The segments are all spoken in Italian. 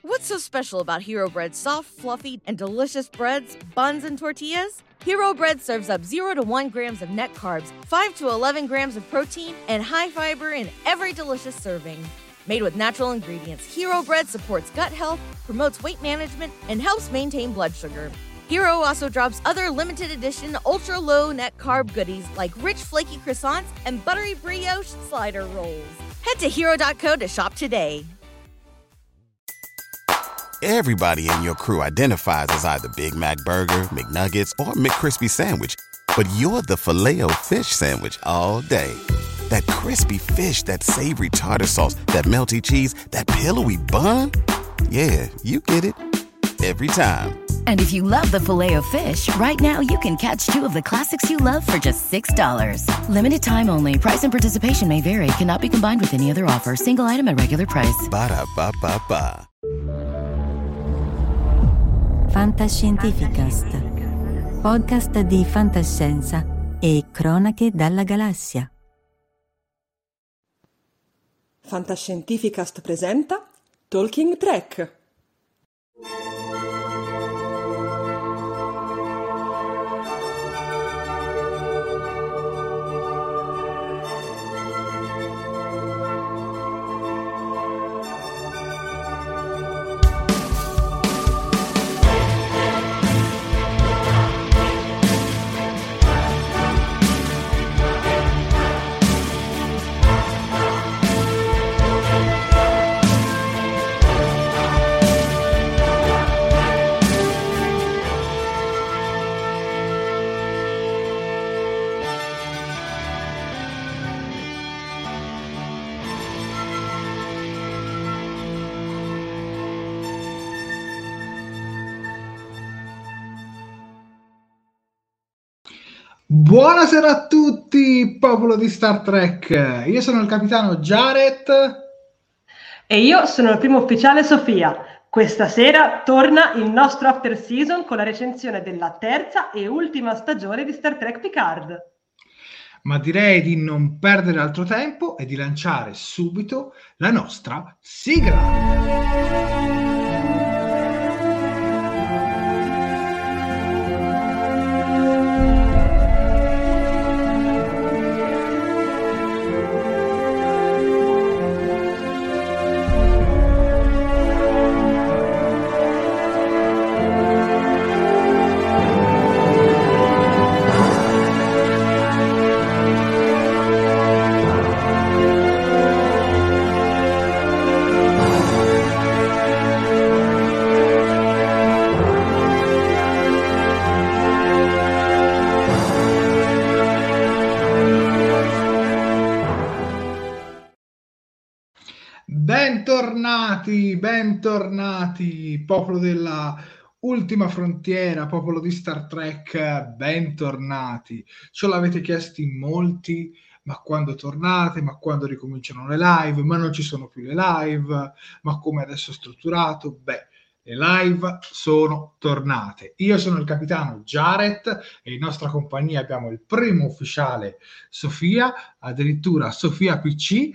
What's so special about Hero Bread's soft, fluffy, and delicious breads, buns, and tortillas? Hero Bread serves up 0 to 1 grams of net carbs, 5 to 11 grams of protein, and high fiber in every delicious serving. Made with natural ingredients, Hero Bread supports gut health, promotes weight management, and helps maintain blood sugar. Hero also drops other limited edition ultra-low net carb goodies like rich flaky croissants and buttery brioche slider rolls. Head to hero.co to shop today. Everybody in your crew identifies as either Big Mac Burger, McNuggets, or McCrispy Sandwich. But you're the Filet-O-Fish Sandwich all day. That crispy fish, that savory tartar sauce, that melty cheese, that pillowy bun. Yeah, you get it. Every time. And if you love the Filet-O-Fish, right now you can catch 2 of the classics you love for just $6. Limited time only. Price and participation may vary. Cannot be combined with any other offer. Single item at regular price. Ba-da-ba-ba-ba. Fantascientificast, podcast di fantascienza e cronache dalla galassia. Fantascientificast presenta Talking Trek. Buonasera a tutti, popolo di Star Trek. Io sono il capitano Jared. E io sono il primo ufficiale Sofia. Questa sera torna il nostro after season con la recensione della terza e ultima stagione di Star Trek Picard. Ma direi di non perdere altro tempo e di lanciare subito la nostra sigla. Bentornati, popolo della ultima frontiera, popolo di Star Trek, bentornati. Ce l'avete chiesto in molti, ma quando tornate, ma quando ricominciano le live, ma non ci sono più le live, ma come adesso è strutturato? Beh, le live sono tornate. Io sono il capitano Jared e in nostra compagnia abbiamo il primo ufficiale Sofia, addirittura Sofia PC.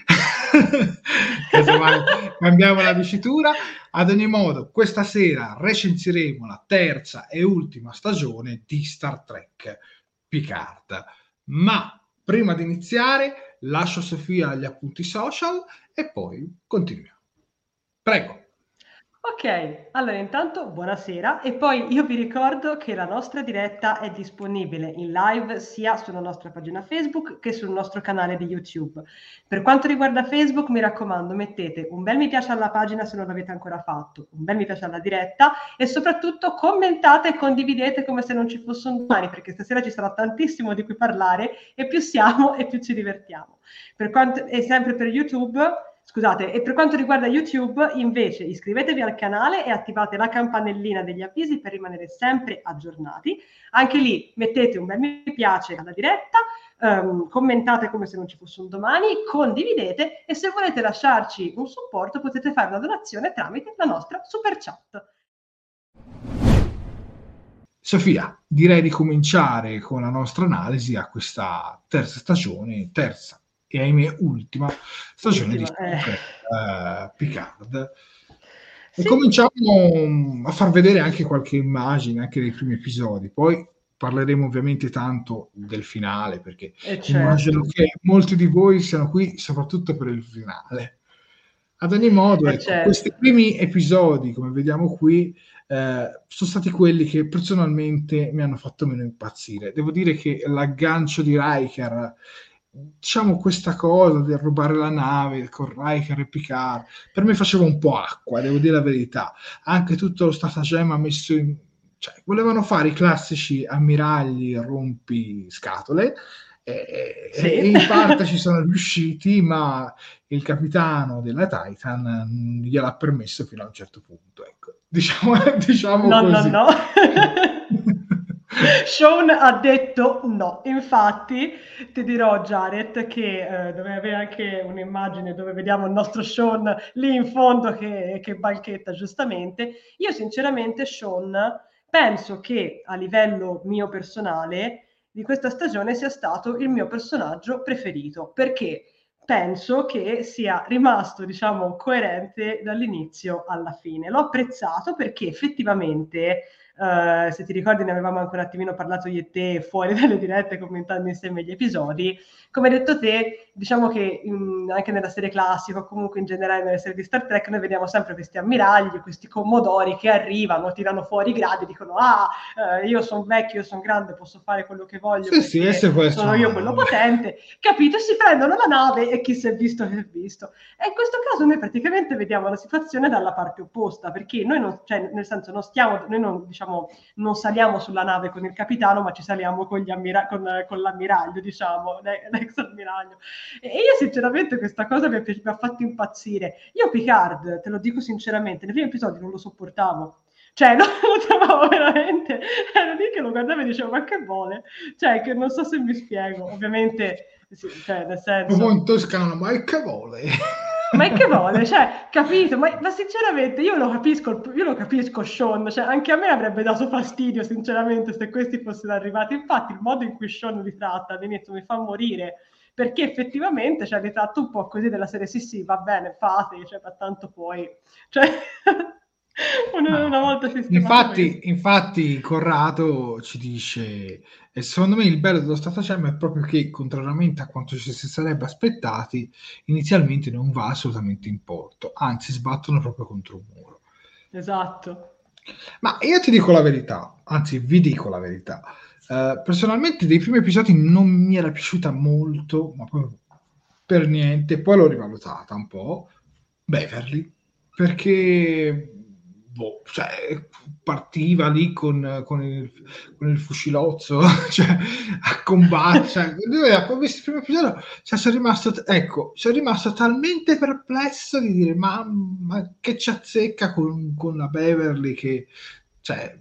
Cambiamo la dicitura. Ad ogni modo, questa sera recensiremo la terza e ultima stagione di Star Trek Picard. Ma prima di iniziare, lascio Sofia agli appunti social e poi continuiamo. Prego. Ok, allora intanto buonasera e poi io vi ricordo che la nostra diretta è disponibile in live sia sulla nostra pagina Facebook che sul nostro canale di YouTube. Per quanto riguarda Facebook, mi raccomando, mettete un bel mi piace alla pagina se non l'avete ancora fatto, un bel mi piace alla diretta e soprattutto commentate e condividete come se non ci fosse un domani, perché stasera ci sarà tantissimo di cui parlare e più siamo e più ci divertiamo. E sempre per YouTube... Scusate, e per quanto riguarda YouTube, invece, iscrivetevi al canale e attivate la campanellina degli avvisi per rimanere sempre aggiornati. Anche lì mettete un bel mi piace alla diretta, commentate come se non ci fosse un domani, condividete e se volete lasciarci un supporto potete fare una donazione tramite la nostra super chat. Sofia, direi di cominciare con la nostra analisi a questa terza stagione, e ahimè ultima stagione di Picard. E Sì, cominciamo a far vedere anche qualche immagine, anche dei primi episodi. Poi parleremo ovviamente tanto del finale, perché immagino certo, che molti di voi siano qui soprattutto per il finale. Ad ogni modo, ecco, questi certo. primi episodi, come vediamo qui, sono stati quelli che personalmente mi hanno fatto meno impazzire. Devo dire che l'aggancio di Riker, diciamo questa cosa del rubare la nave con Riker e Picard, per me faceva un po' acqua, devo dire la verità. Anche tutto lo stratagemma messo in... Cioè, volevano fare i classici ammiragli rompiscatole, e Sì. in parte ci sono riusciti, ma il capitano della Titan gliel'ha permesso fino a un certo punto, ecco. Diciamo No, no, così. no. Sean ha detto no. Infatti, ti dirò, Jared, che dove avere anche un'immagine dove vediamo il nostro Sean lì in fondo che banchetta giustamente. Io, sinceramente, Sean, penso che a livello mio personale di questa stagione sia stato il mio personaggio preferito, perché penso che sia rimasto, diciamo, coerente dall'inizio alla fine. L'ho apprezzato perché effettivamente, se ti ricordi, ne avevamo anche un attimino parlato io e te fuori dalle dirette commentando insieme gli episodi. Come hai detto te, diciamo che anche nella serie classica o comunque in generale nelle serie di Star Trek noi vediamo sempre questi ammiragli, questi commodori che arrivano, tirano fuori i gradi, dicono io sono vecchio, io sono grande, posso fare quello che voglio Sì, perché sono io quello potente, capito? Si prendono la nave e chi si è visto si è visto. E in questo caso noi praticamente vediamo la situazione dalla parte opposta, perché noi non, cioè, nel senso, noi non, diciamo, non saliamo sulla nave con il capitano, ma ci saliamo con l'ammiraglio, diciamo, l'ex ammiraglio. E io sinceramente questa cosa mi ha fatto impazzire. Io Picard, te lo dico sinceramente, nei primi episodi non lo sopportavo. Cioè, lo trovavo veramente, ero lì che lo guardavo e dicevo, ma che vuole? Cioè, che non so se mi spiego, ovviamente, sì, cioè, nel senso... Proprio in toscano, ma che vuole? Ma che vuole? Cioè, capito? Ma sinceramente io lo capisco Sean, cioè anche a me avrebbe dato fastidio sinceramente se questi fossero arrivati. Infatti il modo in cui Sean li tratta all'inizio mi fa morire, perché effettivamente cioè, li tratta un po' così della serie sì, va bene, fate, cioè, ma tanto poi... Cioè, una volta sistemato Infatti Corrado ci dice, e secondo me il bello dello stratagemma è proprio che, contrariamente a quanto ci si sarebbe aspettati, inizialmente non va assolutamente in porto, anzi sbattono proprio contro un muro. Esatto. Ma io ti dico la verità, anzi vi dico la verità. Personalmente dei primi episodi non mi era piaciuta molto, ma proprio per niente, poi l'ho rivalutata un po', Beverly, perché cioè, partiva lì con il fucilozzo cioè, a combattere. Ho visto il primo episodio, cioè, sono rimasto talmente perplesso di dire ma che ci azzecca con la Beverly cioè,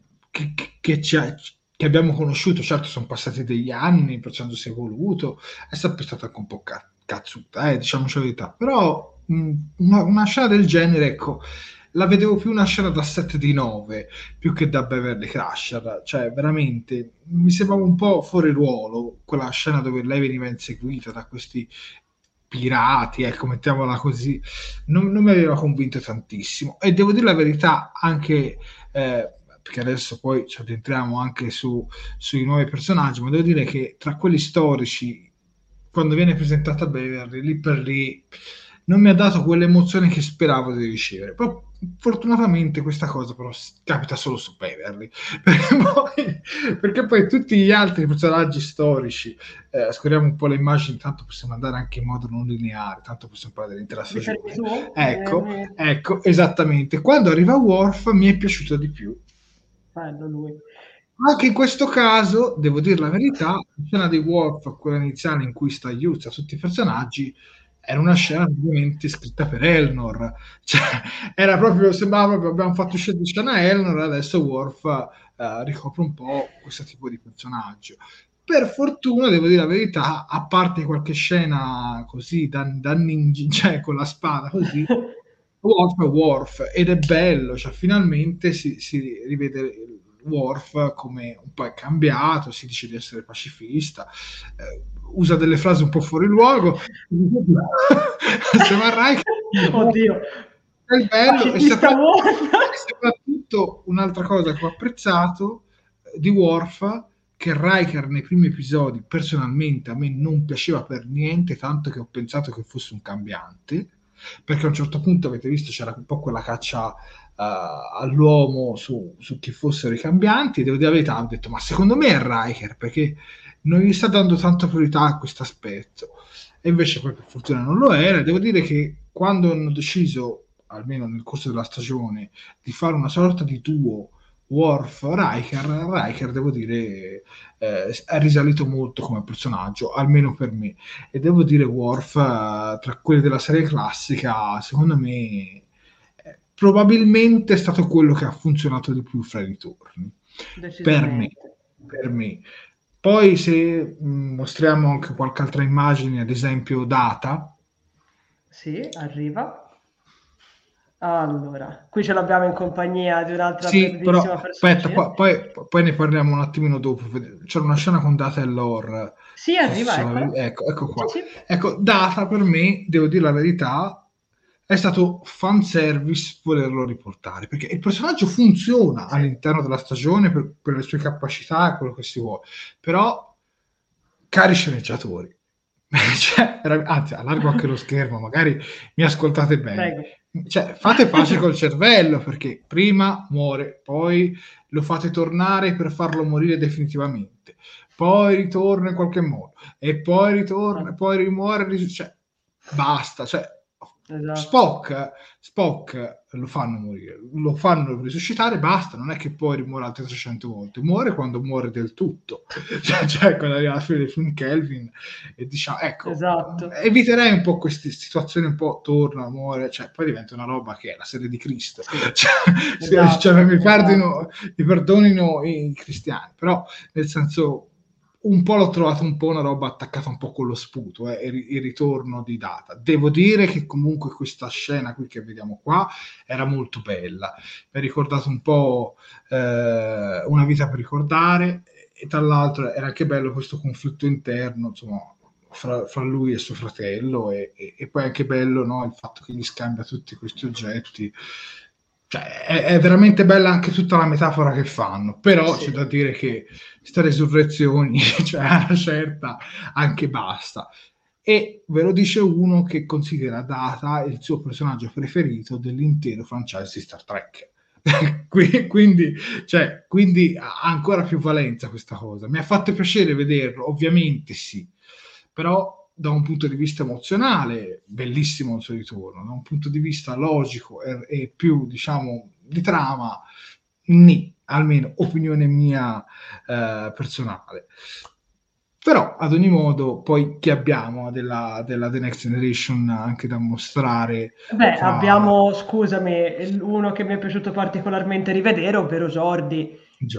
che abbiamo conosciuto. Certo, sono passati degli anni, il personaggio si è evoluto, è sempre stata anche un po' cazzuta, diciamoci la verità, però una scena del genere, ecco, la vedevo più una scena da 7 di 9 più che da Beverly Crusher, cioè veramente mi sembrava un po' fuori ruolo quella scena dove lei veniva inseguita da questi pirati, ecco, mettiamola così. Non mi aveva convinto tantissimo, e devo dire la verità anche perché adesso poi ci addentriamo anche sui nuovi personaggi, ma devo dire che tra quelli storici, quando viene presentata Beverly, lì per lì non mi ha dato quell'emozione che speravo di ricevere. Però fortunatamente questa cosa però capita solo su Beverly, perché poi tutti gli altri personaggi storici, scorriamo un po' le immagini, tanto possiamo andare anche in modo non lineare, tanto possiamo parlare dell'intera stagione. Ecco, esattamente. Quando arriva Worf mi è piaciuto di più. Bello lui. Anche in questo caso, devo dire la verità, la scena di Worf, quella iniziale in cui sta aiuta tutti i personaggi, era una scena ovviamente scritta per Elnor, cioè era proprio, sembrava proprio abbiamo fatto uscire di scena Elnor, adesso Worf ricopre un po' questo tipo di personaggio. Per fortuna, devo dire la verità, a parte qualche scena così da ninja, cioè con la spada così, Worf è Worf ed è bello, cioè finalmente si rivede Worf come un po' è cambiato, si dice di essere pacifista, usa delle frasi un po' fuori luogo. Oddio, è il bello, e Worf. soprattutto un'altra cosa che ho apprezzato di Worf, che Riker nei primi episodi personalmente a me non piaceva per niente, tanto che ho pensato che fosse un cambiante, perché a un certo punto, avete visto, c'era un po' quella caccia all'uomo su chi fossero i cambianti, e devo dire la verità, ho detto, ma secondo me è Riker, perché non gli sta dando tanta priorità a questo aspetto, e invece poi per fortuna non lo era. Devo dire che quando hanno deciso, almeno nel corso della stagione, di fare una sorta di duo Worf-Riker, devo dire, è risalito molto come personaggio, almeno per me. E devo dire Worf, tra quelli della serie classica, secondo me probabilmente è stato quello che ha funzionato di più fra i ritorni. Per me. Poi se mostriamo anche qualche altra immagine, ad esempio Data. Sì, arriva. Allora, qui ce l'abbiamo in compagnia di un'altra bellissima personaggina. Aspetta, poi ne parliamo un attimino dopo. C'era una scena con Data e Lore. Sì, arriva, ecco qua. Sì. Ecco, Data per me, devo dire la verità, è stato fanservice volerlo riportare, perché il personaggio funziona all'interno della stagione per le sue capacità e quello che si vuole, però, cari sceneggiatori, cioè, anzi, allargo anche lo schermo, magari mi ascoltate bene. Cioè, fate pace col cervello, perché prima muore, poi lo fate tornare per farlo morire definitivamente, poi ritorna in qualche modo, e poi ritorna, poi rimuore, cioè, basta, cioè, esatto. Spock lo fanno morire, lo fanno risuscitare, basta, non è che poi rimuore altre 300 volte, muore quando muore del tutto, cioè quando arriva alla fine del film Kelvin, e diciamo, ecco, esatto. Eviterei un po' queste situazioni, un po' torna, muore, cioè poi diventa una roba che è la serie di Cristo, cioè mi perdonino i cristiani, però nel senso, un po' l'ho trovato un po' una roba attaccata un po' con lo sputo, il ritorno di Data. Devo dire che comunque questa scena qui che vediamo qua era molto bella, mi ha ricordato un po' Una vita per ricordare, e tra l'altro era anche bello questo conflitto interno, insomma, fra lui e suo fratello, e poi anche bello, no, il fatto che gli scambia tutti questi oggetti. Cioè, è veramente bella anche tutta la metafora che fanno, però c'è da dire che queste resurrezioni, cioè a una certa anche basta. E ve lo dice uno che considera Data il suo personaggio preferito dell'intero franchise di Star Trek. quindi ha ancora più valenza questa cosa. Mi ha fatto piacere vederlo, ovviamente sì, però da un punto di vista emozionale, bellissimo il suo ritorno, da un punto di vista logico e più, diciamo, di trama, almeno opinione mia personale. Però, ad ogni modo, poi che abbiamo della The Next Generation anche da mostrare? Abbiamo, scusami, uno che mi è piaciuto particolarmente rivedere, ovvero Geordi.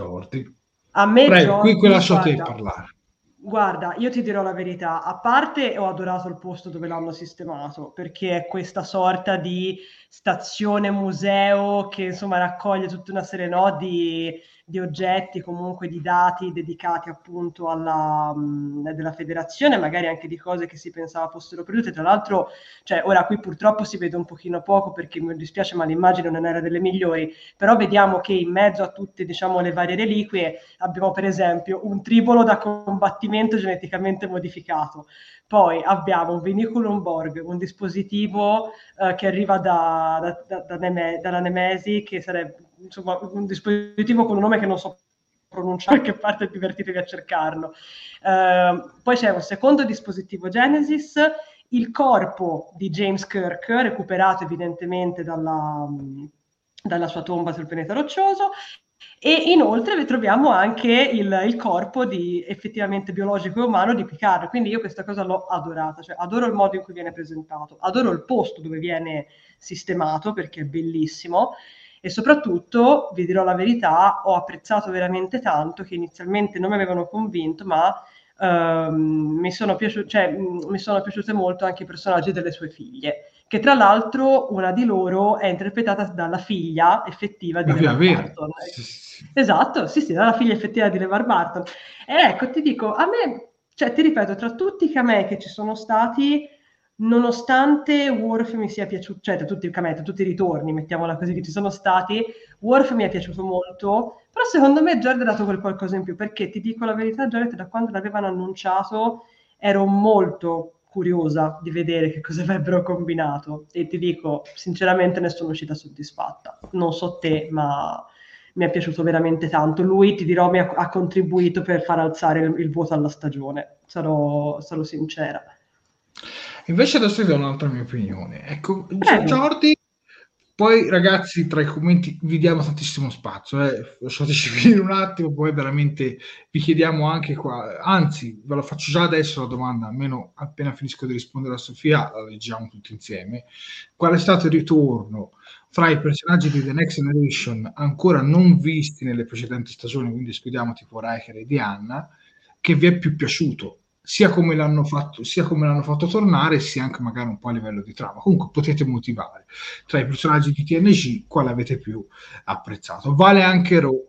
A me Geordi, qui lascio a te parlare. Guarda, io ti dirò la verità, a parte ho adorato il posto dove l'hanno sistemato, perché è questa sorta di stazione museo che insomma raccoglie tutta una serie di oggetti, comunque di dati dedicati appunto della federazione, magari anche di cose che si pensava fossero perdute. Tra l'altro, cioè, ora qui purtroppo si vede un pochino poco perché mi dispiace, ma l'immagine non era delle migliori, però vediamo che in mezzo a tutte, diciamo, le varie reliquie abbiamo per esempio un tribolo da combattimento geneticamente modificato. Poi abbiamo un Vinculum Borg, un dispositivo che arriva dalla Nemesi, che sarebbe insomma un dispositivo con un nome che non so pronunciare, che parte divertitevi a cercarlo. Poi c'è un secondo dispositivo Genesis, il corpo di James Kirk, recuperato evidentemente dalla sua tomba sul pianeta roccioso, e inoltre troviamo anche il corpo di effettivamente biologico e umano di Picard, quindi io questa cosa l'ho adorata, cioè adoro il modo in cui viene presentato, adoro il posto dove viene sistemato perché è bellissimo, e soprattutto, vi dirò la verità, ho apprezzato veramente tanto, che inizialmente non mi avevano convinto, ma mi sono piaciute molto anche i personaggi delle sue figlie, che tra l'altro una di loro è interpretata dalla figlia effettiva di LeVar Burton. Esatto, sì, dalla figlia effettiva di LeVar Burton. E ecco, ti dico, a me, cioè ti ripeto, tra tutti i camei che ci sono stati, nonostante Worf mi sia piaciuto, cioè tra tutti i ritorni, mettiamola così, che ci sono stati, Worf mi è piaciuto molto, però secondo me Geordi ha dato quel qualcosa in più, perché ti dico la verità, Geordi, da quando l'avevano annunciato ero molto curiosa di vedere che cosa avrebbero combinato, e ti dico, sinceramente ne sono uscita soddisfatta. Non so te, ma mi è piaciuto veramente tanto. Lui, ti dirò, mi ha contribuito per far alzare il voto alla stagione, sarò sincera. Invece adesso ti do un'altra mia opinione. Ecco, Prego. Jordi, poi ragazzi tra i commenti vi diamo tantissimo spazio, lasciateci finire un attimo, poi veramente vi chiediamo anche qua, anzi ve lo faccio già adesso la domanda, almeno appena finisco di rispondere a Sofia, la leggiamo tutti insieme. Qual è stato il ritorno fra i personaggi di The Next Generation ancora non visti nelle precedenti stagioni, quindi escludiamo tipo Riker e Diana, che vi è più piaciuto? Sia come l'hanno fatto tornare, sia anche magari un po' a livello di trama. Comunque potete motivare. Tra i personaggi di TNG, quale avete più apprezzato? Vale anche Ro,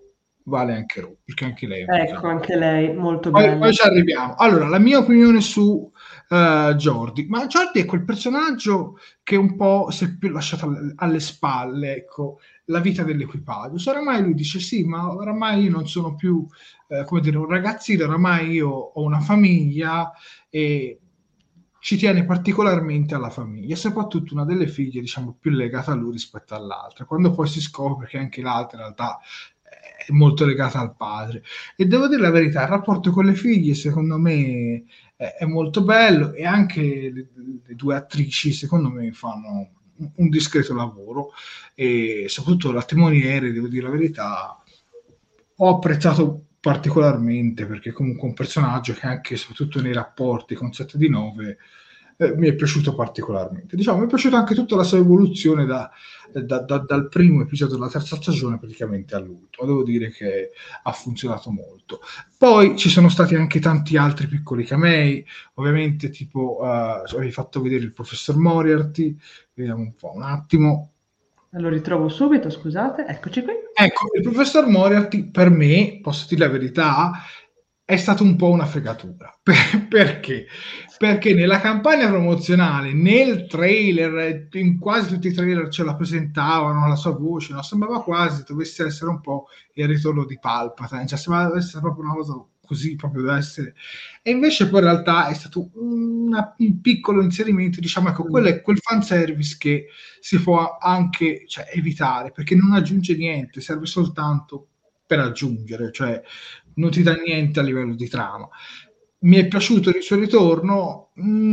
perché anche lei è ecco, anche lei, molto bella. Poi ci arriviamo. Allora, la mia opinione su Jordi. Ma Jordi è quel personaggio che un po' si è più lasciato alle spalle, ecco, la vita dell'equipaggio. Se oramai lui dice sì, ma oramai io non sono più come dire, un ragazzino, oramai io ho una famiglia e ci tiene particolarmente alla famiglia, soprattutto una delle figlie, diciamo, più legata a lui rispetto all'altra, quando poi si scopre che anche l'altra in realtà è molto legata al padre. E devo dire la verità, il rapporto con le figlie secondo me è molto bello, e anche le due attrici secondo me fanno un discreto lavoro, e soprattutto la timoniere, devo dire la verità, ho apprezzato particolarmente, perché comunque un personaggio che anche soprattutto nei rapporti con 7 di 9 mi è piaciuto particolarmente. Diciamo, mi è piaciuta anche tutta la sua evoluzione dal primo episodio della terza stagione praticamente all'ultimo. Devo dire che ha funzionato molto. Poi ci sono stati anche tanti altri piccoli camei, ovviamente tipo avevi fatto vedere il professor Moriarty, vediamo un po' un attimo. Lo ritrovo subito, scusate, eccoci qui. Ecco, il professor Moriarty per me, posso dire la verità, è stato un po' una fregatura. Perché? Perché nella campagna promozionale, nel trailer, in quasi tutti i trailer ce la presentavano, la sua voce, no? Sembrava quasi dovesse essere un po' il ritorno di Palpatine, cioè sembrava essere proprio una cosa così, proprio deve essere. E invece poi in realtà è stato un piccolo inserimento, diciamo, ecco, quello è quel fanservice che si può anche, cioè, evitare, perché non aggiunge niente, serve soltanto per aggiungere, cioè non ti dà niente a livello di trama. Mi è piaciuto il suo ritorno?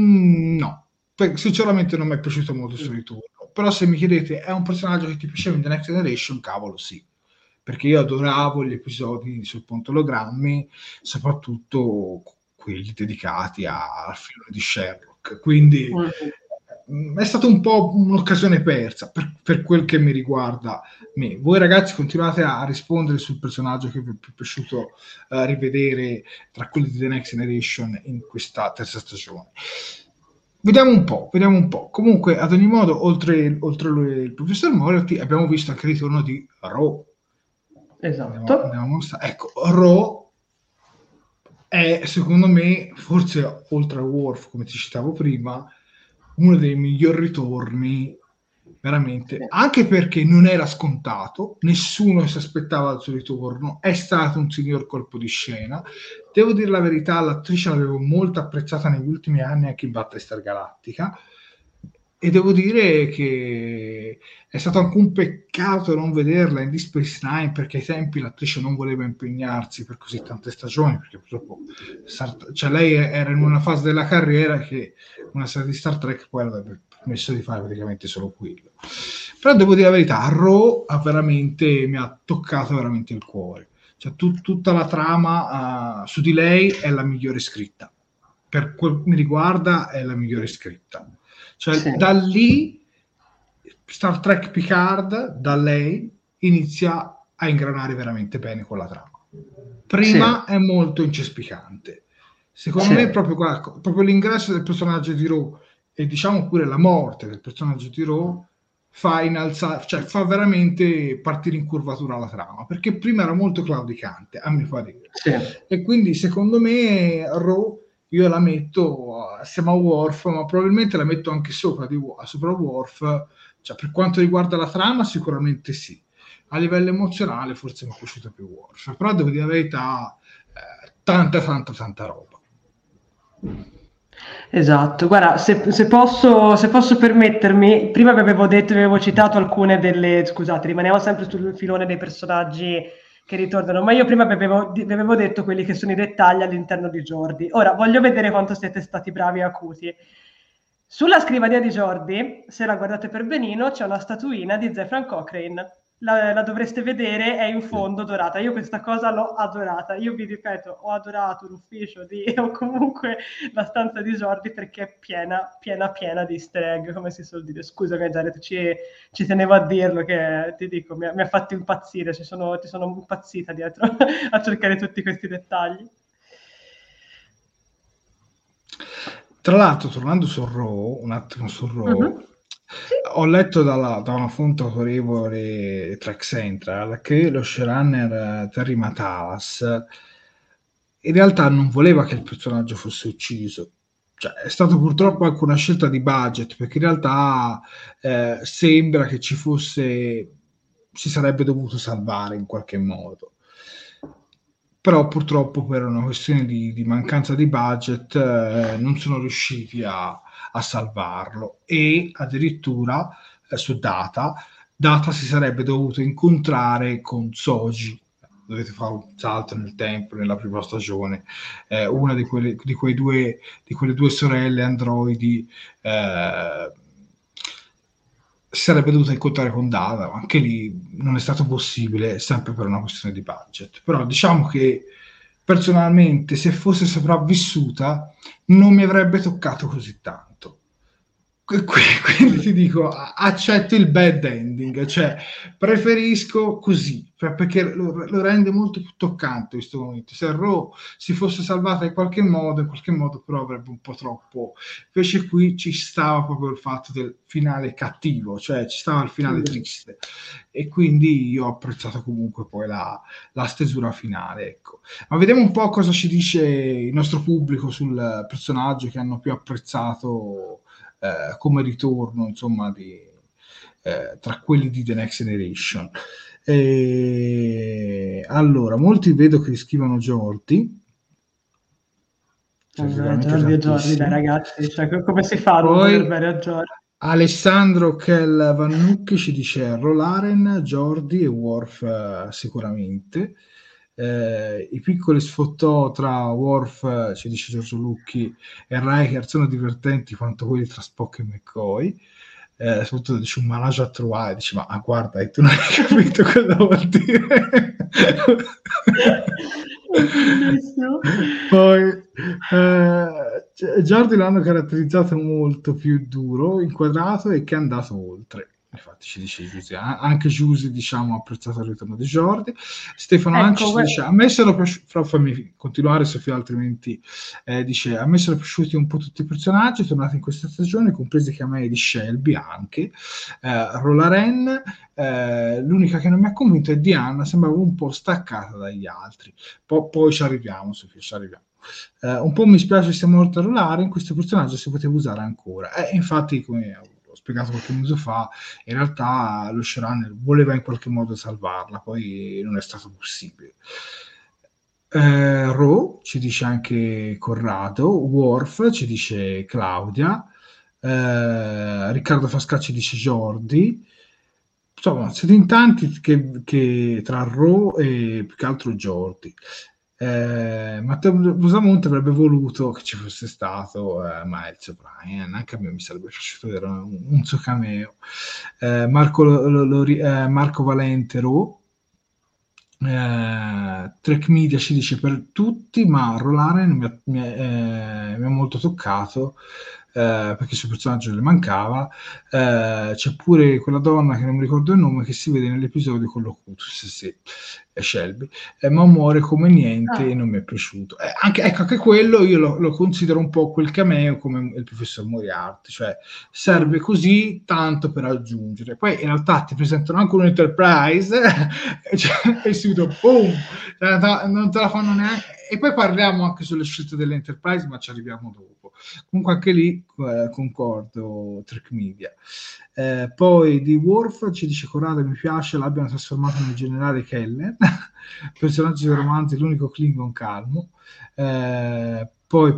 No, sinceramente non mi è piaciuto molto il suo ritorno, però se mi chiedete è un personaggio che ti piaceva in The Next Generation, cavolo sì, perché io adoravo gli episodi sul ponte ologrammi, soprattutto quelli dedicati al film di Sherlock, quindi è stata un po' un'occasione persa per quel che mi riguarda me. Voi ragazzi continuate a rispondere sul personaggio che vi è più piaciuto rivedere tra quelli di The Next Generation in questa terza stagione. Vediamo un po'. Comunque, ad ogni modo, oltre lui, il professor Moriarty, abbiamo visto anche il ritorno di Ro. Esatto. Ecco, Ro è, secondo me, forse oltre a Worf, come ti citavo prima, uno dei migliori ritorni, veramente, anche perché non era scontato, nessuno si aspettava il suo ritorno, è stato un signor colpo di scena. Devo dire la verità, l'attrice l'avevo molto apprezzata negli ultimi anni anche in Battlestar Galactica, e devo dire che è stato anche un peccato non vederla in Deep Space Nine, perché ai tempi l'attrice non voleva impegnarsi per così tante stagioni, perché purtroppo cioè lei era in una fase della carriera che una serie di Star Trek poi avrebbe permesso di fare praticamente solo quello. Però devo dire la verità, Ro mi ha toccato veramente il cuore, cioè tutta la trama su di lei è la migliore scritta, per quel che mi riguarda è la migliore scritta. Cioè, sì, da lì Star Trek Picard, da lei, inizia a ingranare veramente bene con la trama. Prima è molto incespicante. Secondo me proprio l'ingresso del personaggio di Ro e diciamo pure la morte del personaggio di Ro fa innalzare, cioè fa veramente partire in curvatura la trama, perché prima era molto claudicante, a mio parere. E quindi secondo me Ro io la metto assieme a Worf, ma probabilmente la metto anche sopra Worf, cioè per quanto riguarda la trama sicuramente sì, a livello emozionale forse mi è piaciuto più Worf, però devo dire la verità, tanta roba. Esatto, guarda, se posso permettermi, prima vi avevo citato alcune scusate, rimaniamo sempre sul filone dei personaggi che ritornano, ma io prima vi avevo detto quelli che sono i dettagli all'interno di Geordi. Ora, voglio vedere quanto siete stati bravi e acuti. Sulla scrivania di Geordi, se la guardate per benino, c'è una statuina di Zefran Cochrane. La dovreste vedere, è in fondo dorata. Io questa cosa l'ho adorata. Io vi ripeto, ho adorato l'ufficio o comunque la stanza di Jordi perché è piena di easter egg, come si suol dire. Scusami Jared, ci tenevo a dirlo, che ti dico, mi ha fatto impazzire, ti sono impazzita dietro a cercare tutti questi dettagli. Tra l'altro, tornando su Raw, un attimo su Raw, ho letto da una fonte autorevole Trek Central che lo showrunner Terry Matalas in realtà non voleva che il personaggio fosse ucciso. Cioè, è stata purtroppo anche una scelta di budget, perché in realtà sembra che si sarebbe dovuto salvare in qualche modo. Però purtroppo per una questione di mancanza di budget non sono riusciti a salvarlo, e addirittura su Data si sarebbe dovuto incontrare con Soji. Dovete fare un salto nel tempo, nella prima stagione, una di quelle due sorelle androidi si sarebbe dovuta incontrare con Data, ma anche lì non è stato possibile, sempre per una questione di budget. Però diciamo che personalmente, se fosse sopravvissuta, non mi avrebbe toccato così tanto. Quindi ti dico, accetto il bad ending, cioè preferisco così, perché lo rende molto più toccante in questo momento. Se Raw si fosse salvata in qualche modo però avrebbe un po' troppo. Invece qui ci stava proprio il fatto del finale cattivo, cioè ci stava il finale triste, e quindi io ho apprezzato comunque poi la stesura finale, ecco. Ma vediamo un po' cosa ci dice il nostro pubblico sul personaggio che hanno più apprezzato come ritorno, insomma, tra quelli di The Next Generation. Allora, molti vedo che scrivono Jordi. Jordi, dai ragazzi, cioè, come si fa a non voler bene a Jordi? Alessandro Vannucchi ci dice Rolaren, Jordi e Worf sicuramente. I piccoli sfottò tra Worf, ci dice Giorgio Lucchi, e Riker sono divertenti quanto quelli tra Spock e McCoy. Soprattutto dice un manage a trovare, dice ma guarda, tu non hai capito cosa vuol dire. Poi Jordi l'hanno caratterizzato molto più duro, inquadrato e che è andato oltre. Infatti ci dice Giusy, anche Giusy, diciamo, ha apprezzato il ritorno di Jordi. Stefano Anci dice a me sono piaciuti, fammi continuare Sofia, altrimenti dice a me sono piaciuti un po' tutti i personaggi tornati in questa stagione, compresi Kamei di Shelby anche. Rolaren, l'unica che non mi ha convinto è Diana, sembrava un po' staccata dagli altri. Poi ci arriviamo, Sofia, ci arriviamo. Un po' mi spiace sia morto a Rolaren, questo personaggio si poteva usare ancora. Infatti, come ho spiegato qualche minuto fa, in realtà lo showrunner voleva in qualche modo salvarla, poi non è stato possibile. Ro ci dice anche Corrado, Worf ci dice Claudia, Riccardo Fascacci dice Jordi. Insomma, siete in tanti che tra Ro e più che altro Jordi. Matteo Busamonte avrebbe voluto che ci fosse stato Miles O'Brien, anche a me mi sarebbe piaciuto vedere un suo cameo. Marco Valente Ro, Trek Media ci dice per tutti, ma Rolaren mi ha molto toccato, perché il suo personaggio le mancava. C'è pure quella donna che non mi ricordo il nome, che si vede nell'episodio con Locutus, sì, è Shelby, ma muore come niente e non mi è piaciuto. Anche quello io lo considero un po' quel cameo come il professor Moriarty, cioè serve così tanto per aggiungere, poi in realtà ti presentano anche un Enterprise e subito boom, non te la fanno neanche, e poi parliamo anche sulle scelte dell'Enterprise, ma ci arriviamo dopo. Comunque anche lì concordo, Trek Media. Poi di Worf ci dice: Corrado, mi piace l'abbiano trasformato nel generale Kellen, personaggio del romanzo, l'unico Klingon calmo. Poi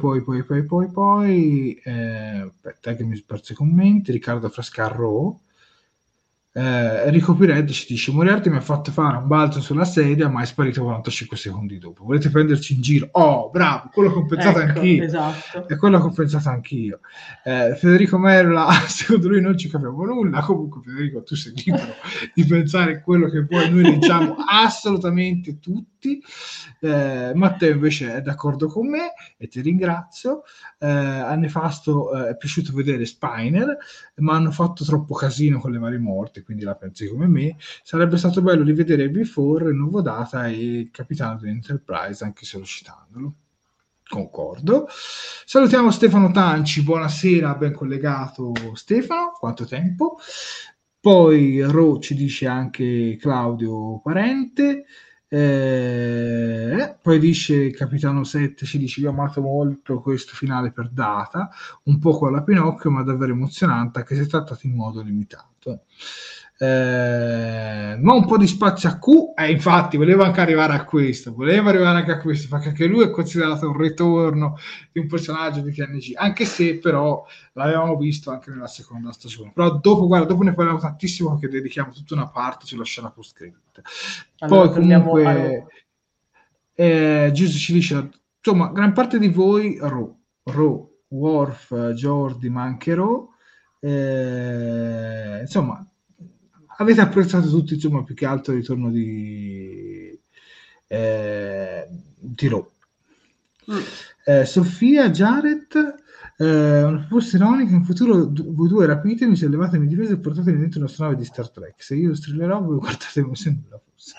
aspetta che mi sono perso i commenti. Riccardo Frascarro. Enrico Piretti ci dice: Moriarty mi ha fatto fare un balzo sulla sedia, ma è sparito 45 secondi dopo. Volete prenderci in giro? Oh, bravo, quello che ho pensato anch'io. Esatto. È quello che ho pensato anch'io. Federico Merla, secondo lui non ci capiamo nulla. Comunque, Federico, tu sei libero di pensare quello che vuoi, noi leggiamo assolutamente tutti. Matteo invece è d'accordo con me e ti ringrazio. A Nefasto è piaciuto vedere Spiner, ma hanno fatto troppo casino con le varie morti, quindi la pensi come me. Sarebbe stato bello rivedere Before, Nuovo Data e il capitano dell'Enterprise, anche solo citandolo. Concordo. Salutiamo Stefano Tanci, buonasera, ben collegato Stefano, quanto tempo. Poi Ro ci dice anche Claudio Parente. Poi dice Capitano 7, ci dice: io ho amato molto questo finale per Data, un po' con la Pinocchio, ma davvero emozionante, anche se trattato in modo limitato. Ma un po' di spazio a Q, infatti voleva anche arrivare a questo, perché anche lui è considerato un ritorno di un personaggio di TNG, anche se però l'avevamo visto anche nella seconda stagione. Però dopo ne parliamo tantissimo, perché dedichiamo tutta una parte sulla scena post credit. Allora, poi comunque Giuseppe ci dice: insomma, gran parte di voi Ro, Worf, Geordi, ma anche Ro, insomma, avete apprezzato tutti, insomma, più che altro il ritorno di Ro. Sofia Jared, una proposta ironica: in futuro voi due rapitemi, se levatemi in difesa e portatemi dentro un'astronave di Star Trek, se io strillerò voi guardatemi se nulla fosse.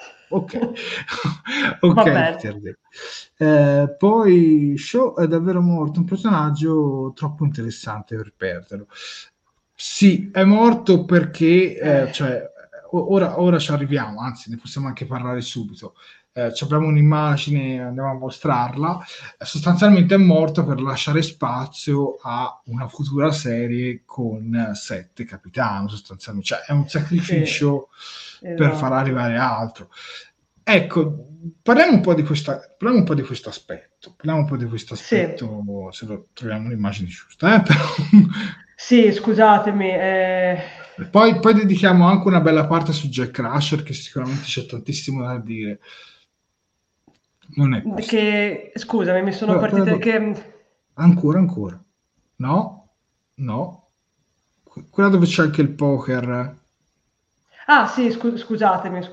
Ok. Poi Shaw è davvero morto, un personaggio troppo interessante per perderlo. Sì, è morto perché ora ci arriviamo, anzi ne possiamo anche parlare subito. Abbiamo un'immagine, andiamo a mostrarla. Sostanzialmente è morto per lasciare spazio a una futura serie con 7 capitani, sostanzialmente, cioè è un sacrificio per far arrivare altro. Ecco, parliamo un po' di questo aspetto. Se lo troviamo un'immagine giusta, però. Sì, scusatemi. Poi dedichiamo anche una bella parte su Jack Crusher, che sicuramente c'è tantissimo da dire. Non è questo. Che, scusami, mi sono partite che... Ancora. No. Quella dove c'è anche il poker. Ah, sì, scusatemi.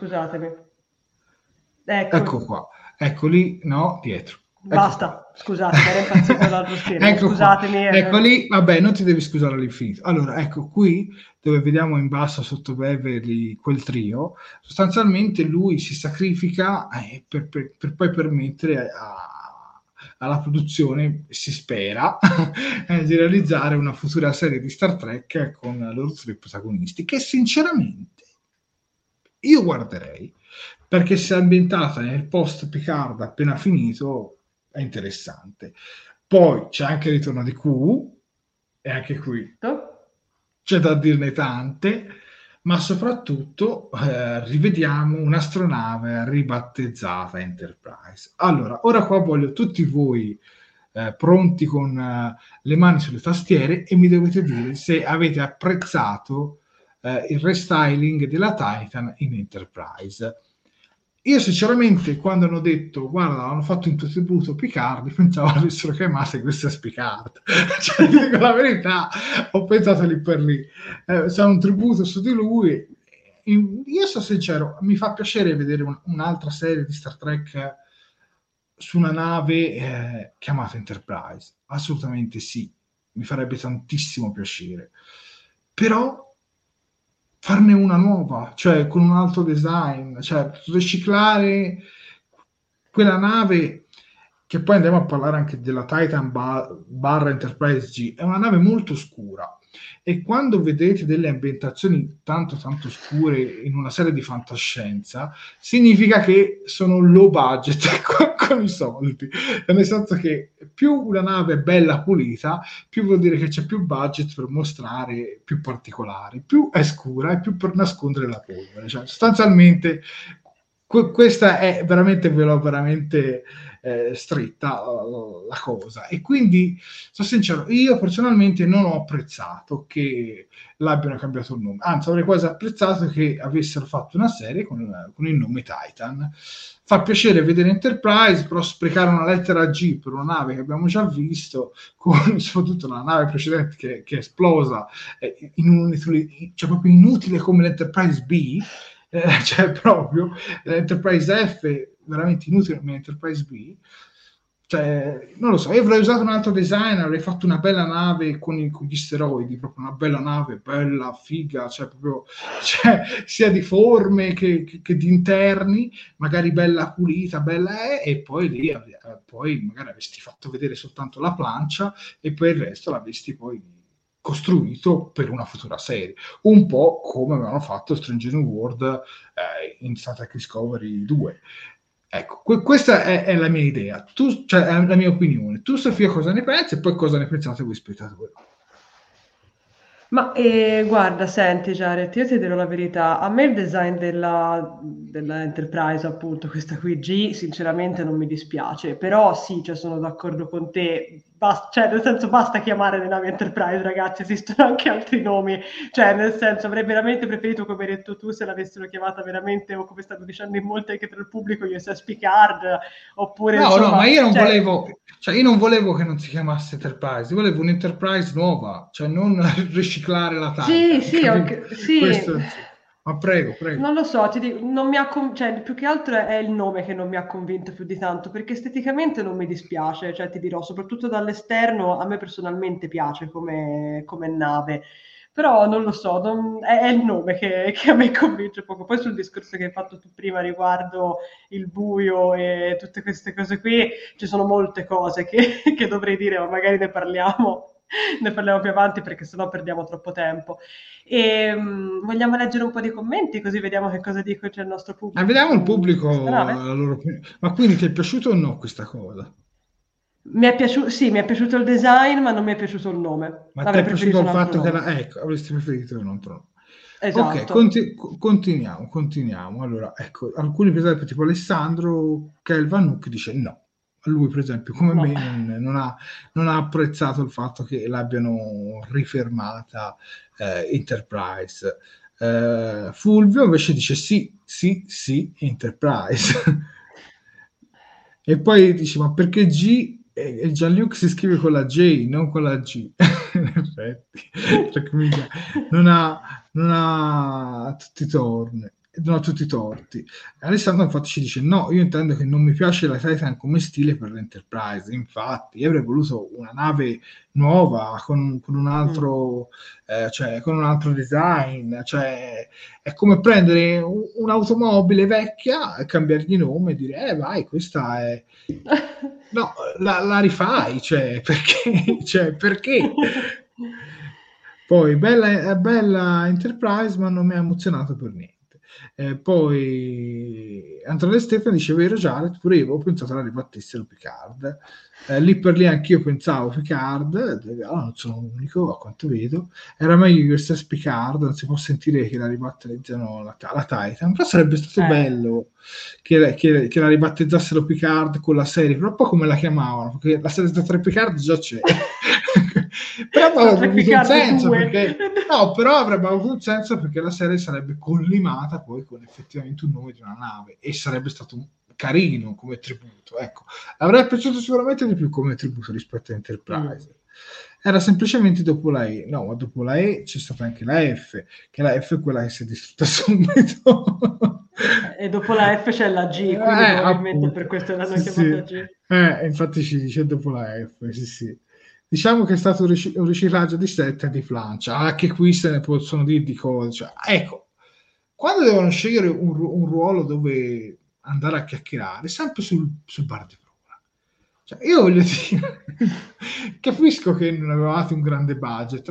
Ecco qua. Ecco lì, no, dietro. Basta, scusate, era impazzito l'altro schermo. Scusatemi. Ecco lì, vabbè, non ti devi scusare all'infinito. Allora, ecco qui, dove vediamo in basso sotto Beverly quel trio, sostanzialmente lui si sacrifica per poi permettere alla produzione, si spera, di realizzare una futura serie di Star Trek con loro 3 protagonisti, che sinceramente io guarderei, perché se è ambientata nel post Picard appena finito è interessante. Poi c'è anche il ritorno di Q, e anche qui c'è da dirne tante, ma soprattutto rivediamo un'astronave ribattezzata Enterprise. Allora, ora qua voglio tutti voi pronti con le mani sulle tastiere, e mi dovete dire se avete apprezzato il restyling della Titan in Enterprise. Io sinceramente, quando hanno detto guarda, hanno fatto un tributo Picard, pensavo avessero chiamato questa Picard. Cioè, dico la verità, ho pensato lì per lì, c'è un tributo su di lui. Io sono sincero, mi fa piacere vedere un'altra serie di Star Trek su una nave chiamata Enterprise, assolutamente sì, mi farebbe tantissimo piacere, però farne una nuova, cioè con un altro design, cioè riciclare quella nave, che poi andiamo a parlare anche della Titan barra Enterprise G, è una nave molto scura, e quando vedete delle ambientazioni tanto scure in una serie di fantascienza, significa che sono low budget, con i soldi, nel senso che più una nave è bella pulita, più vuol dire che c'è più budget per mostrare più particolari, più è scura e più per nascondere la polvere. Cioè, sostanzialmente questa è veramente stretta la cosa, e quindi sono sincero, io personalmente non ho apprezzato che l'abbiano cambiato il nome, anzi avrei quasi apprezzato che avessero fatto una serie con il nome Titan. Fa piacere vedere Enterprise, però sprecare una lettera G per una nave che abbiamo già visto, con soprattutto la nave precedente che è esplosa, cioè proprio inutile come l'Enterprise B, cioè proprio l'Enterprise F veramente inutile come l'Enterprise B. Cioè, non lo so, io avrei usato un altro design, avrei fatto una bella nave con gli steroidi, proprio una bella nave, bella, figa, cioè proprio, cioè, sia di forme che di interni, magari bella pulita, bella e poi lì poi magari avresti fatto vedere soltanto la plancia e poi il resto l'avresti poi costruito per una futura serie, un po' come avevano fatto Strange New World in Star Trek Discovery 2. Ecco, questa è la mia idea, cioè è la mia opinione. Tu, Sofia, cosa ne pensi e poi cosa ne pensate voi spettatori? Ma guarda, senti Jared, io ti dirò la verità, a me il design della Enterprise, appunto, questa qui G, sinceramente non mi dispiace, però sì, cioè, sono d'accordo con te, cioè nel senso basta chiamare le navi Enterprise, ragazzi, esistono anche altri nomi, cioè nel senso avrei veramente preferito, come hai detto tu, se l'avessero chiamata veramente, o come stanno dicendo in molti anche tra il pubblico, USS Picard, oppure insomma, ma io non cioè, volevo, cioè io non volevo che non si chiamasse Enterprise, io volevo un'Enterprise nuova, cioè non riciclare la Titan. sì. Questo, ma prego. Non lo so, ti dico, non mi ha cioè, più che altro è il nome che non mi ha convinto più di tanto, perché esteticamente non mi dispiace, cioè ti dirò, soprattutto dall'esterno a me personalmente piace come nave, però non lo so, è il nome che a me convince poco. Poi sul discorso che hai fatto tu prima riguardo il buio e tutte queste cose qui, ci sono molte cose che dovrei dire, ma magari ne parliamo più avanti perché sennò perdiamo troppo tempo. E vogliamo leggere un po' di commenti così vediamo che cosa dice il nostro pubblico. Vediamo il pubblico, la loro opinione. Ma quindi ti è piaciuto o no questa cosa? Sì, mi è piaciuto il design, ma non mi è piaciuto il nome. Ma ti è piaciuto il fatto che ecco, avresti preferito un altro nome. Esatto. Ok, continuiamo. Allora, ecco, alcuni per esempio tipo Alessandro Kelvanuk dice no. Lui per esempio come me non ha apprezzato il fatto che l'abbiano rifermata Enterprise. Fulvio invece dice sì, Enterprise. E poi dice ma perché G e Jean-Luc si scrive con la J, non con la G. In effetti, non ha tutti i torti. Alessandro infatti ci dice no, io intendo che non mi piace la Titan come stile per l'Enterprise, infatti io avrei voluto una nave nuova con un altro cioè con un altro design, cioè è come prendere un'automobile vecchia e cambiargli nome e dire vai, questa è no, la rifai, cioè perché? Poi bella Enterprise, ma non mi ha emozionato per niente. Poi Antonio Stefano dice vero Jared, pure io avevo pensato la ribattessero Picard, lì per lì anch'io pensavo Picard, non sono l'unico a quanto vedo, era meglio USS Picard, non si può sentire che la ribattezzano la Titan, però sarebbe stato bello che la ribattezzassero Picard con la serie, però poi come la chiamavano, perché la serie Star Trek Picard già c'è. Però avrebbe avuto un senso perché, no, però avrebbe avuto un senso perché la serie sarebbe collimata poi con effettivamente un nome di una nave e sarebbe stato carino come tributo, ecco, avrei piaciuto sicuramente di più come tributo rispetto a Enterprise. Era semplicemente dopo la E, no, ma dopo la E c'è stata anche la F, che la F è quella che si è distrutta subito. E dopo la F c'è la G, quindi probabilmente appunto, per questo l'hanno chiamata G. Infatti ci dice dopo la F, sì. Diciamo che è stato un riciclaggio di set e di plancia, anche qui se ne possono dire di cose, cioè, ecco, quando devono scegliere un ruolo dove andare a chiacchierare, sempre sul bar di prova, cioè, io voglio dire capisco che non avevate un grande budget, ma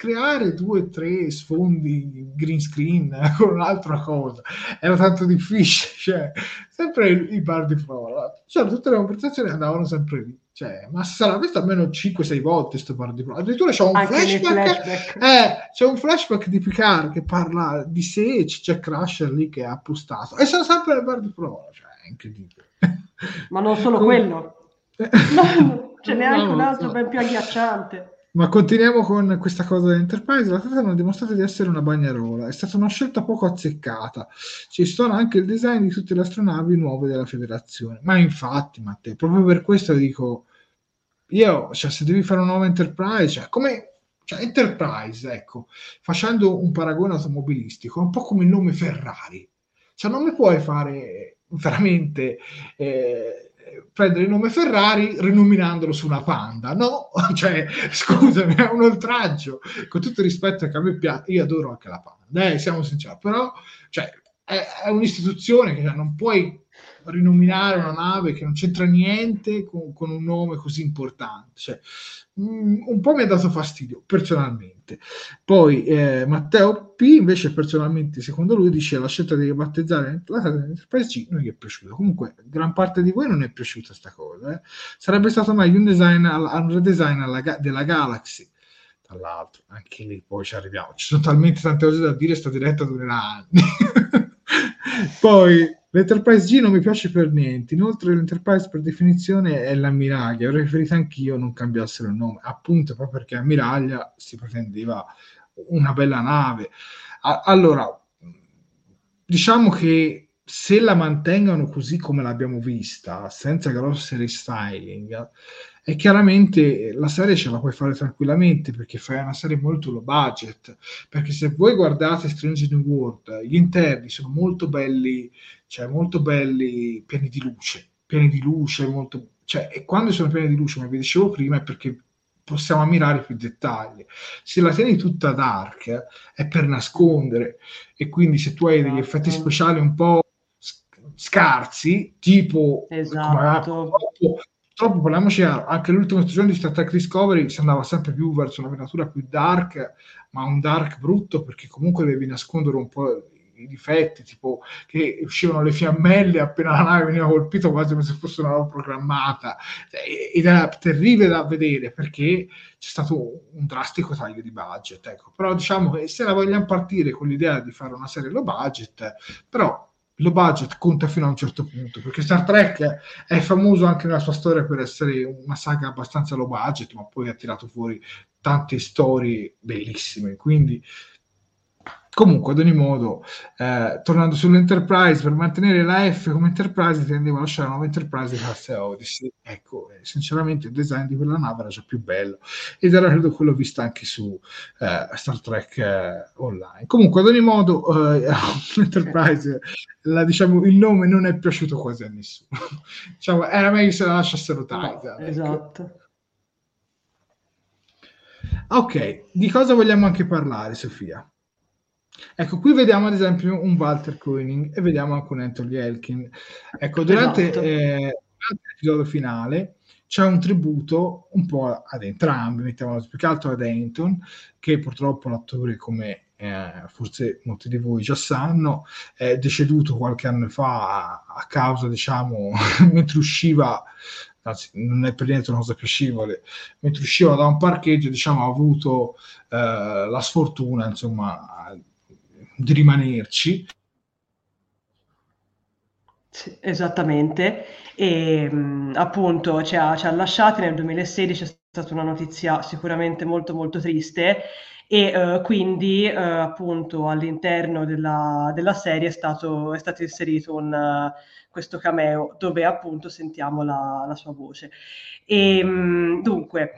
creare 2 o 3 sfondi green screen con un'altra cosa era tanto difficile, cioè sempre i bar di prova, cioè tutte le conversazioni andavano sempre lì, cioè, ma sarà visto almeno 5-6 volte sto bar di prova, addirittura c'è un flashback. C'è un flashback di Picard che parla di sé e c'è Crusher lì che è appostato e sono sempre le bar di prova, cioè è incredibile. Ma non solo quello, no, ce n'è anche un altro ben più agghiacciante. Ma continuiamo con questa cosa dell'Enterprise. La Tata hanno dimostrato di essere una bagnarola. È stata una scelta poco azzeccata. Ci sono anche il design di tutte le astronavi nuove della Federazione. Ma infatti, Matteo, proprio per questo dico, io, cioè, se devi fare una nuova Enterprise, cioè, come Enterprise, ecco, facendo un paragone automobilistico, è un po' come il nome Ferrari. Cioè, non mi puoi fare veramente... prendere il nome Ferrari rinominandolo su una Panda, no? Cioè, scusami, è un oltraggio, con tutto il rispetto che a me piace, io adoro anche la Panda, siamo sinceri, però cioè, è un'istituzione che non puoi rinominare una nave che non c'entra niente con un nome così importante, cioè, un po' mi ha dato fastidio personalmente. Poi Matteo P invece personalmente, secondo lui, dice la scelta di battezzare la Enterprise C non gli è piaciuta. Comunque gran parte di voi non è piaciuta sta cosa, sarebbe stato meglio un redesign della Galaxy. Tra l'altro anche lì poi ci arriviamo, ci sono talmente tante cose da dire, sta diretta durerà anni. Poi l'Enterprise G non mi piace per niente, inoltre l'Enterprise per definizione è l'ammiraglia, avrei preferito anch'io non cambiassero il nome, appunto proprio perché ammiraglia si pretendeva una bella nave. Allora, diciamo che se la mantengono così come l'abbiamo vista, senza grosse restyling, e chiaramente la serie ce la puoi fare tranquillamente perché fai una serie molto low budget, perché se voi guardate Strange New World, gli interni sono molto belli, cioè molto belli, pieni di luce molto, cioè, e quando sono pieni di luce, come vi dicevo prima, è perché possiamo ammirare più dettagli. Se la tieni tutta dark è per nascondere, e quindi se tu hai degli effetti speciali un po' scarsi, tipo purtroppo parliamoci, anche l'ultima stagione di Star Trek Discovery si andava sempre più verso una venatura più dark, ma un dark brutto, perché comunque devi nascondere un po' i difetti, tipo che uscivano le fiammelle appena la nave veniva colpita, quasi come se fosse una nuova programmata, ed era terribile da vedere perché c'è stato un drastico taglio di budget, ecco. Però diciamo che se la vogliamo partire con l'idea di fare una serie low budget, però low budget conta fino a un certo punto, perché Star Trek è famoso anche nella sua storia per essere una saga abbastanza low budget, ma poi ha tirato fuori tante storie bellissime, quindi comunque ad ogni modo, tornando sull'Enterprise, per mantenere la F come Enterprise tendevo a lasciare la nuova Enterprise di classe Odyssey. Ecco, sinceramente il design di quella nave era già più bello ed era credo quello visto anche su Star Trek Online. Comunque ad ogni modo l'Enterprise, diciamo, il nome non è piaciuto quasi a nessuno. Diciamo, era meglio se la lasciassero Titan. No, esatto. Ok, di cosa vogliamo anche parlare, Sofia? Ecco, qui vediamo ad esempio un Walter Koenig e vediamo anche un Anthony Elkin. Ecco, durante l'episodio finale c'è un tributo un po' ad entrambi, mettiamolo più che altro ad Anton, che purtroppo l'attore, come forse molti di voi già sanno, è deceduto qualche anno fa a causa, diciamo, mentre usciva, anzi non è per niente una cosa piacevole, mentre usciva da un parcheggio, diciamo, ha avuto la sfortuna, insomma, di rimanerci. Sì, esattamente, e appunto ci ha lasciati nel 2016, è stata una notizia sicuramente molto molto triste, e quindi appunto all'interno della serie è stato inserito questo cameo dove appunto sentiamo la sua voce. E dunque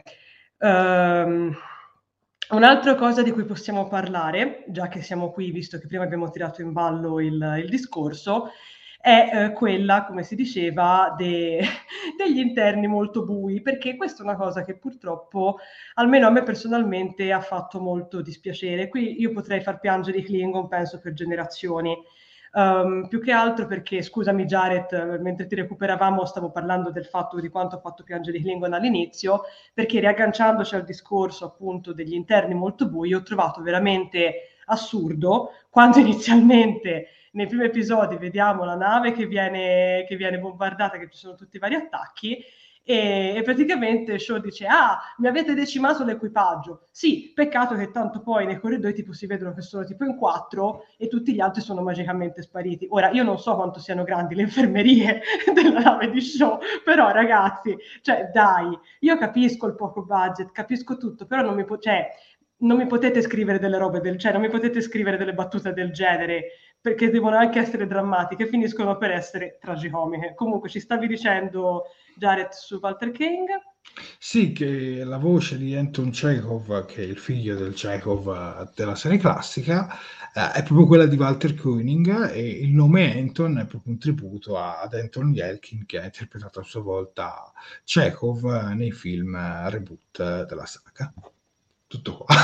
un'altra cosa di cui possiamo parlare, già che siamo qui, visto che prima abbiamo tirato in ballo il discorso, è quella, come si diceva, degli interni molto bui, perché questa è una cosa che purtroppo, almeno a me personalmente, ha fatto molto dispiacere. Qui io potrei far piangere i Klingon, penso, per generazioni. Più che altro perché, scusami Jared, mentre ti recuperavamo stavo parlando del fatto di quanto ho fatto piangere Klingon all'inizio, perché riagganciandoci al discorso appunto degli interni molto bui, ho trovato veramente assurdo quando inizialmente nei primi episodi vediamo la nave che viene bombardata, che ci sono tutti i vari attacchi, e praticamente Shaw dice: ah, mi avete decimato l'equipaggio. Sì, peccato che tanto poi nei corridoi tipo si vedono che sono tipo in 4 e tutti gli altri sono magicamente spariti. Ora, io non so quanto siano grandi le infermerie della nave di Shaw, però ragazzi, cioè dai, io capisco il poco budget, capisco tutto, però non mi potete scrivere delle robe non mi potete scrivere delle battute del genere, perché devono anche essere drammatiche, finiscono per essere tragicomiche. Comunque ci stavi dicendo, Jared, su Walter King? Sì, che la voce di Anton Chekhov, che è il figlio del Chekhov della serie classica, è proprio quella di Walter Koenig, e il nome Anton è proprio un tributo ad Anton Yelchin, che ha interpretato a sua volta Chekhov nei film reboot della saga. Tutto qua.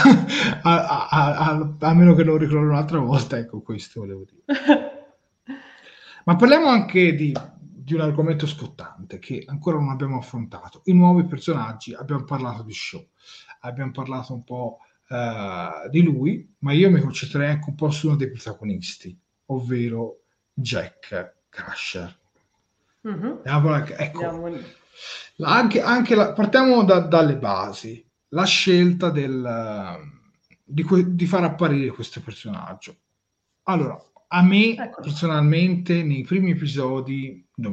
A meno che non ricordo un'altra volta, ecco, questo volevo dire. Ma parliamo anche di un argomento scottante che ancora non abbiamo affrontato. I nuovi personaggi. Abbiamo parlato di Shaw, abbiamo parlato un po' di lui, ma io mi concentrerei anche un po' su uno dei protagonisti, ovvero Jack Crusher. Ecco, partiamo dalle basi. La scelta di far apparire questo personaggio. Allora, a me personalmente nei primi episodi non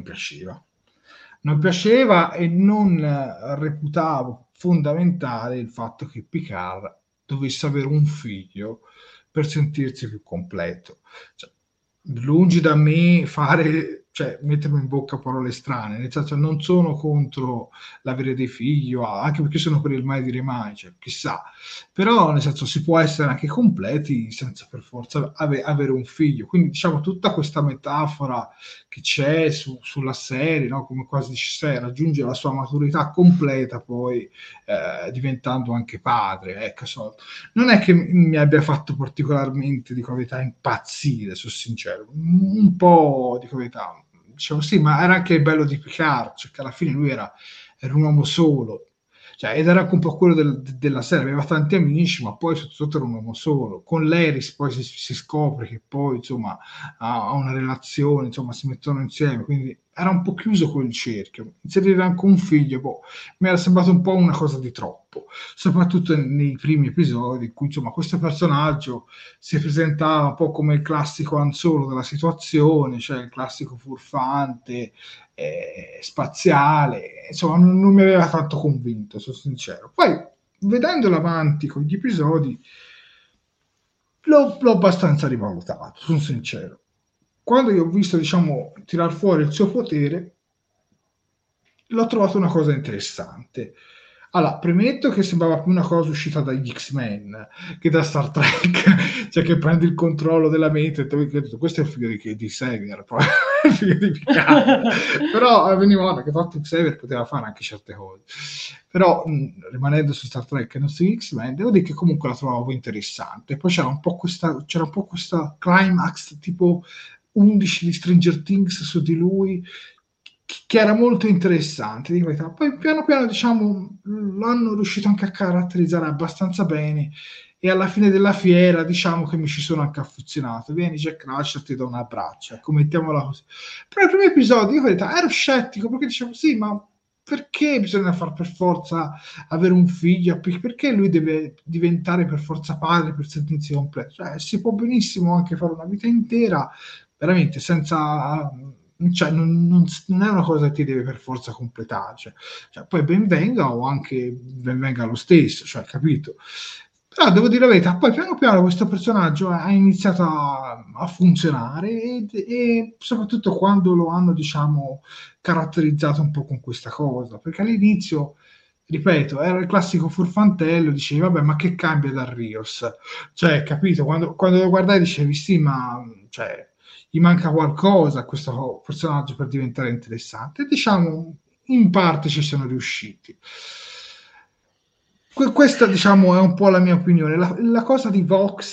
piaceva e non reputavo fondamentale il fatto che Picard dovesse avere un figlio per sentirsi più completo. Cioè, lungi da me mettermi in bocca parole strane, nel senso, non sono contro l'avere dei figli, anche perché sono per il mai dire mai, cioè, chissà, però nel senso si può essere anche completi senza per forza avere un figlio. Quindi diciamo tutta questa metafora che c'è sulla serie, no? Come quasi dice, raggiunge la sua maturità completa poi diventando anche padre, ecco, non è che mi abbia fatto particolarmente, dico la verità, impazzire, sono sincero, un po', dico la verità, dicevo sì, ma era anche il bello di Picard, cioè che alla fine lui era un uomo solo, cioè, ed era anche un po' quello della serie, aveva tanti amici, ma poi sotto era un uomo solo. Con l'Eris poi si scopre che poi insomma ha una relazione, insomma si mettono insieme, quindi era un po' chiuso quel cerchio. Inserire anche un figlio, mi era sembrato un po' una cosa di troppo, soprattutto nei primi episodi in cui insomma questo personaggio si presentava un po' come il classico anzolo della situazione, cioè il classico furfante, spaziale, insomma non mi aveva tanto convinto, sono sincero. Poi vedendolo avanti con gli episodi l'ho abbastanza rivalutato, sono sincero. Quando io ho visto, diciamo, tirar fuori il suo potere, l'ho trovato una cosa interessante. Allora, premetto che sembrava più una cosa uscita dagli X-Men che da Star Trek, cioè che prende il controllo della mente, questo è il figlio di Xavier, poi il figlio di Picard. Però veniva che fatto Xavier poteva fare anche certe cose. Però rimanendo su Star Trek e non su X-Men, devo dire che comunque la trovavo interessante. Poi c'era un po' questa climax tipo 11 di Stranger Things su di lui, che era molto interessante, dico, poi piano piano diciamo l'hanno riuscito anche a caratterizzare abbastanza bene, e alla fine della fiera diciamo che mi ci sono anche affezionato. Vieni Jack Crusher, ti do un abbraccio, ecco, mettiamola così. Però il primo episodio io ero scettico, perché dicevo sì, ma perché bisogna far per forza avere un figlio, perché lui deve diventare per forza padre per sentirsi completo? Cioè, si può benissimo anche fare una vita intera veramente senza, cioè non è una cosa che ti deve per forza completare, cioè, poi ben venga, o anche ben venga lo stesso, cioè, capito? Però devo dire la verità, poi piano piano questo personaggio ha iniziato a funzionare, e soprattutto quando lo hanno, diciamo, caratterizzato un po' con questa cosa, perché all'inizio, ripeto, era il classico furfantello, dicevi vabbè, ma che cambia da Rios? Cioè, capito? Quando lo guardai dicevi sì, ma cioè, gli manca qualcosa a questo personaggio per diventare interessante, e diciamo in parte ci sono riusciti. Questa, diciamo, è un po' la mia opinione. La cosa di Vox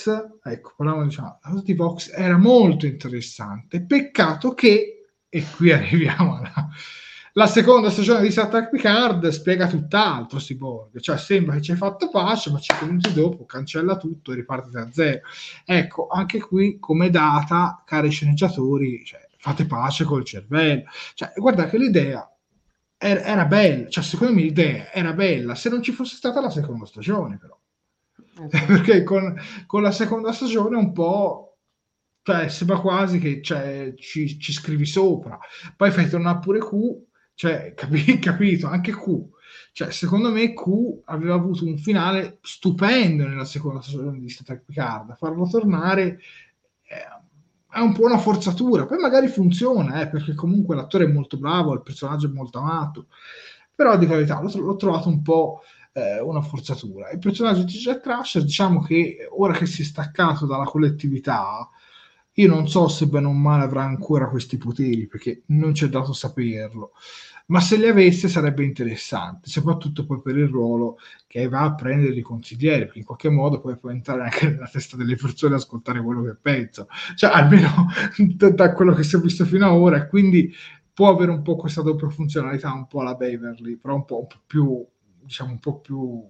ecco, parliamo, diciamo, la cosa di Vox era molto interessante, peccato che, e qui arriviamo la seconda stagione di Star Trek Picard spiega tutt'altro Cyborg, cioè sembra che ci hai fatto pace, ma 5 minuti dopo cancella tutto e riparte da zero. Ecco, anche qui come data, cari sceneggiatori, cioè, fate pace col cervello. Cioè, guarda che l'idea era bella, cioè secondo me l'idea era bella, se non ci fosse stata la seconda stagione però. Perché con la seconda stagione un po', cioè, sembra quasi che ci scrivi sopra, poi fai tornare pure Q, cioè, capito, anche Q, cioè, secondo me Q aveva avuto un finale stupendo nella seconda stagione di Star Trek Picard, farlo tornare è un po' una forzatura, poi magari funziona, perché comunque l'attore è molto bravo, il personaggio è molto amato, però di verità l'ho trovato un po' una forzatura. Il personaggio di Jack Crusher, diciamo che ora che si è staccato dalla collettività, io non so se bene o male avrà ancora questi poteri, perché non c'è dato saperlo, ma se li avesse sarebbe interessante, soprattutto poi per il ruolo che va a prendere i consiglieri, perché in qualche modo poi può entrare anche nella testa delle persone e ascoltare quello che pensano, cioè almeno da quello che si è visto fino ad ora, e quindi può avere un po' questa doppia funzionalità, un po' alla Beverly, però un po' più, diciamo, un po' più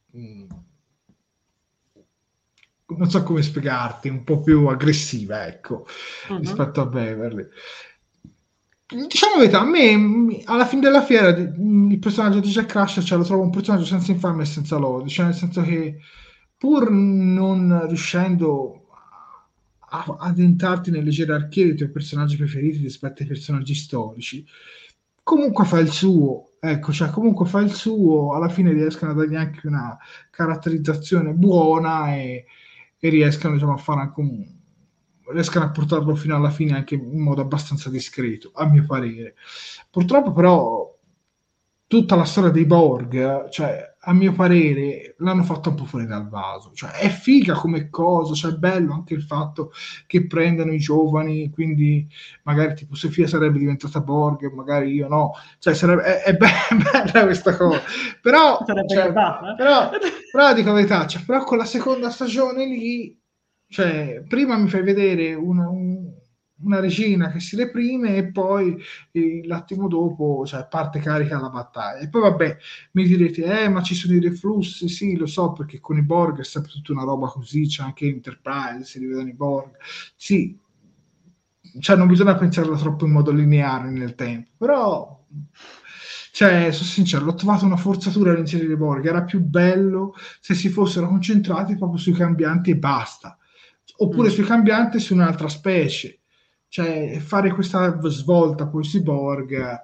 non so come spiegarti, un po' più aggressiva, ecco, rispetto a Beverly. Diciamo la verità, a me alla fine della fiera il personaggio di Jack Crusher, cioè, lo trovo un personaggio senza infamia e senza lode, cioè nel senso che pur non riuscendo ad entrarti nelle gerarchie dei tuoi personaggi preferiti rispetto ai personaggi storici, comunque fa il suo, ecco, cioè comunque fa il suo, alla fine riescono a dargli anche una caratterizzazione buona e riescono, diciamo, a fare anche riescono a portarlo fino alla fine anche in modo abbastanza discreto, a mio parere. Purtroppo però tutta la storia dei Borg, cioè, a mio parere, l'hanno fatta un po' fuori dal vaso. Cioè, è figa come cosa, cioè è bello anche il fatto che prendano i giovani, quindi magari tipo Sofia sarebbe diventata Borg, magari io no. Cioè, è bella questa cosa. Però, cioè, però dico la verità, cioè, però con la seconda stagione lì, cioè, prima mi fai vedere una regina che si reprime e poi l'attimo dopo, cioè, parte carica la battaglia. E poi vabbè, mi direte, ma ci sono i reflussi, sì, lo so, perché con i Borg è sempre tutta una roba così, c'è anche Enterprise, si rivedono i Borg, sì, cioè non bisogna pensarla troppo in modo lineare nel tempo, però... Cioè, sono sincero, l'ho trovato una forzatura all'inserire i Borg, era più bello se si fossero concentrati proprio sui cambianti e basta, oppure sui cambianti su un'altra specie, cioè fare questa svolta poi sui Borg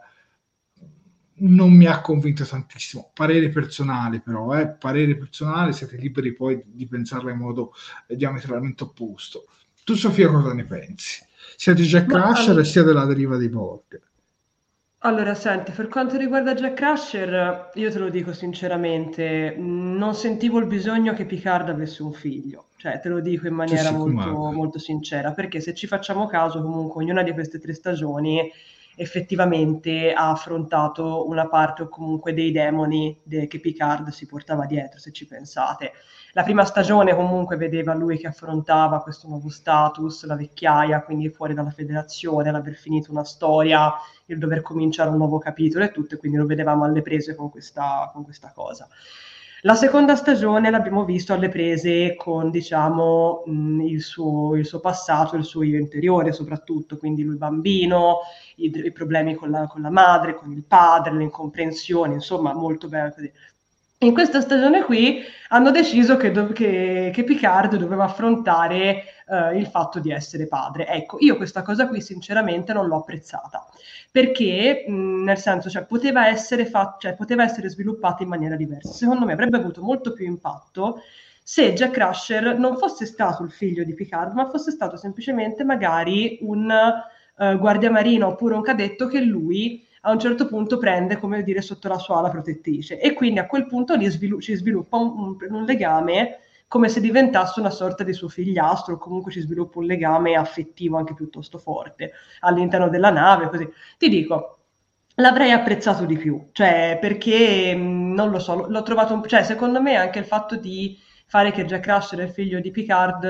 non mi ha convinto tantissimo, parere personale però, parere personale, siete liberi poi di pensarla in modo diametralmente opposto. Tu Sofia cosa ne pensi? Sia di Jack Crusher sia della deriva dei Borg? Allora, senti, per quanto riguarda Jack Crusher, io te lo dico sinceramente, non sentivo il bisogno che Picard avesse un figlio, cioè te lo dico in maniera molto sincera, perché se ci facciamo caso, comunque ognuna di queste 3 stagioni effettivamente ha affrontato una parte o comunque dei demoni che Picard si portava dietro, se ci pensate. La prima stagione comunque vedeva lui che affrontava questo nuovo status, la vecchiaia, quindi fuori dalla federazione, l'aver finito una storia, il dover cominciare un nuovo capitolo e tutto, e quindi lo vedevamo alle prese con questa cosa. La seconda stagione l'abbiamo visto alle prese con, diciamo, il suo passato, il suo io interiore soprattutto, quindi lui bambino, i problemi con la madre, con il padre, le incomprensioni, insomma molto bello così. In questa stagione qui hanno deciso che Picard doveva affrontare il fatto di essere padre. Ecco, io questa cosa qui sinceramente non l'ho apprezzata, perché nel senso, cioè, poteva essere sviluppata in maniera diversa. Secondo me avrebbe avuto molto più impatto se Jack Crusher non fosse stato il figlio di Picard, ma fosse stato semplicemente magari un guardiamarino oppure un cadetto che lui a un certo punto prende, come dire, sotto la sua ala protettrice, e quindi a quel punto lì ci sviluppa un legame come se diventasse una sorta di suo figliastro, o comunque ci sviluppa un legame affettivo anche piuttosto forte all'interno della nave, così. Ti dico, l'avrei apprezzato di più, cioè perché, non lo so, l'ho trovato, cioè secondo me anche il fatto di fare che Jack Crusher è il figlio di Picard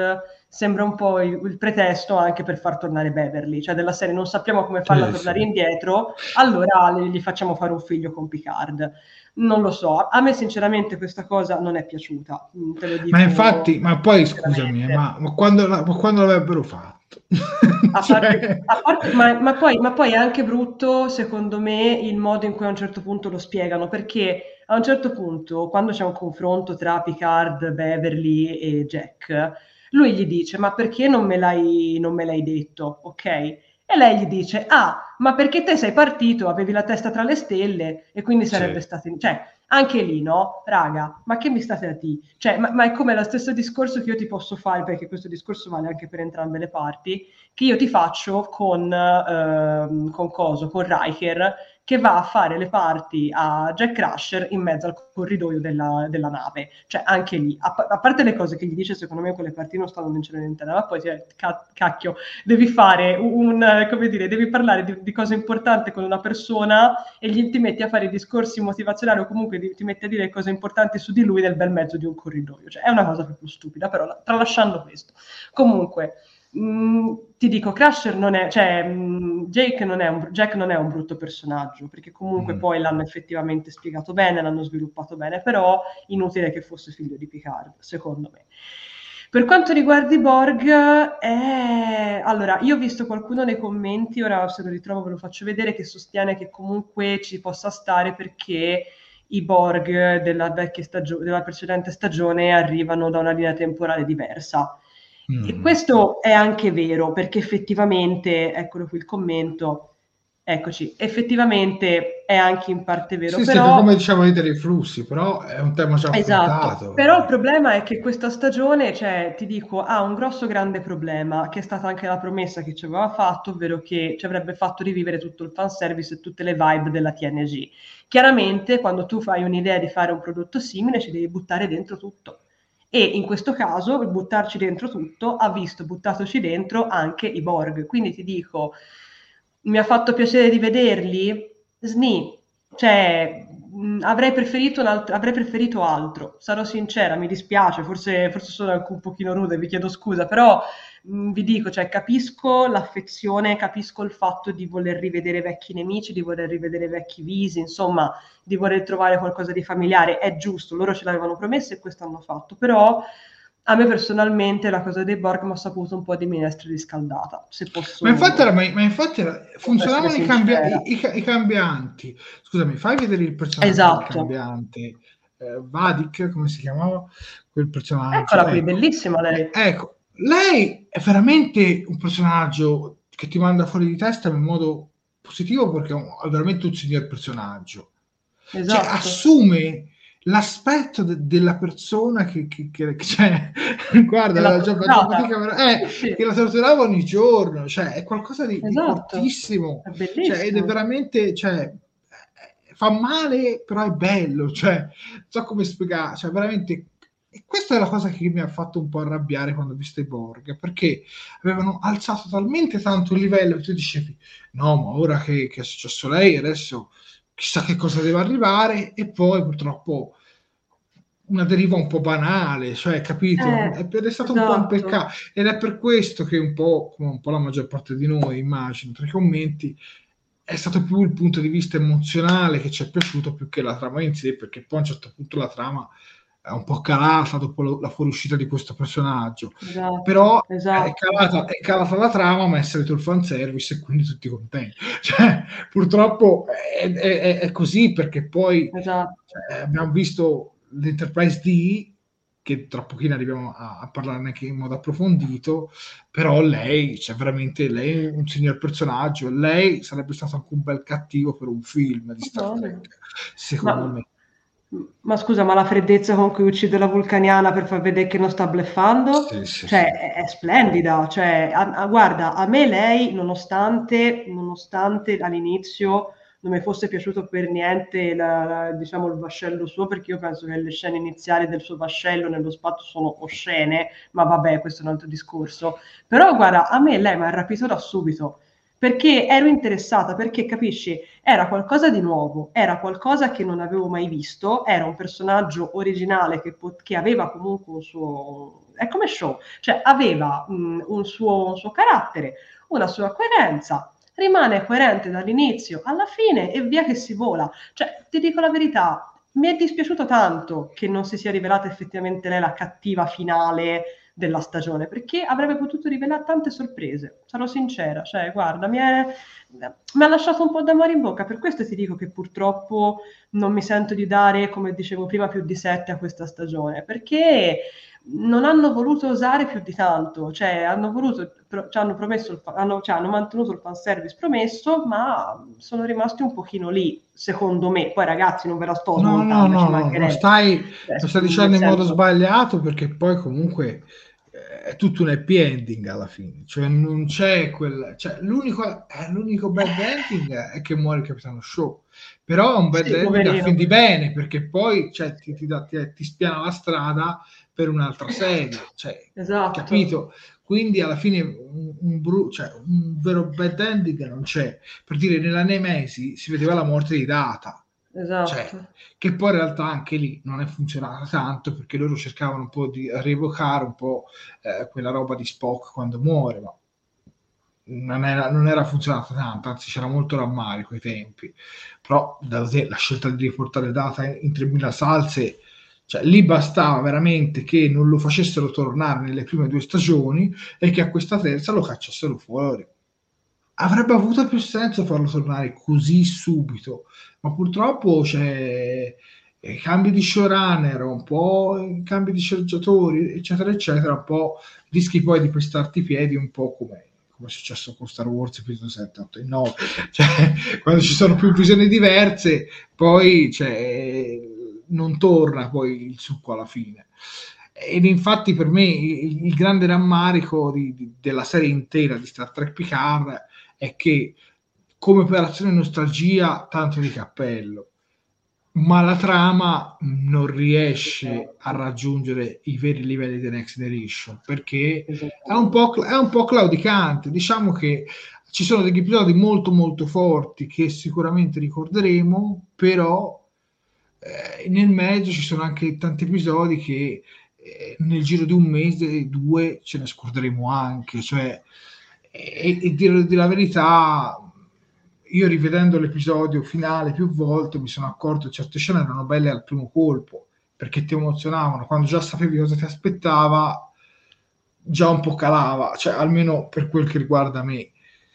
sembra un po' il pretesto anche per far tornare Beverly, cioè della serie non sappiamo come farla tornare indietro, allora gli facciamo fare un figlio con Picard. Non lo so, a me sinceramente questa cosa non è piaciuta, te lo dico. Ma infatti, ma poi scusami, ma quando l'avrebbero fatto? Ma poi è anche brutto, secondo me, il modo in cui a un certo punto lo spiegano, perché a un certo punto, quando c'è un confronto tra Picard, Beverly e Jack, lui gli dice, ma perché non me l'hai detto, ok? E lei gli dice, ah, ma perché te sei partito, avevi la testa tra le stelle e quindi sarebbe stato... Cioè, anche lì, no? Raga, ma che mi state a dire? Cioè, ma è come lo stesso discorso che io ti posso fare, perché questo discorso vale anche per entrambe le parti, che io ti faccio con Riker, che va a fare le parti a Jack Crusher in mezzo al corridoio della nave. Cioè, anche lì, a parte le cose che gli dice, secondo me quelle parti non stanno vincendo niente, ma poi cacchio, devi fare come dire, devi parlare di cose importanti con una persona e ti metti a fare discorsi motivazionali o comunque ti metti a dire cose importanti su di lui nel bel mezzo di un corridoio. Cioè, è una cosa proprio stupida, però tralasciando questo. Comunque, ti dico, Crusher non è, cioè Jack non è un brutto personaggio, perché comunque poi l'hanno effettivamente spiegato bene, l'hanno sviluppato bene, però inutile che fosse figlio di Picard, secondo me. Per quanto riguarda i Borg, allora, io ho visto qualcuno nei commenti, ora se lo ritrovo ve lo faccio vedere, che sostiene che comunque ci possa stare perché i Borg della precedente stagione arrivano da una linea temporale diversa. E questo è anche vero, perché effettivamente, eccolo qui il commento, eccoci, effettivamente è anche in parte vero. Sì, però, come diciamo dei flussi, però è un tema già affrontato. Esatto, però il problema è che questa stagione, cioè, ti dico, ha un grosso grande problema, che è stata anche la promessa che ci aveva fatto, ovvero che ci avrebbe fatto rivivere tutto il fanservice e tutte le vibe della TNG. Chiaramente, quando tu fai un'idea di fare un prodotto simile, ci devi buttare dentro tutto. E in questo caso il buttarci dentro tutto ha visto buttatoci dentro anche i Borg. Quindi ti dico, mi ha fatto piacere di vederli? Sni, cioè avrei preferito altro, sarò sincera, mi dispiace, forse sono anche un pochino rude, vi chiedo scusa, però vi dico, cioè, capisco l'affezione, capisco il fatto di voler rivedere vecchi nemici, di voler rivedere vecchi visi, insomma, di voler trovare qualcosa di familiare, è giusto, loro ce l'avevano promesso e questo hanno fatto, però a me personalmente la cosa dei Borg mi ha saputo un po' di minestra riscaldata, se posso... Ma infatti funzionavano i cambianti. Scusami, fai vedere il personaggio del cambiante. Vadik, come si chiamava? Quel personaggio. Eccola qui, bellissima lei. Ecco, lei è veramente un personaggio che ti manda fuori di testa in modo positivo perché è veramente un signor personaggio. Esatto. Cioè, assume l'aspetto della persona che cioè, guarda, che la torturava ogni giorno, cioè è qualcosa di fortissimo, è bellissimo. Cioè, ed è veramente, cioè, fa male però è bello, cioè non so come spiegare, cioè veramente. E questa è la cosa che mi ha fatto un po' arrabbiare quando ho visto i Borg, perché avevano alzato talmente tanto il livello che tu dicevi no, ma ora che è successo lei adesso chissà che cosa deve arrivare, e poi purtroppo una deriva un po' banale, cioè, capito? Ed è stato un po' un peccato, ed è per questo che un po', come un po' la maggior parte di noi, immagino, tra i commenti, è stato più il punto di vista emozionale che ci è piaciuto più che la trama in sé, perché poi a un certo punto la trama è un po' calata dopo la fuoriuscita di questo personaggio, però è calata la trama, ma è salito il fanservice e quindi tutti contenti. Cioè, purtroppo è così, perché poi abbiamo visto l'Enterprise D, che tra pochino arriviamo a parlarne anche in modo approfondito, però lei, cioè veramente lei è un signor personaggio, lei sarebbe stato anche un bel cattivo per un film di Star Trek, secondo me. Ma scusa, ma la freddezza con cui uccide la vulcaniana per far vedere che non sta bluffando, cioè è splendida, cioè guarda, a me lei, nonostante all'inizio non mi fosse piaciuto per niente diciamo il vascello suo, perché io penso che le scene iniziali del suo vascello nello spazio sono oscene, ma vabbè, questo è un altro discorso, però guarda, a me lei mi ha rapito da subito. perché ero interessata, perché capisci, era qualcosa di nuovo, era qualcosa che non avevo mai visto, era un personaggio originale che aveva comunque un suo... È come Show, cioè aveva un suo carattere, una sua coerenza, rimane coerente dall'inizio alla fine e via che si vola. Cioè, ti dico la verità, mi è dispiaciuto tanto che non si sia rivelata effettivamente lei la cattiva finale della stagione, perché avrebbe potuto rivelare tante sorprese, sarò sincera, cioè guarda, mi ha lasciato un po' d'amore in bocca, per questo ti dico che purtroppo non mi sento di dare, come dicevo prima, più di 7 a questa stagione, perché non hanno voluto osare più di tanto, cioè hanno voluto, ci hanno promesso, hanno mantenuto il fanservice promesso, ma sono rimasti un pochino lì, secondo me. Poi ragazzi, non ve la sto smontando, ci mancherebbe. Lo stai dicendo in modo sbagliato, perché poi comunque è tutto un happy ending alla fine, cioè non c'è quel, cioè l'unico bad ending è che muore il Capitano Shaw, però è un bad ending a fin di bene, perché poi cioè, ti spiana la strada per un'altra serie, cioè, esatto. Capito? Quindi alla fine un vero bad ending non c'è. Per dire, nella Nemesi si vedeva la morte di Data, esatto. Cioè, che poi in realtà anche lì non è funzionata tanto, perché loro cercavano un po' di rievocare un po' quella roba di Spock quando muore, ma non era funzionata tanto, anzi c'era molto rammarico ai tempi. Però la scelta di riportare Data in 3000 salse, cioè lì bastava veramente che non lo facessero tornare nelle prime 2 stagioni e che a questa terza lo cacciassero fuori. Avrebbe avuto più senso farlo tornare così subito, ma purtroppo c'è cambi di showrunner, un po' cambi di sceneggiatori, eccetera eccetera, un po' rischi poi di pestarti i piedi, un po' come è successo con Star Wars episodio 7, 8 e 9, cioè quando ci sono più visioni diverse poi non torna poi il succo alla fine. Ed infatti per me il grande rammarico della serie intera di Star Trek Picard è che come operazione nostalgia tanto di cappello, ma la trama non riesce a raggiungere i veri livelli di Next Generation, perché è un po' claudicante. Diciamo che ci sono degli episodi molto molto forti che sicuramente ricorderemo, però nel mezzo ci sono anche tanti episodi che nel giro di un mese, 2, ce ne scorderemo anche, cioè, e dire la verità, io rivedendo l'episodio finale più volte mi sono accorto che certe scene erano belle al primo colpo, perché ti emozionavano, quando già sapevi cosa ti aspettava già un po' calava, cioè almeno per quel che riguarda me.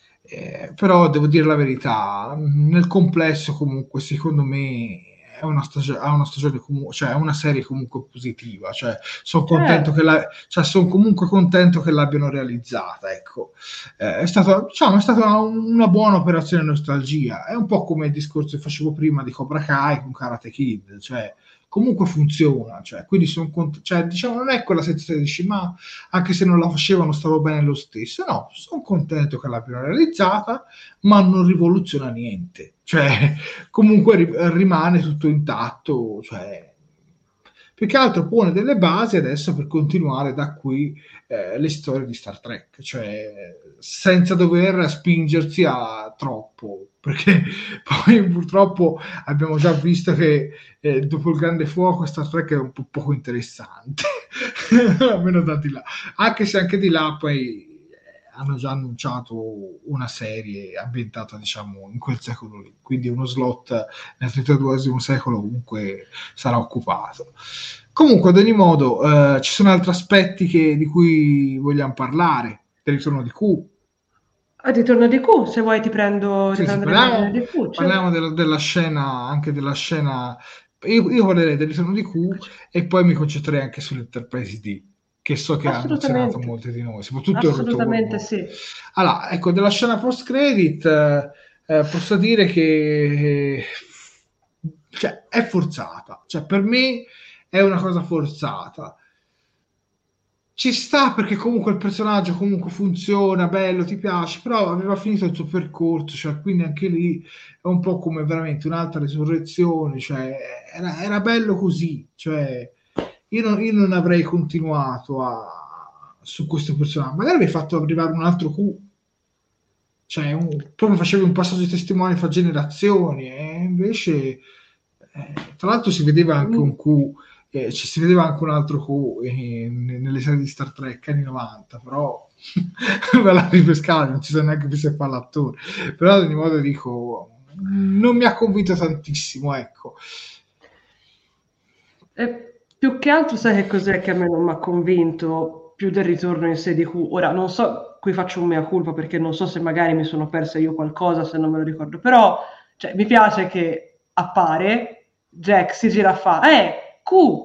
Però devo dire la verità, nel complesso comunque secondo me è una stagione comunque, cioè è una serie comunque positiva, cioè sono contento sono comunque contento che l'abbiano realizzata, ecco. È stata una buona operazione nostalgia, è un po' come il discorso che facevo prima di Cobra Kai con Karate Kid, cioè comunque funziona, cioè, quindi diciamo non è quella sensazione di dici, ma anche se non la facevano stavo bene lo stesso, no, sono contento che l'abbiano realizzata, ma non rivoluziona niente, cioè comunque rimane tutto intatto, cioè più che altro pone delle basi adesso per continuare da qui le storie di Star Trek, cioè senza dover spingersi a troppo, perché poi purtroppo abbiamo già visto che dopo il grande fuoco Star Trek è un po' poco interessante almeno da di là, anche se anche di là poi hanno già annunciato una serie ambientata diciamo in quel secolo lì, quindi uno slot nel 32esimo secolo comunque sarà occupato. Comunque ad ogni modo ci sono altri aspetti di cui vogliamo parlare, del ritorno di Q. Ritorno di Q, se vuoi ti prendo parliamo della scena, anche della scena. Io parlerei del ritorno di Q e poi mi concentrerei anche sull'Enterprise D, che so che ha emozionato molti di noi, soprattutto assolutamente sì. Allora, ecco, della scena post credit posso dire che cioè, è forzata, cioè per me è una cosa forzata. Ci sta perché comunque il personaggio comunque funziona, bello, ti piace, però aveva finito il suo percorso, cioè quindi anche lì è un po' come veramente un'altra risurrezione, cioè era bello così, cioè io non avrei continuato su questo personaggio, magari avrei fatto arrivare un altro Q, cioè proprio facevi un passaggio di testimone fra generazioni, e invece tra l'altro si vedeva anche un Q, si vedeva anche un altro Q nelle serie di Star Trek anni 90, però ve la ripescare, non ci sono neanche più se fa l'attore, però ad ogni modo dico, non mi ha convinto tantissimo, ecco. Più che altro sai che cos'è che a me non mi ha convinto più del ritorno in sé di Q? Ora non so, qui faccio un mea culpa perché non so se magari mi sono persa io qualcosa, se non me lo ricordo, però cioè, mi piace che appare, Jack si gira a fa, Q!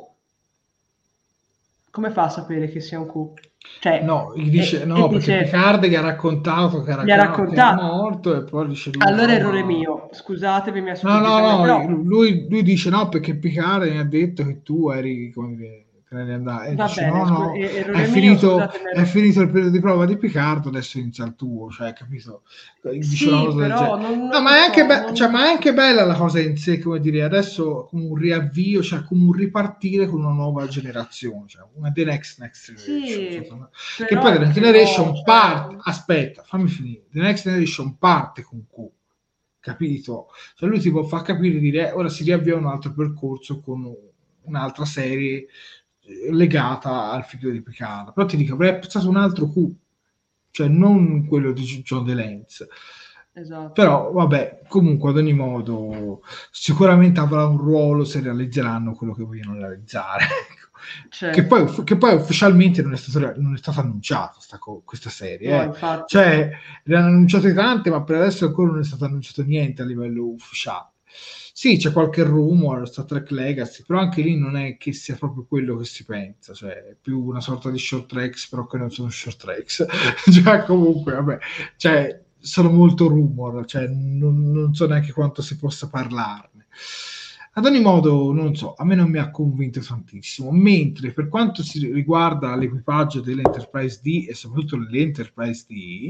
Come fa a sapere che sia un Q? Cioè, no, gli dice, no, perché Picard gli ha raccontato che era morto, e poi dice lui, allora errore mio, scusatemi, mi ha no, però... lui dice no, perché Picard mi ha detto che tu eri, come dire, te ne andavi, e va dice bene, no, è finito il periodo di prova di Picard, adesso inizia il tuo, cioè, capito? Dice sì, una cosa però ma è anche bella la cosa in sé, come dire, adesso come un riavvio, cioè come un ripartire con una nuova generazione, cioè una The Next Generation, sì, che poi The Next Generation parte, aspetta, fammi finire, The Next Generation parte con Q, capito? Cioè lui ti può far capire, dire ora si riavvia un altro percorso con un'altra serie legata al figlio di Picard, però ti dico, avrei apprezzato un altro Q, cioè non quello di John DeLance. Esatto. Però vabbè, comunque ad ogni modo sicuramente avrà un ruolo se realizzeranno quello che vogliono realizzare. Certo. Che poi ufficialmente non è stato annunciato questa serie, no, cioè ne hanno annunciate tante, ma per adesso ancora non è stato annunciato niente a livello ufficiale. Sì, c'è qualche rumor, Star Trek Legacy, però anche lì non è che sia proprio quello che si pensa, cioè è più una sorta di short tracks, però che non sono short tracks. Cioè comunque, vabbè, cioè sono molto rumor, cioè non so neanche quanto si possa parlarne. Ad ogni modo, non so, a me non mi ha convinto tantissimo, mentre per quanto si riguarda l'equipaggio dell'Enterprise D e soprattutto l'Enterprise D,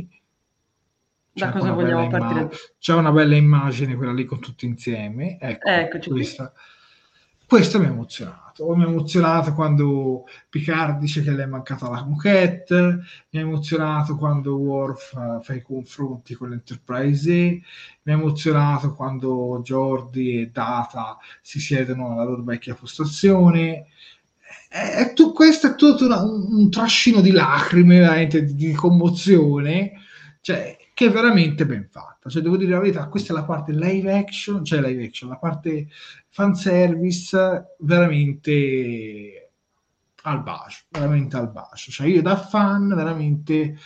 da cosa vogliamo partire? c'è una bella immagine, quella lì con tutti insieme, ecco, questa mi ha emozionato. Mi ha emozionato quando Picard dice che le è mancata la moquette, mi ha emozionato quando Worf fa i confronti con l'Enterprise E, mi ha emozionato quando Geordi e Data si siedono alla loro vecchia postazione. Questo è tutto un trascino di lacrime, veramente, di commozione, cioè, che è veramente ben fatta. Cioè, devo dire la verità, questa è la parte live action, la parte fanservice veramente al bacio. Cioè, io da fan veramente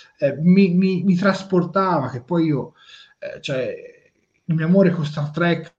mi trasportava, che poi io, cioè, il mio amore con Star Trek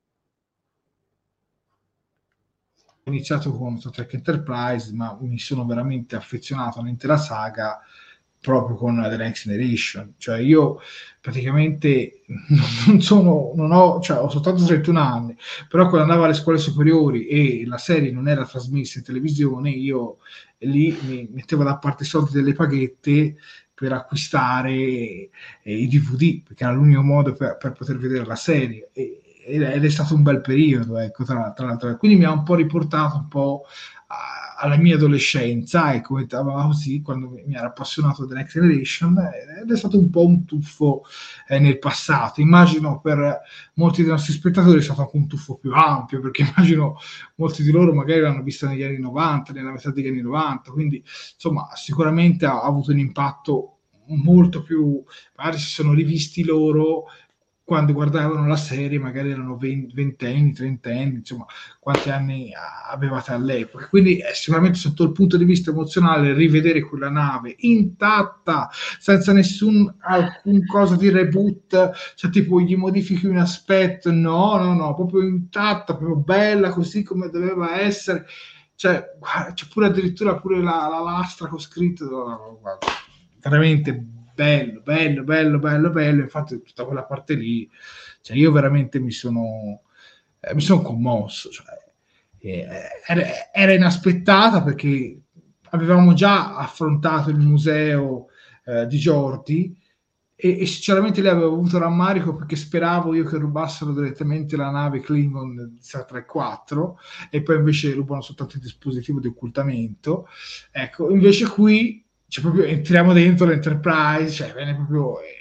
ho iniziato con Star Trek Enterprise, ma mi sono veramente affezionato all'intera saga proprio con The Next Generation. Cioè io praticamente ho soltanto 31 anni, però quando andavo alle scuole superiori e la serie non era trasmessa in televisione, io lì mi mettevo da parte i soldi delle paghette per acquistare i DVD, perché era l'unico modo per poter vedere la serie, ed è stato un bel periodo, ecco, tra l'altro. Quindi mi ha un po' riportato un po' alla mia adolescenza, ecco, così, quando mi ero appassionato The Next Generation, ed è stato un po' un tuffo nel passato. Immagino per molti dei nostri spettatori è stato anche un tuffo più ampio, perché immagino molti di loro magari l'hanno vista negli anni 90, nella metà degli anni 90, quindi insomma sicuramente ha avuto un impatto molto più, magari si sono rivisti loro quando guardavano la serie, magari erano ventenni, trentenni, insomma, quanti anni avevate all'epoca. Quindi sicuramente sotto il punto di vista emozionale rivedere quella nave intatta, senza alcun cosa di reboot, cioè tipo gli modifichi un aspetto, no, proprio intatta, proprio bella, così come doveva essere. Cioè, c'è pure addirittura la lastra con scritto, guarda, veramente bello, infatti tutta quella parte lì, cioè io veramente mi sono commosso, cioè, era inaspettata, perché avevamo già affrontato il museo di Geordi e sinceramente lei aveva avuto rammarico, perché speravo io che rubassero direttamente la nave Klingon di Star Trek 4 e poi invece rubano soltanto il dispositivo di occultamento. Ecco, invece qui proprio entriamo dentro l'Enterprise, cioè viene proprio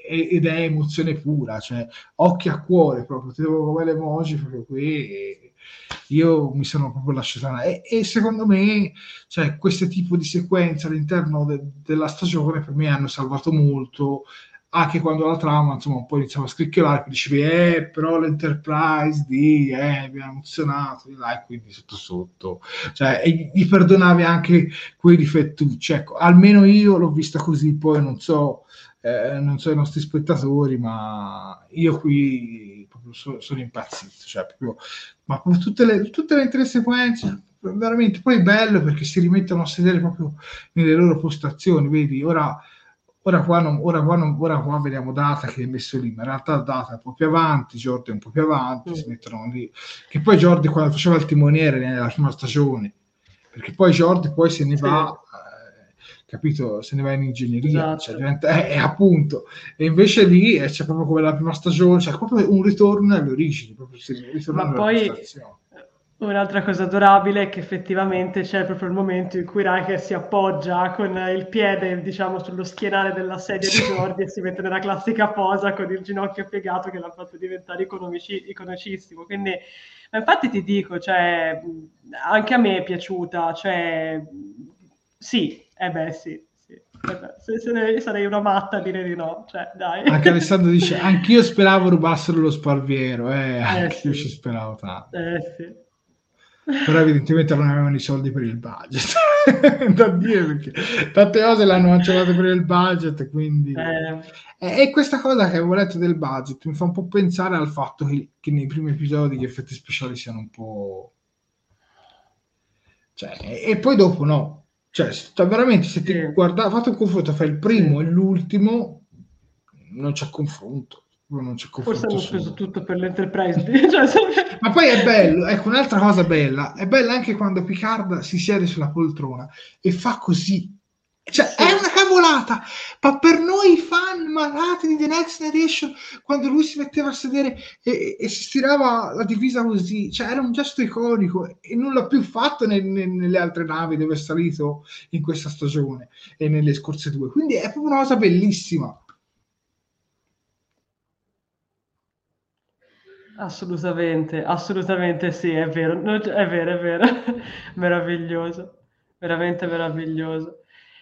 ed è emozione pura, cioè occhi a cuore proprio, ti devo come l'emoji proprio qui, e io mi sono proprio lasciato andare. E secondo me, cioè, questo tipo di sequenze all'interno della stagione per me hanno salvato molto, anche quando la trama insomma un po' iniziava a scricchiolare, dicevi però l'Enterprise mi ha emozionato di là, e quindi sotto cioè, e gli perdonavi anche quei difettucci, ecco, almeno io l'ho vista così, poi non so i nostri spettatori, ma io qui proprio sono impazzito, cioè proprio, ma proprio tutte le intere sequenze veramente, poi bello perché si rimettono a sedere proprio nelle loro postazioni, vedi, ora qua vediamo Data che è messo lì, ma in realtà Data è un po' più avanti, Jordi è un po' più avanti, si mettono lì, che poi Jordi quando faceva il timoniere nella prima stagione, perché poi Jordi poi se ne va, capito, se ne va in ingegneria, Esatto. cioè diventa, appunto, e invece lì c'è proprio come la prima stagione, c'è proprio un ritorno alle origini, proprio ma poi un'altra cosa adorabile è che effettivamente c'è proprio il momento in cui Riker si appoggia con il piede, diciamo, sullo schienale della sedia di Jordi e si mette nella classica posa con il ginocchio piegato che l'ha fatto diventare iconicissimo. Quindi, ma infatti ti dico, cioè, anche a me è piaciuta, cioè, sì, sì. Se sarei una matta a dire di no, cioè dai. Anche Alessandro dice, anch'io speravo rubassero lo Sparviero, anch'io sì. ci speravo tanto. Sì. Però evidentemente non avevano i soldi per il budget da dire, perché tante cose l'hanno cancellate per il budget, quindi e questa cosa che avevo letto del budget mi fa un po' pensare al fatto che nei primi episodi gli effetti speciali siano un po', cioè, e poi dopo no, cioè veramente se ti guarda, fate un confronto fra il primo e l'ultimo, non c'è confronto. Forse hanno speso tutto per l'Enterprise cioè, ma poi è bello, ecco, un'altra cosa bella è bella anche quando Picard si siede sulla poltrona e fa così, cioè è una cavolata, ma per noi fan malati di The Next Generation, quando lui si metteva a sedere e si stirava la divisa così, cioè era un gesto iconico e non l'ha più fatto nelle altre navi dove è salito in questa stagione e nelle scorse due, quindi è proprio una cosa bellissima. Assolutamente sì, è vero, è vero, meraviglioso, veramente meraviglioso.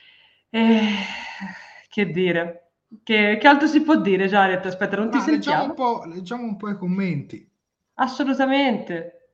Che dire? Che altro si può dire, Jared? Aspetta, non ti sentiamo? Leggiamo un po' i commenti. Assolutamente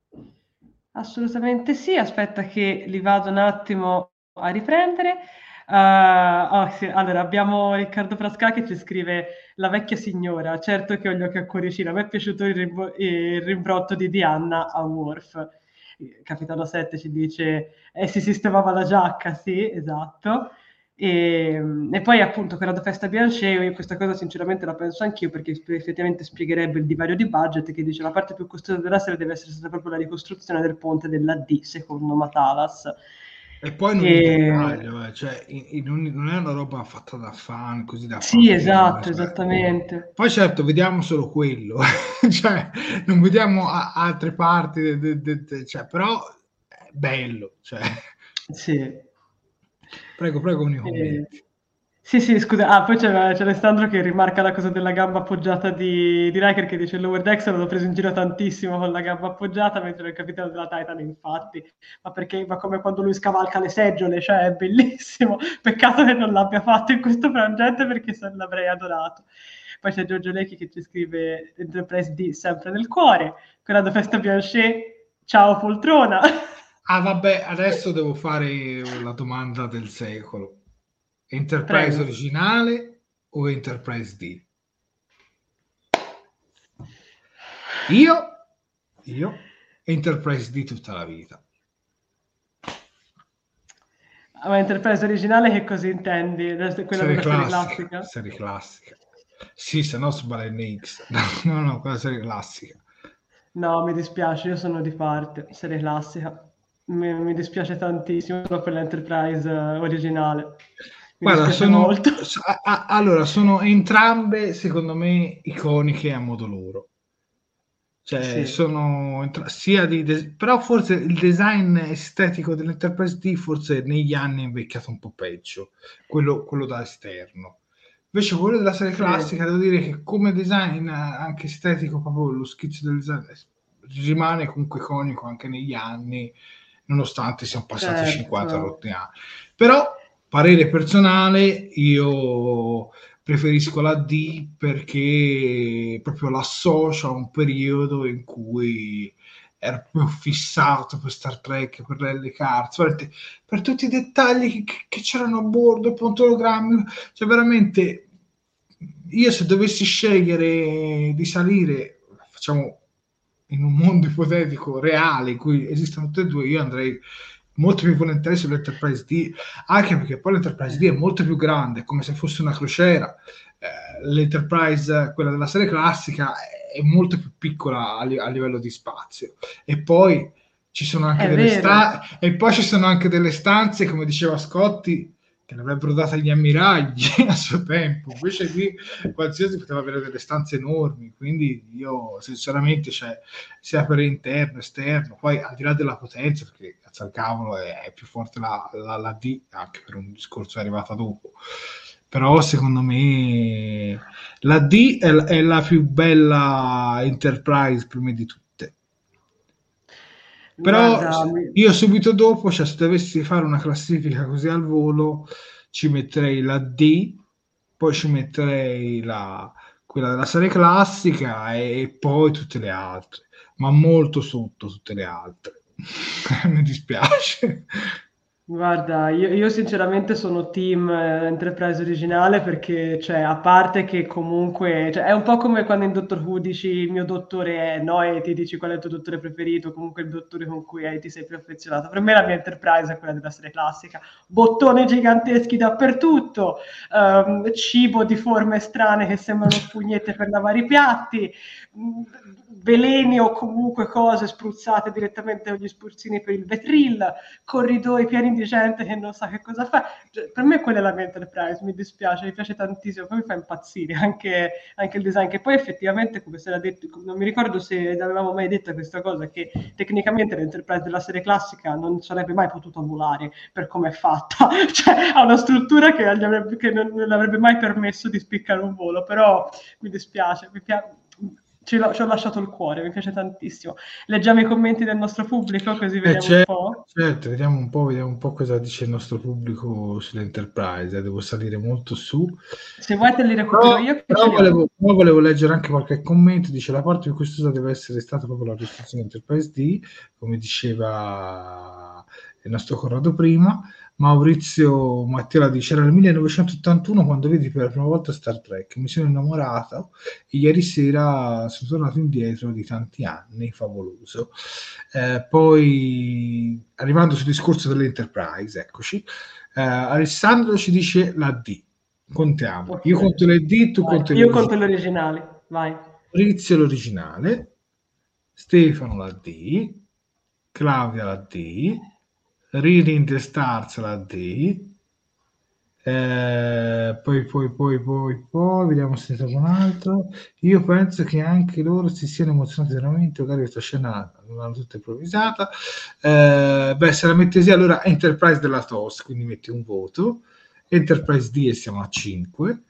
sì, aspetta che li vado un attimo a riprendere. Sì. Allora, abbiamo Riccardo Frasca che ci scrive: la vecchia signora, certo che ho gli occhi a cuoricino, a me è piaciuto il rimbrotto di Diana a Worf. Capitano 7 ci dice si sistemava la giacca, sì, esatto. E poi appunto quella festa Bianchet, io questa cosa sinceramente la penso anch'io, perché effettivamente spiegherebbe il divario di budget, che dice la parte più costosa della serie deve essere stata proprio la ricostruzione del ponte della D, secondo Matalas. E poi non dettaglio, cioè non è una roba fatta da fan, così da fan. Sì, esatto, esattamente. Poi certo, vediamo solo quello, cioè non vediamo altre parti, cioè, però è bello. Cioè. Sì. Prego, con i commenti. Sì, scusa. Poi c'è Alessandro che rimarca la cosa della gamba appoggiata di Riker, che dice il Lower Decks l'hanno preso in giro tantissimo con la gamba appoggiata, mentre il capitano della Titan, infatti. Ma come quando lui scavalca le seggiole, cioè è bellissimo. Peccato che non l'abbia fatto in questo frangente, perché se l'avrei adorato. Poi c'è Giorgio Lecchi che ci scrive Enterprise D sempre nel cuore. Quella da festa Bianchet, ciao poltrona. Vabbè, adesso devo fare la domanda del secolo. Enterprise Prego. Originale o Enterprise D? Io Enterprise D tutta la vita. Ma Enterprise originale che cosa intendi? Quella della serie classica? Serie classica. Sì, se no su Balene X. No, quella serie classica. No, mi dispiace, io sono di parte, serie classica. Mi dispiace tantissimo per l'Enterprise originale. Guarda, allora, sono entrambe, secondo me, iconiche a modo loro. Cioè, sono sia però forse il design estetico dell'Enterprise D forse negli anni è invecchiato un po' peggio, quello da esterno. Invece quello della serie Sì. classica, devo dire che come design, anche estetico, proprio lo schizzo del design rimane comunque iconico anche negli anni, nonostante siano passati 50 Certo. rotti anni. Però, parere personale, io preferisco la D perché proprio l'associo a un periodo in cui ero proprio fissato per Star Trek, per le carte, per tutti i dettagli che c'erano a bordo, il punto ologrammico, cioè veramente io se dovessi scegliere di salire, facciamo in un mondo ipotetico reale in cui esistono tutte e due, io andrei molto più volentieri sull'Enterprise D, anche perché poi l'Enterprise D è molto più grande, è come se fosse una crociera. L'Enterprise, quella della serie classica, è molto più piccola a livello di spazio. E poi ci sono anche e poi ci sono anche delle stanze, come diceva Scotti, che l'avrebbero data gli ammiragli a suo tempo, invece qui qualsiasi poteva avere delle stanze enormi, quindi io sinceramente, cioè, sia per interno, esterno, poi al di là della potenza, perché cazzo al cavolo è più forte la D, anche per un discorso arrivato dopo, però secondo me la D è la più bella Enterprise prima di tutte. Però Guarda, io subito dopo, cioè se dovessi fare una classifica così al volo, ci metterei la D, poi ci metterei quella della serie classica e poi tutte le altre, ma molto sotto tutte le altre. Mi dispiace. Guarda, io sinceramente sono team Enterprise originale perché, cioè, a parte che comunque, cioè, è un po' come quando in Doctor Who dici il mio dottore è no e ti dici qual è il tuo dottore preferito, comunque il dottore con cui ti sei più affezionato. Per me la mia Enterprise è quella della serie classica, bottoni giganteschi dappertutto, cibo di forme strane che sembrano spugnette per lavare i piatti, veleni o comunque cose spruzzate direttamente con gli spruzzini per il vetril, corridoi pieni di gente che non sa che cosa fa. Cioè, per me quella è la mia Enterprise, mi dispiace, mi piace tantissimo, poi mi fa impazzire anche il design, che poi effettivamente, come se l'ha detto, non mi ricordo se avevamo mai detto questa cosa, che tecnicamente l'Enterprise della serie classica non sarebbe mai potuta volare per come è fatta, cioè ha una struttura che non l'avrebbe mai permesso di spiccare un volo, però mi dispiace, ci ho lasciato il cuore, mi piace tantissimo. Leggiamo i commenti del nostro pubblico così vediamo un po'. Certo, vediamo un po' cosa dice il nostro pubblico sull'Enterprise. Devo salire molto su. Se vuoi te li recupero io. Però volevo leggere anche qualche commento. Dice la parte più costosa deve essere stata proprio la restrizione Enterprise D, come diceva il nostro Corrado prima. Maurizio Mattioli dice era nel 1981 quando vedi per la prima volta Star Trek, mi sono innamorato e ieri sera sono tornato indietro di tanti anni, favoloso. Poi arrivando sul discorso dell'Enterprise, eccoci, Alessandro ci dice la D, contiamo, okay. Io conto le D, tu conti io conto l'originale, vai. Maurizio l'originale, Stefano la D, Claudia la D, Reading the Stars la D, poi vediamo se c'è un altro. Io penso che anche loro si siano emozionati veramente, magari questa scena non l'hanno tutta improvvisata. Se la metti così, allora Enterprise della TOS, quindi metti un voto. Enterprise D e siamo a 5.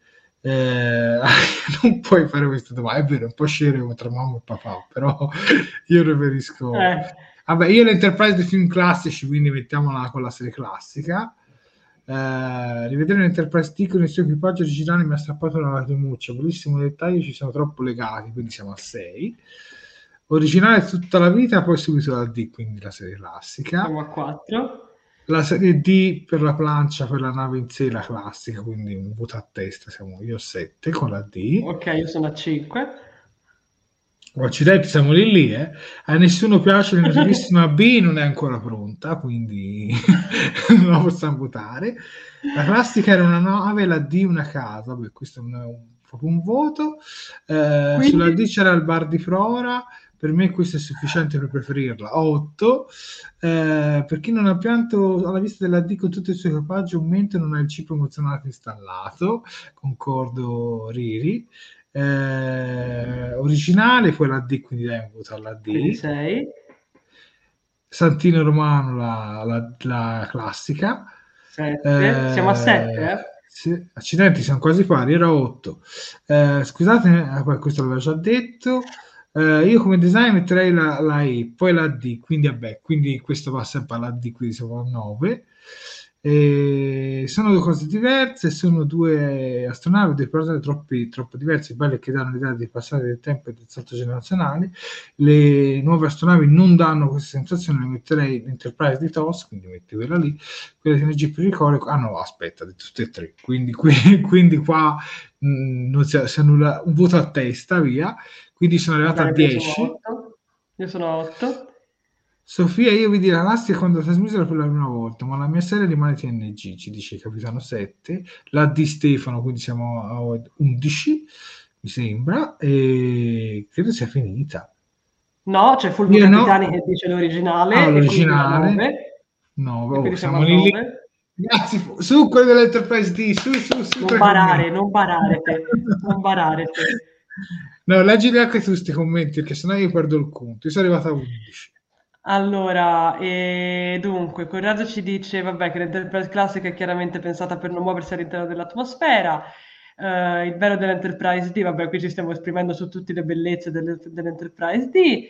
Non puoi fare questa domanda, è vero, un po' scegliere tra mamma e papà, però io preferisco vabbè, io l'Enterprise dei film classici, quindi mettiamola con la serie classica. Rivedere l'Enterprise D con il suo equipaggio originale mi ha strappato una lacrimuccia, bellissimo dettaglio, ci siamo troppo legati, quindi siamo a 6. Originale tutta la vita, poi subito la D, quindi la serie classica. Siamo a 4. La serie D per la plancia, per la nave in sé, la classica, quindi un voto a testa, siamo io a 7 con la D. Ok, io sono a 5. Accidenti, siamo lì, a nessuno piace l'ennesima B, non è ancora pronta, quindi non la possiamo votare. La classica era una nave, la D una casa. Beh, questo è proprio un voto. Sulla D c'era il bar di Flora, per me questo è sufficiente per preferirla. 8. Per chi non ha pianto alla vista della D con tutto il suo equipaggio, un mente non ha il chip emozionale installato, concordo Riri. Originale, poi la D, quindi dai un voto alla D. Quindi 6. Santino Romano la classica. 7. Siamo a 7, accidenti, siamo quasi pari, era 8. Scusate, poi questo l'avevo già detto. Io come design metterei la E, poi la D, quindi questo va sempre alla D, quindi siamo a 9. Sono due cose diverse, sono due astronavi, due persone troppo diverse, belle, che danno l'idea di passare del tempo e del salto generazionale. Le nuove astronavi non danno questa sensazione, le metterei l'Enterprise di TOS, quindi metto quella lì, quella di energia per ricordo. Ah no, aspetta, di tutte e tre, quindi qua non si annulla un voto a testa, via. Quindi sono arrivata a 10. Io sono 8. Sofia, io vidi la Lassia quando trasmisero per la prima volta, ma la mia serie rimane TNG, ci dice Capitano 7. La di Stefano, quindi siamo a 11, mi sembra, e credo sia finita. No, c'è Fulvio Capitani che dice l'originale. L'originale. 9. Siamo lì. Ragazzi, su quello dell'Enterprise D, su. Non barare te. No, leggi anche tu sti commenti, perché sennò io perdo il conto. Io sono arrivata a 11. Allora, dunque, Corrado ci dice, vabbè, che l'Enterprise classica è chiaramente pensata per non muoversi all'interno dell'atmosfera. Il bello dell'Enterprise D, vabbè, qui ci stiamo esprimendo su tutte le bellezze dell'Enterprise D.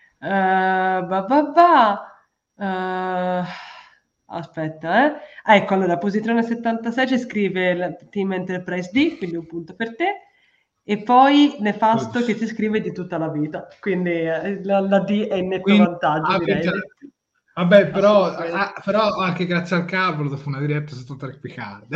Aspetta, ecco, allora, Positrone 76 ci scrive il Team Enterprise D, quindi un punto per te. E poi Nefasto che ci scrive di tutta la vita, quindi la D è in netto vantaggio, direi. Vabbè, però anche grazie al cavolo dopo una diretta sotto Trek Picard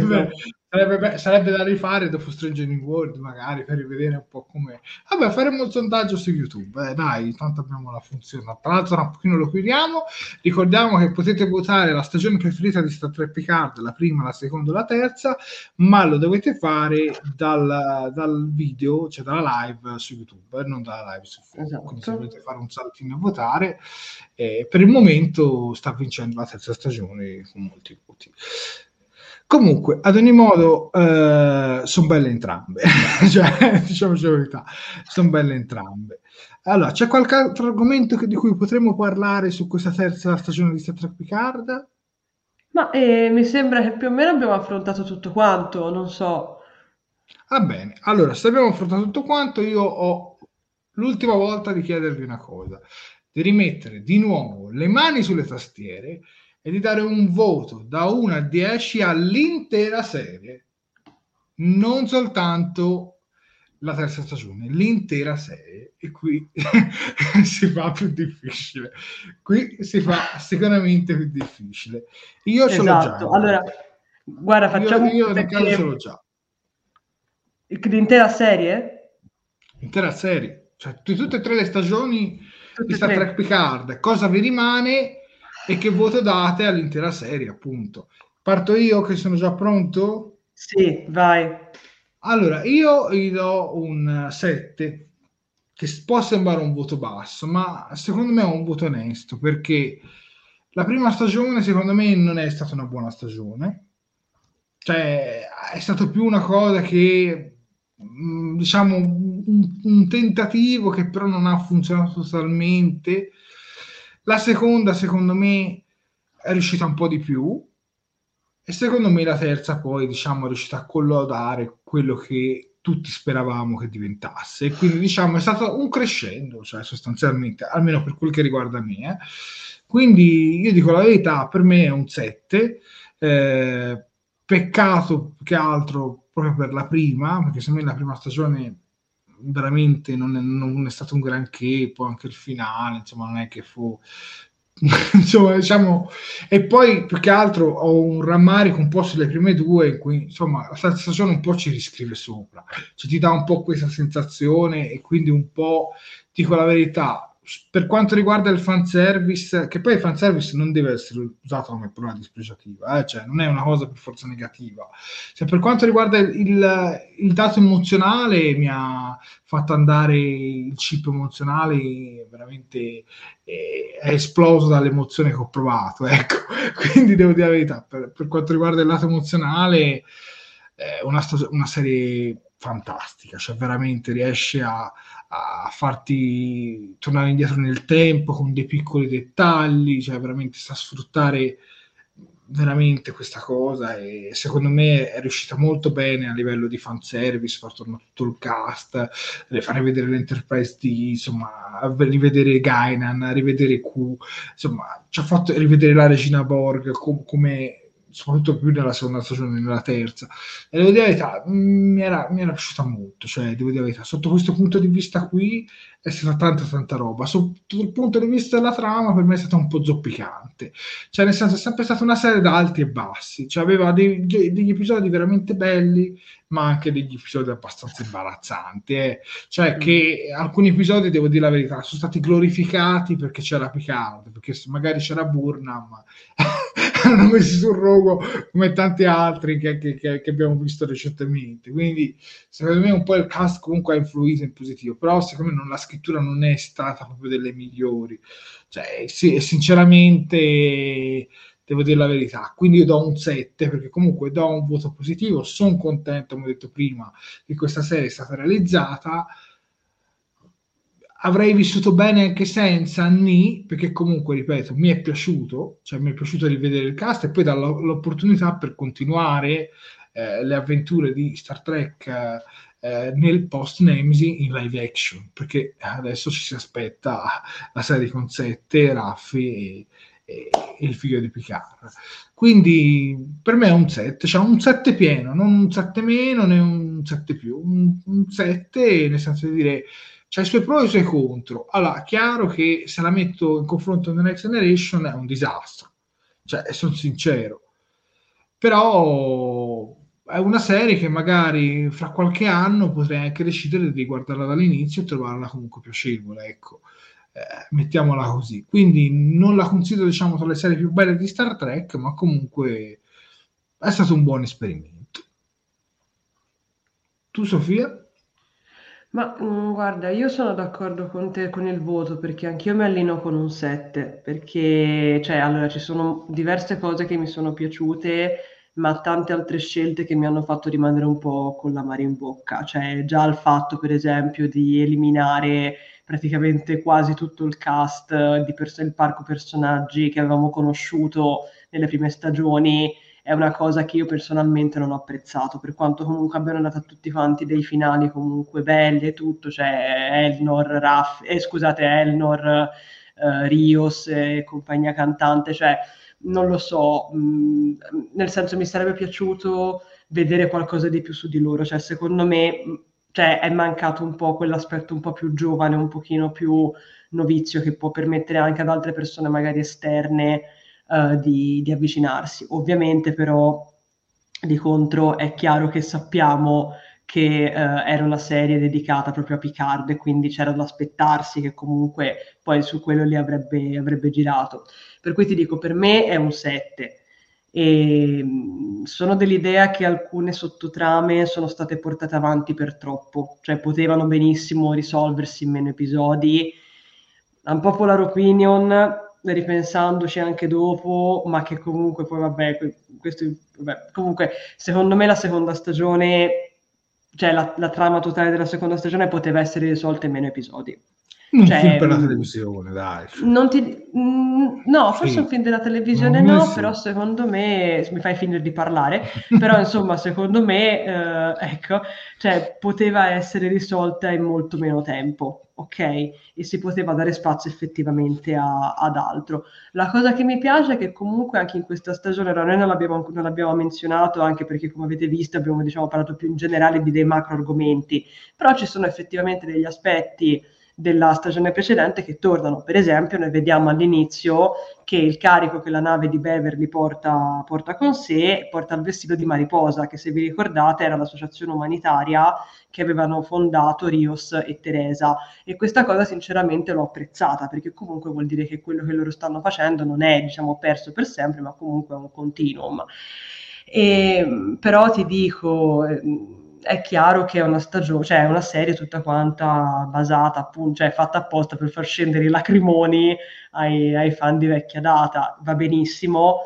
sarebbe da rifare dopo Stranger New World, magari, per rivedere un po' come. Vabbè, faremo un sondaggio su YouTube, dai, tanto abbiamo la funzione. Tra l'altro un pochino lo chiudiamo. Ricordiamo che potete votare la stagione preferita di Star Trek Picard, la prima, la seconda, la terza, ma lo dovete fare dal video, cioè dalla live su YouTube, non dalla live su Facebook. Esatto. Quindi se volete fare un saltino e votare, per il momento sta vincendo la terza stagione con molti voti. Comunque, ad ogni modo, sono belle entrambe. Cioè, diciamoci la verità, sono belle entrambe. Allora, c'è qualche altro argomento di cui potremmo parlare su questa terza stagione di Star Trek Picard? Ma mi sembra che più o meno abbiamo affrontato tutto quanto, non so. Va bene, allora, se abbiamo affrontato tutto quanto, io ho l'ultima volta di chiedervi una cosa, di rimettere di nuovo le mani sulle tastiere e di dare un voto da 1 a 10 all'intera serie, non soltanto la terza stagione, l'intera serie. E qui si fa più difficile. Qui si fa sicuramente più difficile. Io ce l'ho già. Allora, guarda, facciamo io nel caso ce l'ho già. L'intera serie? L'intera serie, cioè tutte e tre le stagioni di Star Trek Picard. Cosa vi rimane e che voto date all'intera serie, appunto. Parto io che sono già pronto? Sì, vai. Allora, io gli do un 7, che può sembrare un voto basso, ma secondo me è un voto onesto, perché la prima stagione secondo me non è stata una buona stagione. Cioè, è stato più una cosa che, diciamo, un tentativo che però non ha funzionato totalmente. La seconda, secondo me, è riuscita un po' di più, e secondo me la terza poi, diciamo, è riuscita a collaudare quello che tutti speravamo che diventasse. E quindi, diciamo, è stato un crescendo, cioè sostanzialmente, almeno per quel che riguarda me. Quindi, io dico la verità, per me è un 7. Peccato più che altro proprio per la prima, perché secondo me la prima stagione veramente non è stato un granché, poi anche il finale, insomma, non è che fu insomma, diciamo, e poi più che altro ho un rammarico un po' sulle prime due, in cui insomma la terza stagione un po' ci riscrive sopra, cioè ti dà un po' questa sensazione, e quindi un po', dico la verità, per quanto riguarda il fanservice, che poi il fanservice non deve essere usato come parola dispregiativa, cioè non è una cosa per forza negativa. Cioè, per quanto riguarda il dato emozionale, mi ha fatto andare il chip emozionale, veramente è esploso dall'emozione che ho provato, ecco. Quindi devo dire la verità, per quanto riguarda il lato emozionale, una serie fantastica, cioè veramente riesce a farti tornare indietro nel tempo con dei piccoli dettagli, cioè veramente sa sfruttare veramente questa cosa, e secondo me è riuscita molto bene a livello di fanservice, far tornare tutto il cast, far rivedere l'Enterprise D, insomma, rivedere Guinan, rivedere Q, insomma, ci ha fatto rivedere la Regina Borg come soprattutto più nella seconda stagione, nella terza, e devo dire la verità, mi era piaciuta molto, cioè devo dire la verità, sotto questo punto di vista qui è stata tanta roba. Sotto il punto di vista della trama per me è stata un po' zoppicante, cioè nel senso è sempre stata una serie da alti e bassi, cioè aveva degli episodi veramente belli ma anche degli episodi abbastanza imbarazzanti, cioè che alcuni episodi, devo dire la verità, sono stati glorificati perché c'era Picard, perché magari c'era Burnham hanno messo sul rogo come tanti altri che abbiamo visto recentemente, quindi secondo me un po' il cast comunque ha influito in positivo, però secondo me la scrittura non è stata proprio delle migliori, cioè sì, sinceramente devo dire la verità, quindi io do un 7 perché comunque do un voto positivo, sono contento, come ho detto prima, che questa serie è stata realizzata. Avrei vissuto bene anche senza perché comunque, ripeto, mi è piaciuto rivedere il cast e poi dare l'opportunità per continuare le avventure di Star Trek nel post Nemesi in live action, perché adesso ci si aspetta la serie con 7, Raffi e il figlio di Picard. Quindi per me è un 7, cioè un 7 pieno, non un 7 meno né un 7 più, un 7 nel senso di dire c'ha i suoi pro e i suoi contro. Allora, chiaro che se la metto in confronto con The Next Generation è un disastro, cioè sono sincero, però è una serie che magari fra qualche anno potrei anche decidere di guardarla dall'inizio e trovarla comunque piacevole, ecco, mettiamola così. Quindi non la considero, diciamo, tra le serie più belle di Star Trek, ma comunque è stato un buon esperimento. Tu, Sofia? Ma guarda, io sono d'accordo con te con il voto perché anch'io mi allino con un 7, perché cioè, allora, ci sono diverse cose che mi sono piaciute, ma tante altre scelte che mi hanno fatto rimanere un po' con l'amaro in bocca. Cioè, già il fatto, per esempio, di eliminare praticamente quasi tutto il cast il parco personaggi che avevamo conosciuto nelle prime stagioni è una cosa che io personalmente non ho apprezzato, per quanto comunque abbiano dato a tutti quanti dei finali comunque belli e tutto, cioè Elnor, Rios e compagnia cantante, cioè non lo so, nel senso mi sarebbe piaciuto vedere qualcosa di più su di loro, cioè secondo me cioè, è mancato un po' quell'aspetto un po' più giovane, un pochino più novizio che può permettere anche ad altre persone magari esterne di avvicinarsi. Ovviamente però di contro è chiaro che sappiamo che era una serie dedicata proprio a Picard e quindi c'era da aspettarsi che comunque poi su quello li avrebbe girato. Per cui ti dico, per me è un 7. E sono dell'idea che alcune sottotrame sono state portate avanti per troppo, cioè potevano benissimo risolversi in meno episodi. Un popular opinion, ripensandoci anche dopo, ma che comunque poi vabbè, comunque secondo me la seconda stagione, cioè la trama totale della seconda stagione poteva essere risolta in meno episodi. Un film per la televisione, dai. No, forse sì. Un film della televisione no, sì. Però secondo me, mi fai finire di parlare, però insomma secondo me, ecco, cioè poteva essere risolta in molto meno tempo, ok? E si poteva dare spazio effettivamente ad altro. La cosa che mi piace è che comunque anche in questa stagione, noi non l'abbiamo menzionato, anche perché come avete visto abbiamo parlato più in generale di dei macro argomenti, però ci sono effettivamente degli aspetti della stagione precedente che tornano. Per esempio noi vediamo all'inizio che il carico che la nave di Beverly porta con sé porta il vestito di Mariposa, che se vi ricordate era l'associazione umanitaria che avevano fondato Rios e Teresa, e questa cosa sinceramente l'ho apprezzata perché comunque vuol dire che quello che loro stanno facendo non è perso per sempre, ma comunque è un continuum. Però ti dico, è chiaro che è una stagione, cioè è una serie tutta quanta basata appunto, cioè fatta apposta per far scendere i lacrimoni ai fan di vecchia data, va benissimo,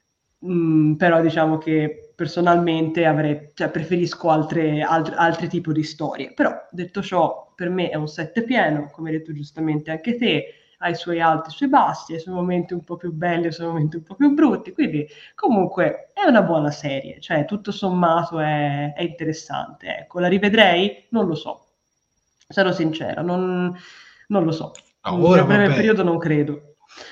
però diciamo che personalmente preferisco altri tipi di storie. Però detto ciò, per me è un 7 pieno, come hai detto giustamente anche te, ha i suoi alti, i suoi bassi, ha i suoi momenti un po' più belli, i suoi momenti un po' più brutti, quindi comunque è una buona serie, cioè tutto sommato è interessante. Ecco, la rivedrei? Non lo so, sarò sincera, non lo so. No, ora Nel breve vabbè. periodo non credo.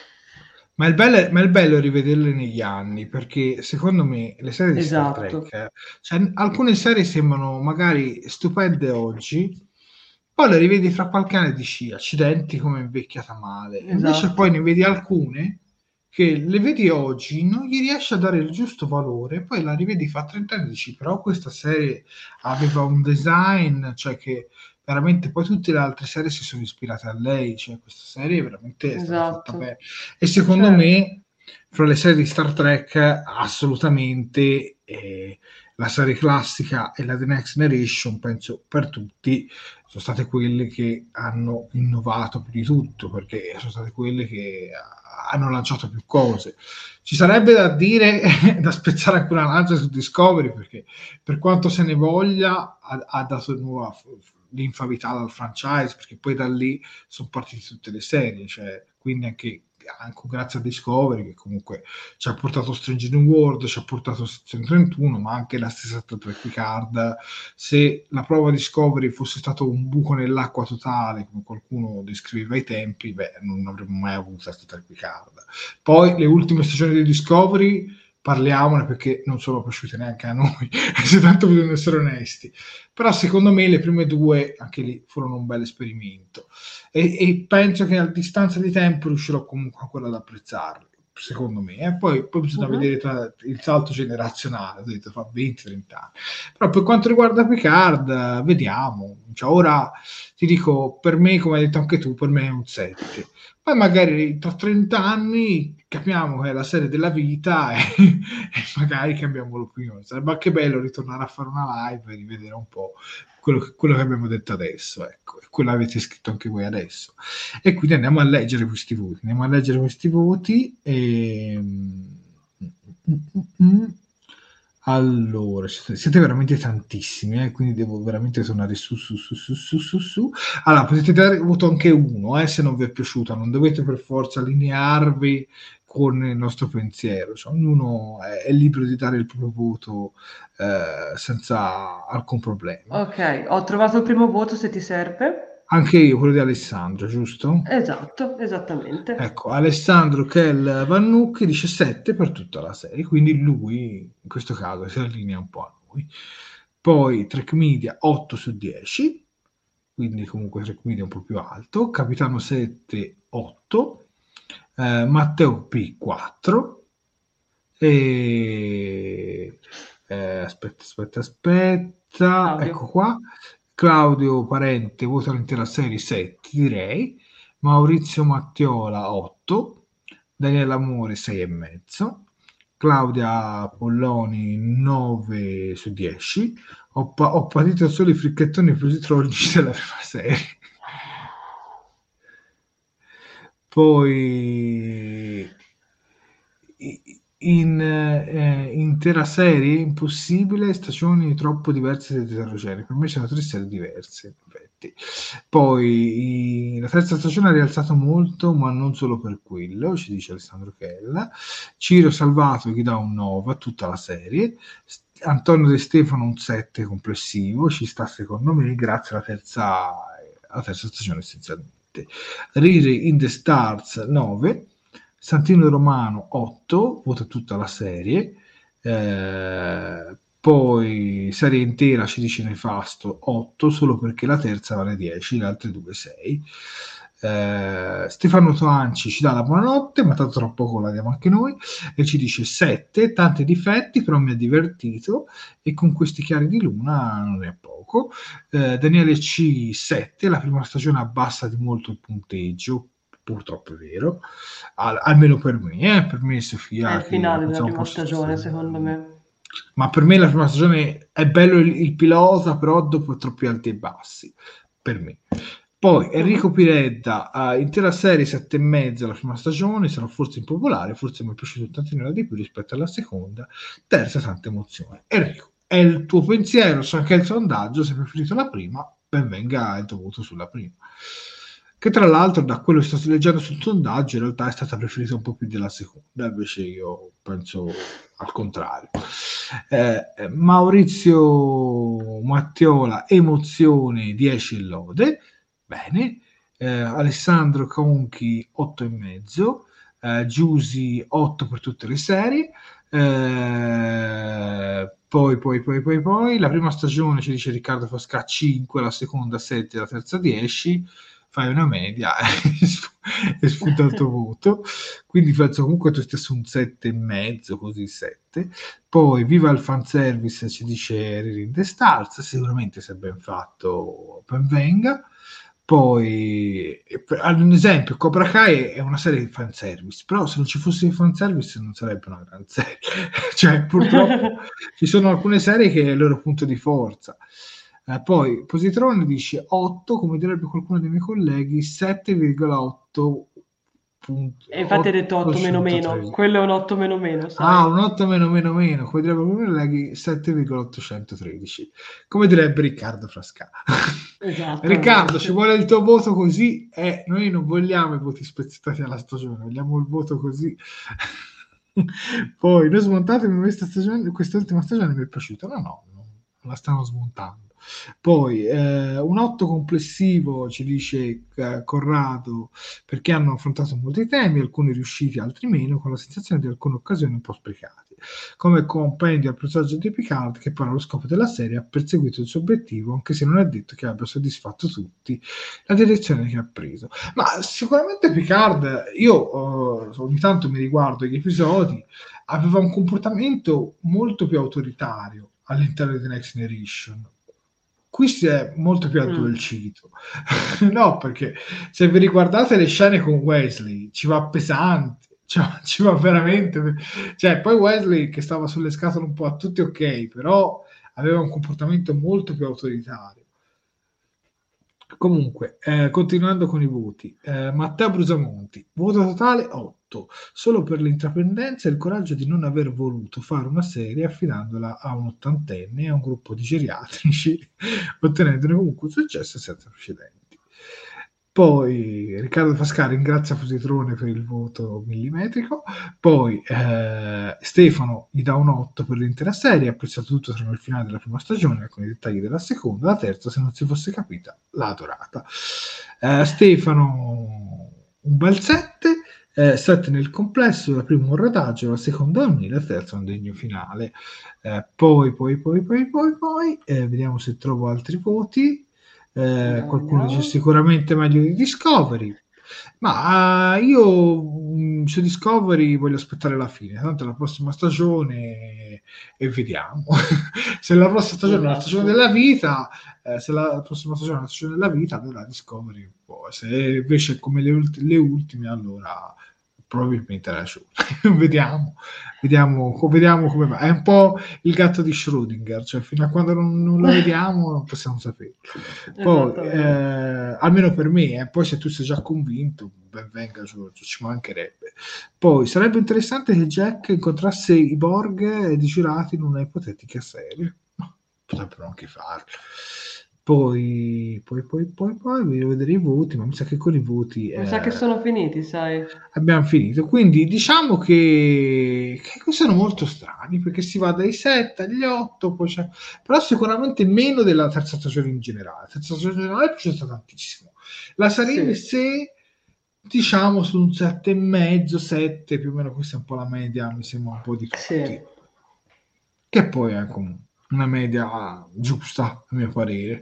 Ma il bello è rivederle negli anni, perché secondo me le serie di Star Esatto. Trek, cioè, alcune serie sembrano magari stupende oggi, poi le rivedi fra qualche anno e dici accidenti come è invecchiata male. Invece Esatto. poi ne vedi alcune che le vedi oggi, non gli riesci a dare il giusto valore, poi la rivedi fra 30 anni e dici però questa serie aveva un design, cioè che veramente poi tutte le altre serie si sono ispirate a lei, cioè questa serie veramente è stata fatta Esatto. bene. E secondo Certo. me, fra le serie di Star Trek, assolutamente la serie classica e la The Next Generation, penso per tutti, sono state quelle che hanno innovato più di tutto, perché sono state quelle che hanno lanciato più cose. Ci sarebbe da dire, da spezzare anche una lancia su Discovery, perché per quanto se ne voglia, ha dato nuova linfa vitale al franchise, perché poi da lì sono partite tutte le serie, cioè, quindi anche grazie a Discovery che comunque ci ha portato Strange New World, ci ha portato 731, ma anche la stessa Star Trek Picard. Se la prova Discovery fosse stato un buco nell'acqua totale, come qualcuno descriveva ai tempi, non avremmo mai avuto Star Trek Picard. Poi le ultime stagioni di Discovery, parliamone perché non sono piaciute neanche a noi, se tanto bisogna essere onesti, però secondo me le prime due anche lì furono un bel esperimento e penso che a distanza di tempo riuscirò comunque ancora ad apprezzarle, secondo me. Poi bisogna vedere il salto generazionale, ho detto, fa 20-30 anni. Però per quanto riguarda Picard, vediamo, cioè, ora ti dico, per me, come hai detto anche tu, per me è un 7. Poi magari tra 30 anni capiamo che è la serie della vita e magari cambiamo l'opinione. Sarebbe anche bello ritornare a fare una live e rivedere un po' quello che abbiamo detto adesso, ecco, e quello avete scritto anche voi adesso. E quindi andiamo a leggere questi voti. Allora, siete veramente tantissimi, quindi devo veramente tornare su. Allora, potete dare voto anche uno, se non vi è piaciuta, non dovete per forza allinearvi con il nostro pensiero, cioè, ognuno è libero di dare il proprio voto senza alcun problema. Ok, ho trovato il primo voto se ti serve. Anche io, quello di Alessandro, giusto? Esatto, esattamente. Ecco, Alessandro Kell Vannucchi dice 7 per tutta la serie, quindi lui in questo caso si allinea un po' a noi. Poi Trek Media 8 su 10, quindi comunque Trek Media un po' più alto. Capitano 7 8, Matteo P 4 e aspetta, Claudio. ecco qua, Claudio Parente vota l'intera serie 7, direi. Maurizio Mattiola 8, Daniele Amore 6,5, Claudia Polloni 9 su 10. Ho patito solo i fricchettoni positronici della prima serie. Poi intera serie impossibile, stagioni troppo diverse ed eterogenee. Per me sono 3 serie diverse, in effetti. Poi la terza stagione ha rialzato molto, ma non solo per quello, ci dice Alessandro Chella. Ciro Salvato gli dà un 9 a tutta la serie. Antonio De Stefano un 7 complessivo, ci sta secondo me, grazie alla terza stagione essenzialmente. Riri in the Stars 9, Santino Romano 8, vota tutta la serie. Poi serie intera ci dice Nefasto 8, solo perché la terza vale 10, le altre 2 6. Stefano Toanci ci dà la buonanotte, ma tanto tra poco la diamo anche noi, e ci dice 7, tanti difetti, però mi ha divertito e con questi chiari di luna non è poco. Daniele C 7, la prima stagione abbassa di molto il punteggio, purtroppo è vero, almeno per me Sofia, è il finale della prima stagione secondo me, ma per me la prima stagione è bello il pilota, però dopo troppi alti e bassi per me. Poi Enrico Piredda, intera serie 7,5 la prima stagione, sarà forse impopolare, forse mi è piaciuto tantino di più rispetto alla seconda, terza tanta emozione. Enrico, è il tuo pensiero, so anche il sondaggio, se hai preferito la prima, ben venga il tuo voto sulla prima. che tra l'altro da quello che sto leggendo sul sondaggio in realtà è stata preferita un po' più della seconda, invece io penso al contrario. Maurizio Mattiola, emozione 10 lode, bene. Alessandro Conchi 8,5, Giusy 8 per tutte le serie. Poi la prima stagione ci dice Riccardo Fasca 5, la seconda 7, la terza 10. Fai una media e spunta il tuo voto, quindi penso comunque tu stessi un 7,5, così 7. Poi viva il fanservice, ci dice Ririn The Stars, sicuramente se ben fatto ben venga. Poi ad un esempio Cobra Kai è una serie di fanservice, però se non ci fosse il fanservice non sarebbe una gran serie. Cioè purtroppo ci sono alcune serie che è il loro punto di forza. Poi Positrone dice 8, come direbbe qualcuno dei miei colleghi, 7,8 E infatti hai detto 8 meno meno, quello è un 8 meno meno, sai? Un 8 meno, come direbbe qualcuno dei miei colleghi, 7,813, come direbbe Riccardo Frasca. Esatto. Riccardo, ci vuole il tuo voto così, noi non vogliamo i voti spezzettati alla stagione, vogliamo il voto così. Poi noi smontatemi quest'ultima stagione mi è piaciuta, no, non la stanno smontando. Poi un 8 complessivo ci dice Corrado, perché hanno affrontato molti temi, alcuni riusciti, altri meno, con la sensazione di alcune occasioni un po' sprecate, come compendio al personaggio di Picard, che poi allo scopo della serie ha perseguito il suo obiettivo, anche se non è detto che abbia soddisfatto tutti la direzione che ha preso. Ma sicuramente Picard, io ogni tanto mi riguardo gli episodi, aveva un comportamento molto più autoritario all'interno di Next Generation. Qui si è molto più addolcito. No, perché se vi riguardate le scene con Wesley ci va pesante, ci va veramente, cioè poi Wesley che stava sulle scatole un po' a tutti, ok, però aveva un comportamento molto più autoritario. Comunque, continuando con i voti, Matteo Brusamonti, voto totale 8, solo per l'intraprendenza e il coraggio di non aver voluto fare una serie affidandola a un ottantenne e a un gruppo di geriatrici, ottenendone comunque un successo senza precedenti. Poi Riccardo Fascari ringrazia Positrone per il voto millimetrico. Poi Stefano gli dà un 8 per l'intera serie, ha apprezzato tutto tranne il finale della prima stagione, alcuni dettagli della seconda, la terza se non si fosse capita l'ha adorata. Stefano un bel 7, 7 nel complesso, la prima un rataggio, la seconda un 1000, la terza un degno finale. Poi vediamo se trovo altri voti. Qualcuno dice sicuramente meglio di Discovery, ma io su Discovery voglio aspettare la fine, tanto la prossima stagione e vediamo. Se la prossima stagione è la stagione della vita, se la prossima stagione è la stagione della vita, allora Discovery può. Se invece è come le ultime, allora probabilmente ha ragione. vediamo come va. È un po' il gatto di Schrödinger, cioè fino a quando non la vediamo non possiamo sapere. Poi almeno per me, poi se tu sei già convinto, ben venga Giorgio, ci mancherebbe. Poi sarebbe interessante che Jack incontrasse i Borg di giurati in una ipotetica serie, no, potrebbero anche farlo. Poi voglio vedere i voti, ma mi sa che con i voti mi sa che sono finiti, sai, abbiamo finito, quindi diciamo che sono molto strani, perché si va dai 7 agli 8, poi però sicuramente meno della terza stagione in generale. La terza stagione in generale è piaciuta tantissimo, la serie in sé diciamo su un 7,5, 7 più o meno, questa è un po' la media, mi sembra un po' di tutti, che poi è una media giusta a mio parere.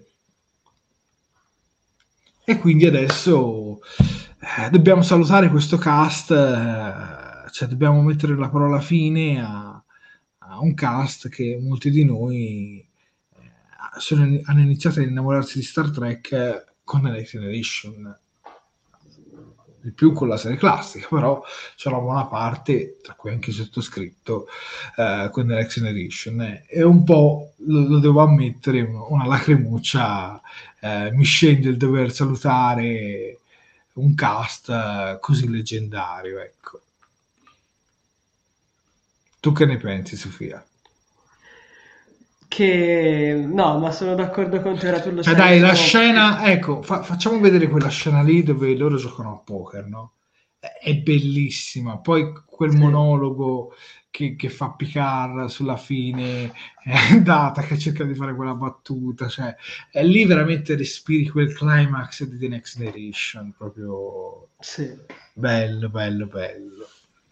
E quindi adesso dobbiamo salutare questo cast, cioè dobbiamo mettere la parola fine a un cast che molti di noi hanno iniziato ad innamorarsi di Star Trek con The Next Generation, di più con la serie classica, però c'è una buona parte, tra cui anche sottoscritto, con The Next Generation, e un po', lo devo ammettere, una lacrimuccia mi scende il dover salutare un cast così leggendario, ecco. Tu che ne pensi, Sofia? No, ma sono d'accordo con te, ora tu lo Cioè, sai. dai, la scena, ecco, facciamo vedere quella scena lì dove loro giocano a poker, no? È bellissima. Poi quel monologo che fa Picard sulla fine, è andata che cerca di fare quella battuta, cioè, è lì veramente respiri quel climax di The Next Generation, proprio bello, bello, bello.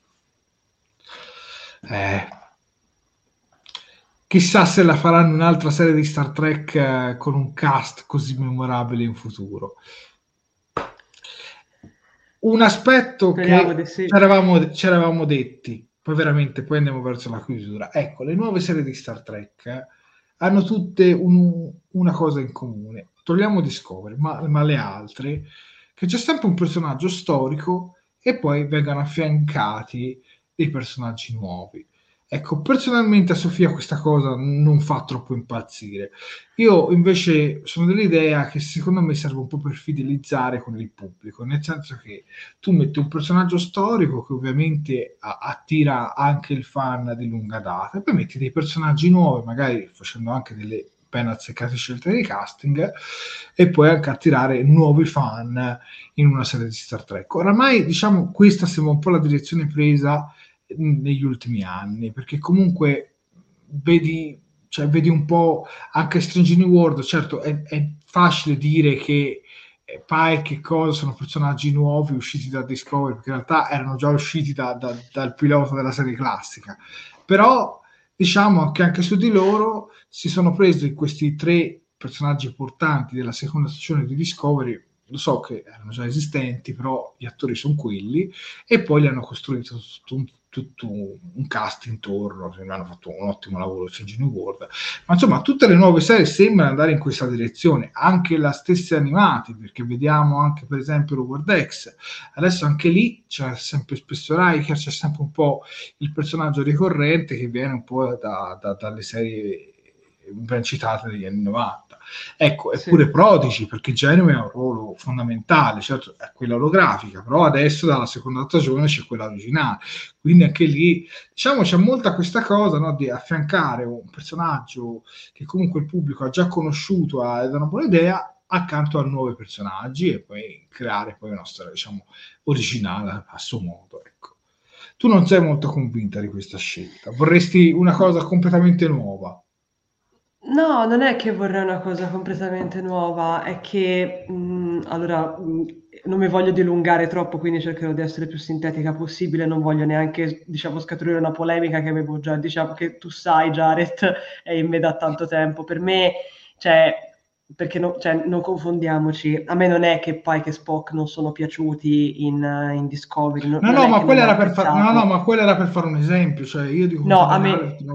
Chissà se la faranno un'altra serie di Star Trek con un cast così memorabile in futuro. Un aspetto che ci eravamo detti, poi veramente poi andiamo verso la chiusura. Ecco, le nuove serie di Star Trek hanno tutte una cosa in comune. Togliamo Discovery, ma le altre, che c'è sempre un personaggio storico e poi vengono affiancati dei personaggi nuovi. Ecco, personalmente a Sofia questa cosa non fa troppo impazzire. Io invece sono dell'idea che secondo me serve un po' per fidelizzare con il pubblico, nel senso che tu metti un personaggio storico che ovviamente attira anche il fan di lunga data, e poi metti dei personaggi nuovi, magari facendo anche delle ben azzeccate scelte di casting, e poi anche attirare nuovi fan in una serie di Star Trek. Oramai, diciamo, questa sembra un po' la direzione presa negli ultimi anni, perché comunque vedi un po' anche Strange New World. Certo, è facile dire che Pike e cosa sono personaggi nuovi usciti da Discovery, perché in realtà erano già usciti dal pilota della serie classica, però diciamo che anche su di loro si sono presi questi 3 personaggi importanti della seconda stagione di Discovery. Lo so che erano già esistenti, però gli attori sono quelli, e poi li hanno costruito tutto un cast intorno, hanno fatto un ottimo lavoro su New World. Ma insomma, tutte le nuove serie sembrano andare in questa direzione, anche la stessa animati, perché vediamo anche per esempio Lower Decks. Adesso anche lì c'è sempre spesso Riker, c'è sempre un po' il personaggio ricorrente che viene un po' dalle serie ben citate degli anni 90. Ecco, eppure Prodigy, perché Janeway ha un ruolo fondamentale, certo è quella olografica, però adesso dalla seconda stagione c'è quella originale, quindi anche lì diciamo c'è molta questa cosa, no, di affiancare un personaggio che comunque il pubblico ha già conosciuto ed è una buona idea, accanto a nuovi personaggi, e poi creare poi una storia, diciamo, originale a suo modo. Ecco. Tu non sei molto convinta di questa scelta, vorresti una cosa completamente nuova? No, non è che vorrei una cosa completamente nuova, è che allora non mi voglio dilungare troppo, quindi cercherò di essere più sintetica possibile, non voglio neanche, diciamo, scaturire una polemica che avevo già, diciamo, che tu sai, Jared, è in me da tanto tempo. Per me, cioè, perché non confondiamoci, a me non è che Pike e Spock non sono piaciuti in Discovery. Ma quello era per fare un esempio, cioè io dico no, a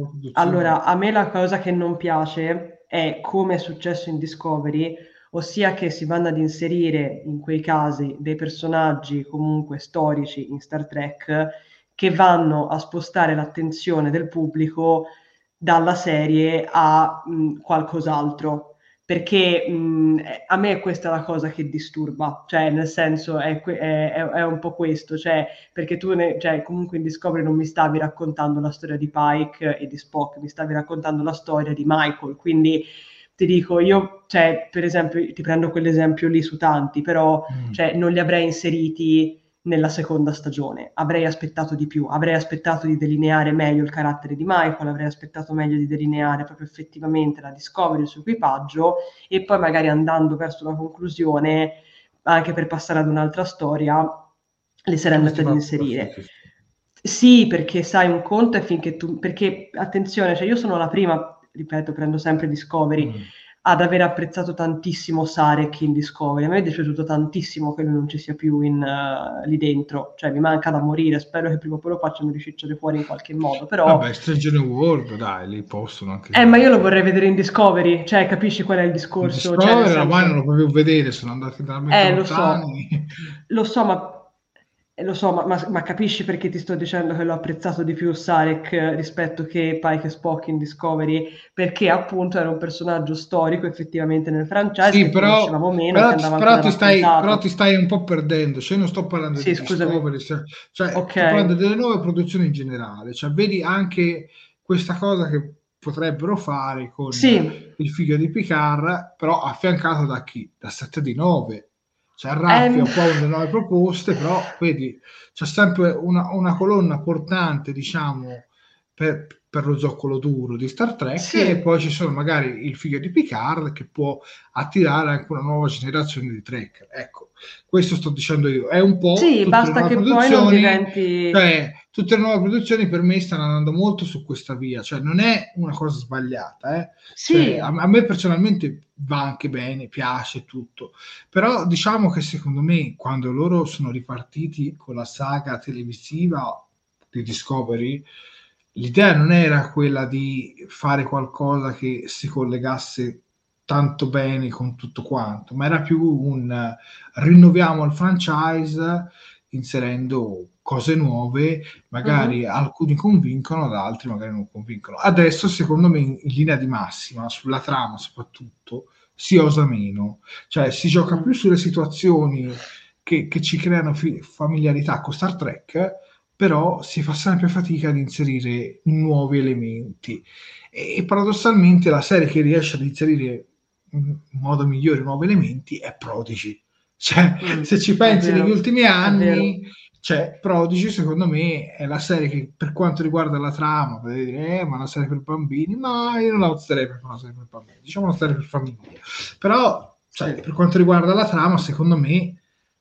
me la cosa che non piace è come è successo in Discovery, ossia che si vanno ad inserire in quei casi dei personaggi comunque storici in Star Trek che vanno a spostare l'attenzione del pubblico dalla serie a qualcos'altro. Perché a me questa è la cosa che disturba, cioè nel senso è un po' questo, cioè perché tu comunque in Discovery non mi stavi raccontando la storia di Pike e di Spock, mi stavi raccontando la storia di Michael, quindi ti dico io, cioè per esempio ti prendo quell'esempio lì su tanti, però cioè, non li avrei inseriti nella seconda stagione, avrei aspettato di più, avrei aspettato di delineare meglio il carattere di Michael, avrei aspettato meglio di delineare proprio effettivamente la Discovery, il suo equipaggio, e poi magari andando verso una conclusione, anche per passare ad un'altra storia, le sarei andate ad inserire. Sì, perché sai, un conto è finché tu, perché attenzione, cioè io sono la prima, ripeto, prendo sempre Discovery, ad aver apprezzato tantissimo Sarek in Discovery. A me è dispiaciuto tantissimo che lui non ci sia più lì dentro, cioè mi manca da morire, spero che prima o poi lo facciano ricicciare fuori in qualche modo, però... Vabbè, Strange New World, dai, li possono anche... ma io lo vorrei vedere in Discovery, cioè capisci qual è il discorso? Discovery ormai non lo puoi più vedere, sono andati talmente lontani. Lo so, ma capisci perché ti sto dicendo che l'ho apprezzato di più Sarek rispetto che Pike e Spock in Discovery? Perché appunto era un personaggio storico effettivamente nel franchise, sì, che però, conoscevamo meno, però ti stai un po' perdendo, cioè io non sto parlando di Discovery, cioè sto parlando delle nuove produzioni in generale, cioè vedi anche questa cosa che potrebbero fare con Sì. il figlio di Picard, però affiancato da chi? Da 7 di 9. Cioè raffia un po' le nuove proposte, però vedi, c'è sempre una colonna portante, diciamo, per lo zoccolo duro di Star Trek, Sì. e poi ci sono magari il figlio di Picard che può attirare anche una nuova generazione di Trek. Ecco, questo sto dicendo io. È un po' Sì, tutte basta le nuove che poi non produzioni, diventi... cioè, tutte le nuove produzioni per me stanno andando molto su questa via, cioè non è una cosa sbagliata, Sì. Cioè, a me personalmente va anche bene, piace tutto, però diciamo che secondo me quando loro sono ripartiti con la saga televisiva di Discovery, l'idea non era quella di fare qualcosa che si collegasse tanto bene con tutto quanto, ma era più un rinnoviamo il franchise inserendo cose nuove, magari alcuni convincono, ad altri magari non convincono. Adesso secondo me in linea di massima, sulla trama soprattutto, si osa meno, cioè si gioca più sulle situazioni che ci creano familiarità con Star Trek, però si fa sempre fatica ad inserire nuovi elementi, e paradossalmente la serie che riesce ad inserire in modo migliore nuovi elementi è Prodigy. Cioè, se ci pensi negli ultimi anni, cioè, Prodigy secondo me è la serie che per quanto riguarda la trama, potete dire, ma è una serie per bambini, ma io non la userei per una serie per bambini, diciamo una serie per famiglia. Però, cioè, per quanto riguarda la trama, secondo me,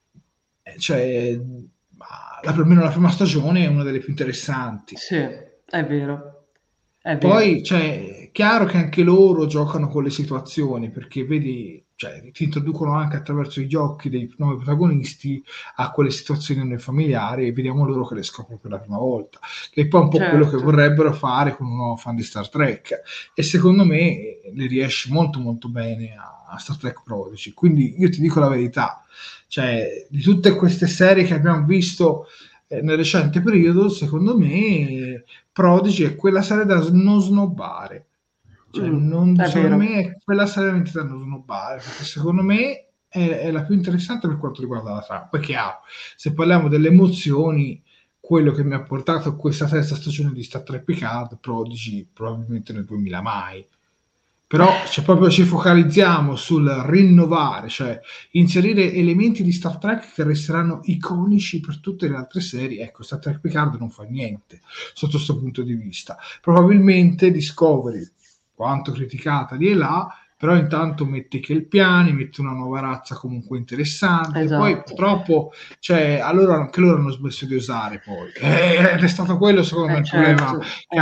cioè, almeno la prima stagione è una delle più interessanti. Sì, è vero. Poi, cioè, è chiaro che anche loro giocano con le situazioni, perché vedi, cioè, ti introducono anche attraverso gli occhi dei nuovi protagonisti a quelle situazioni nel familiare, e vediamo loro che le scoprono per la prima volta, che è poi un po' quello che vorrebbero fare con un nuovo fan di Star Trek, e secondo me le riesce molto molto bene a Star Trek Prodigy. Quindi io ti dico la verità, cioè, di tutte queste serie che abbiamo visto nel recente periodo, secondo me Prodigy è quella serie da non snobbare, cioè, secondo me è quella serie da non snobbare, perché secondo me è la più interessante per quanto riguarda la trama. Poi chiaro, se parliamo delle emozioni, quello che mi ha portato a questa terza stagione di Star Trek Picard, Prodigy, probabilmente nel 2000 mai. Però proprio ci focalizziamo sul rinnovare, cioè inserire elementi di Star Trek che resteranno iconici per tutte le altre serie. Ecco, Star Trek Picard non fa niente sotto questo punto di vista. Probabilmente Discovery, quanto criticata di là, però intanto mette che il piani, mette una nuova razza comunque interessante. Poi purtroppo, cioè, allora anche loro hanno smesso di osare poi, ed è stato quello secondo me il problema che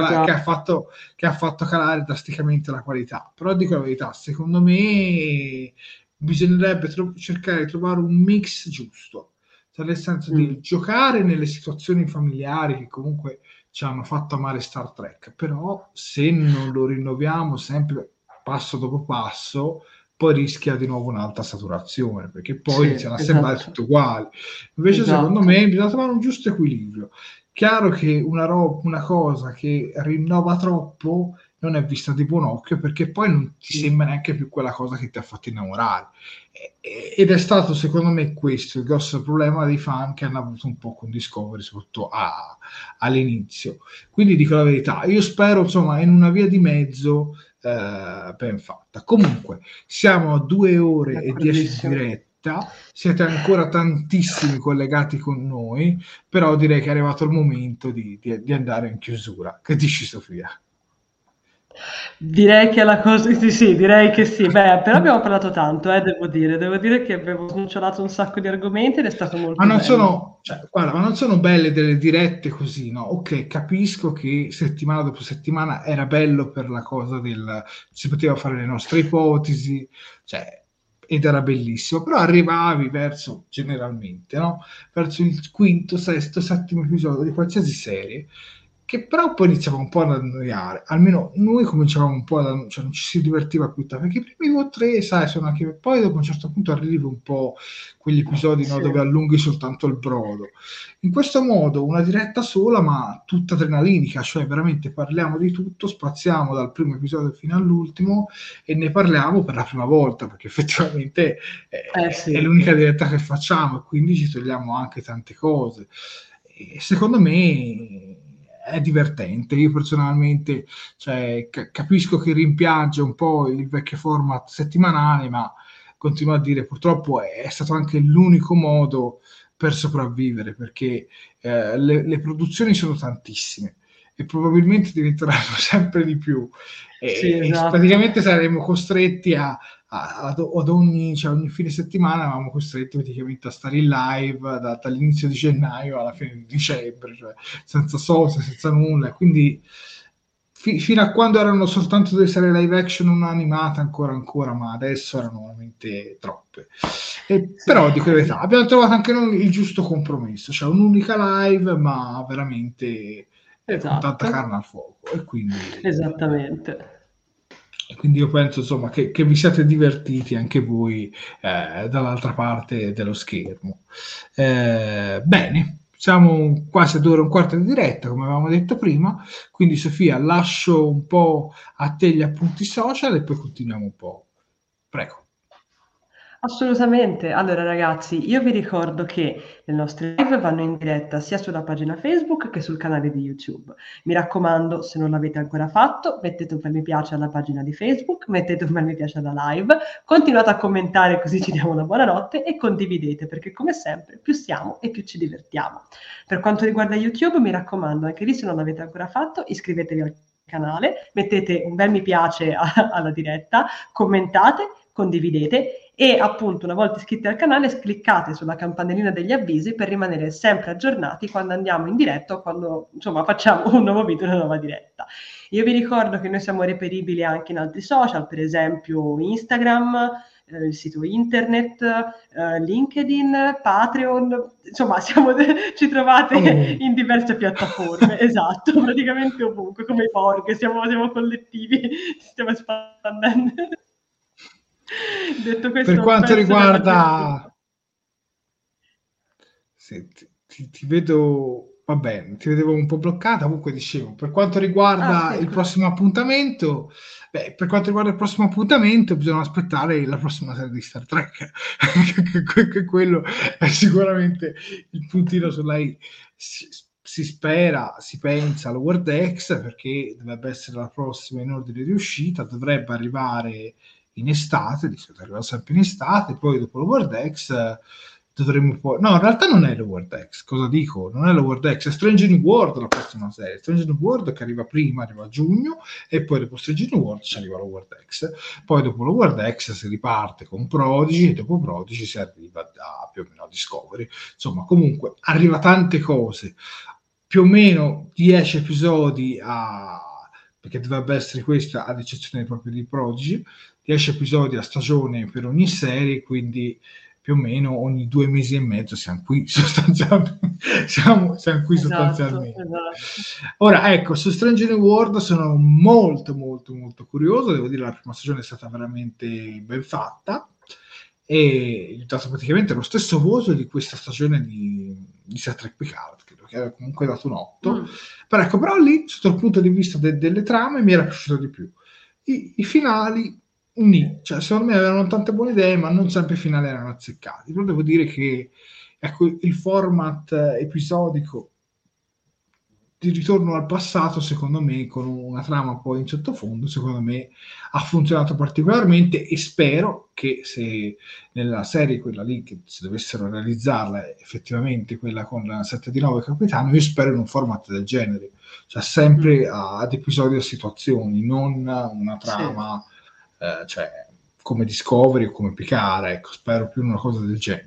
ha fatto calare drasticamente la qualità. Però dico la verità, secondo me bisognerebbe cercare di trovare un mix giusto, cioè nel senso di giocare nelle situazioni familiari che comunque ci hanno fatto amare Star Trek, però se non lo rinnoviamo sempre passo dopo passo, poi rischia di nuovo un'alta saturazione, perché poi iniziano a sembrare tutto uguali. Invece secondo me bisogna trovare un giusto equilibrio. Chiaro che una cosa che rinnova troppo non è vista di buon occhio, perché poi non ti sembra neanche più quella cosa che ti ha fatto innamorare. Ed è stato secondo me questo il grosso problema dei fan che hanno avuto un po' con Discovery, soprattutto all'inizio. Quindi dico la verità, io spero insomma in una via di mezzo ben fatta. Comunque siamo a 2 ore e 10 di diretta, siete ancora tantissimi collegati con noi, però direi che è arrivato il momento di andare in chiusura. Che dici, Sofia? Direi che la cosa sì, direi che sì. Beh, però abbiamo parlato tanto, devo dire che abbiamo snucciolato un sacco di argomenti ed è stato molto bello. Ma non sono belle delle dirette così, no? Ok, capisco che settimana dopo settimana era bello per la cosa si poteva fare le nostre ipotesi, ed era bellissimo, però arrivavi generalmente, no? Verso il quinto, sesto, settimo episodio di qualsiasi serie, che però poi iniziava un po' ad annoiare, almeno noi cominciavamo un po' non ci si divertiva più, perché i primi 2 o 3, sai, sono anche, poi dopo un certo punto arrivi un po' quegli episodi dove allunghi soltanto il brodo. In questo modo una diretta sola, ma tutta adrenalinica, cioè veramente parliamo di tutto, spaziamo dal primo episodio fino all'ultimo e ne parliamo per la prima volta, perché effettivamente è l'unica diretta che facciamo, e quindi ci togliamo anche tante cose. E secondo me è divertente. Io personalmente, cioè, capisco che rimpiange un po' il vecchio format settimanale, ma continuo a dire purtroppo è stato anche l'unico modo per sopravvivere, perché le produzioni sono tantissime e probabilmente diventeranno sempre di più, Sì, e esatto. praticamente saremo costretti ad ogni fine settimana, eravamo costretti praticamente a stare in live dall'inizio di gennaio alla fine di dicembre, cioè senza soste, senza nulla, quindi fino a quando erano soltanto delle serie live action non animate ancora, ma adesso erano veramente troppe. Però dico la verità, abbiamo trovato anche noi il giusto compromesso, cioè un'unica live ma veramente con tanta Esatto. carne al fuoco, e quindi Esattamente. io penso insomma che vi siate divertiti anche voi dall'altra parte dello schermo. Bene, siamo quasi a 2 ore e un quarto di diretta, come avevamo detto prima, quindi Sofia lascio un po' a te gli appunti social e poi continuiamo un po'. Prego. Assolutamente. Allora ragazzi, io vi ricordo che le nostre live vanno in diretta sia sulla pagina Facebook che sul canale di YouTube. Mi raccomando, se non l'avete ancora fatto, mettete un bel mi piace alla pagina di Facebook, mettete un bel mi piace alla live, continuate a commentare così ci diamo una buonanotte e condividete, perché come sempre più siamo e più ci divertiamo. Per quanto riguarda YouTube, mi raccomando, anche lì se non l'avete ancora fatto, iscrivetevi al canale, mettete un bel mi piace alla diretta, commentate, condividete e appunto una volta iscritti al canale cliccate sulla campanellina degli avvisi per rimanere sempre aggiornati quando andiamo in diretta o quando insomma facciamo un nuovo video, una nuova diretta. Io vi ricordo che noi siamo reperibili anche in altri social, per esempio Instagram, il sito internet, LinkedIn, Patreon, insomma ci trovate in diverse piattaforme, esatto, praticamente ovunque, come i porc, siamo collettivi, stiamo espandendo. Detto questo, per quanto riguarda ti vedo, va bene, ti vedevo un po' bloccata, comunque dicevo, per quanto riguarda il prossimo appuntamento, per quanto riguarda il prossimo appuntamento bisogna aspettare la prossima serie di Star Trek, che quello è sicuramente il puntino sulla I. Si spera, si pensa Lower Decks, perché dovrebbe essere la prossima in ordine di uscita, dovrebbe arrivare in estate, di solito arriva sempre in estate, poi dopo Lower Decks dovremmo poi... No, in realtà non è Lower Decks, cosa dico? Non è Lower Decks, è Strange New World la prossima serie. Strange New World che arriva prima, arriva a giugno, e poi dopo Strange New World ci arriva Lower Decks. Poi dopo Lower Decks si riparte con Prodigy, e dopo Prodigy si arriva più o meno a Discovery. Insomma, comunque, arriva tante cose. Più o meno 10 episodi perché dovrebbe essere questa, ad eccezione proprio di Prodigy, 10 episodi a stagione per ogni serie, quindi più o meno ogni 2 mesi e mezzo siamo qui sostanzialmente. Siamo qui sostanzialmente. Esatto. Ora, ecco, su Strange New World sono molto curioso, devo dire la prima stagione è stata veramente ben fatta, e gli ho dato praticamente lo stesso voto di questa stagione di Star Trek Picard, credo che aveva comunque dato un 8, però lì, sotto il punto di vista delle trame, mi era piaciuto di più. I finali cioè secondo me avevano tante buone idee, ma non sempre i finali erano azzeccati. Però devo dire che ecco, il format episodico di Ritorno al passato, secondo me, con una trama poi in sottofondo, secondo me ha funzionato particolarmente, e spero che se nella serie, quella lì, che se dovessero realizzarla effettivamente, quella con 7 di 9 capitano, io spero in un format del genere, cioè sempre ad episodi o situazioni, non una trama cioè come Discovery o come Picard, ecco, spero più in una cosa del genere.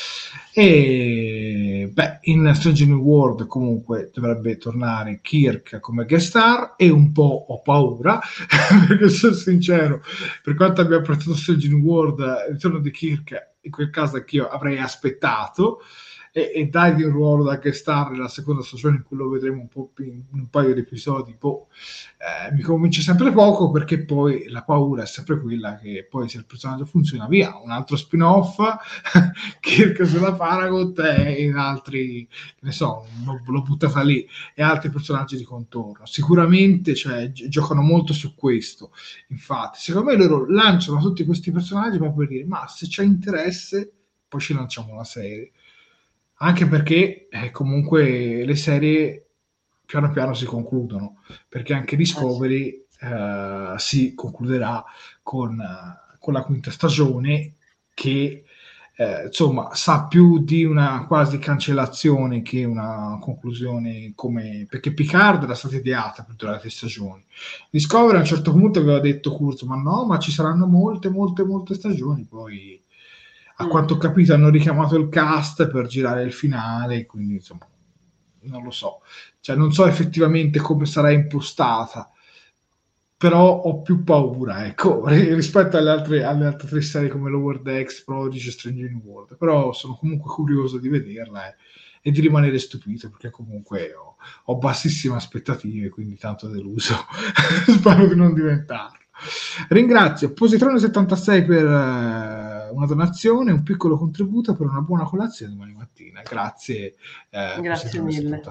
E in Strange New World comunque dovrebbe tornare Kirk come guest star, e un po' ho paura perché sono sincero, per quanto abbia apprezzato Strange New World, il ritorno di Kirk in quel caso anch'io avrei aspettato, e dargli un ruolo da guest star nella seconda stagione, in cui lo vedremo un po' in un paio di episodi, mi convince sempre poco, perché poi la paura è sempre quella che poi, se il personaggio funziona, via, un altro spin-off Kirk sulla Paragot e in altri, che ne so, l'ho buttata lì, e altri personaggi di contorno. Sicuramente, cioè, giocano molto su questo. Infatti, secondo me loro lanciano tutti questi personaggi proprio per dire, ma se c'è interesse poi ci lanciamo una serie, anche perché comunque le serie piano piano si concludono, perché anche Discovery si concluderà con la quinta stagione, che insomma sa più di una quasi cancellazione che una conclusione, perché Picard era stata ideata per durare 3 stagioni. Discovery a un certo punto aveva detto Kurz, ma ci saranno molte stagioni, poi a quanto ho capito hanno richiamato il cast per girare il finale, quindi insomma non lo so, cioè non so effettivamente come sarà impostata, però ho più paura, ecco, rispetto alle altre 3 serie come Lower Decks, Prodigy e Stranger in World, però sono comunque curioso di vederla e di rimanere stupito, perché comunque ho bassissime aspettative, quindi tanto deluso, spero di non diventarlo. Ringrazio Positrone76 per una donazione, un piccolo contributo per una buona colazione domani mattina. Grazie mille.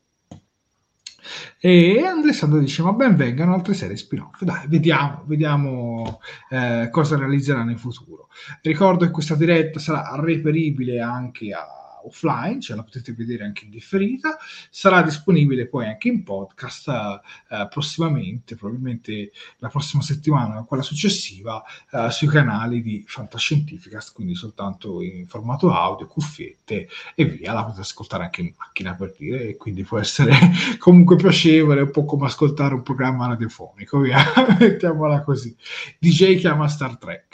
E Alessandro dice: ma ben vengano altre serie spin-off. Dai, vediamo cosa realizzeranno in futuro. Ricordo che questa diretta sarà reperibile anche offline, cioè la potete vedere anche in differita, sarà disponibile poi anche in podcast prossimamente, probabilmente la prossima settimana o quella successiva, sui canali di Fantascientificast, quindi soltanto in formato audio, cuffiette e via. La potete ascoltare anche in macchina, per dire, e quindi può essere comunque piacevole, un po' come ascoltare un programma radiofonico, via. Mettiamola così. DJ chiama Star Trek.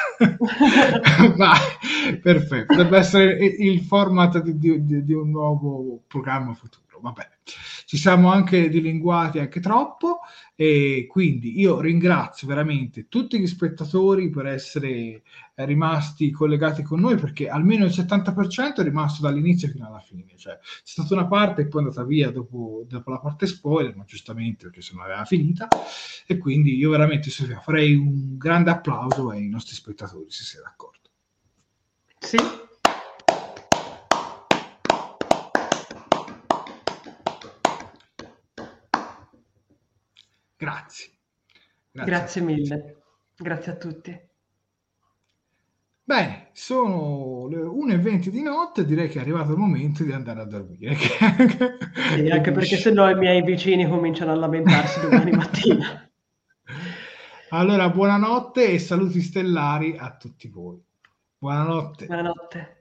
Vai, perfetto, deve essere il format di un nuovo programma futuro. Vabbè, ci siamo anche dilinguati anche troppo, e quindi io ringrazio veramente tutti gli spettatori per essere rimasti collegati con noi, perché almeno il 70% è rimasto dall'inizio fino alla fine, cioè c'è stata una parte e poi è andata via dopo la parte spoiler, ma giustamente perché se non aveva finita, e quindi io veramente farei un grande applauso ai nostri spettatori, se sei d'accordo. Sì. Grazie mille. Grazie a tutti. Bene, sono le 1:20 di notte, direi che è arrivato il momento di andare a dormire. Sì, anche perché sennò i miei vicini cominciano a lamentarsi domani mattina. Allora, buonanotte e saluti stellari a tutti voi. Buonanotte. Buonanotte.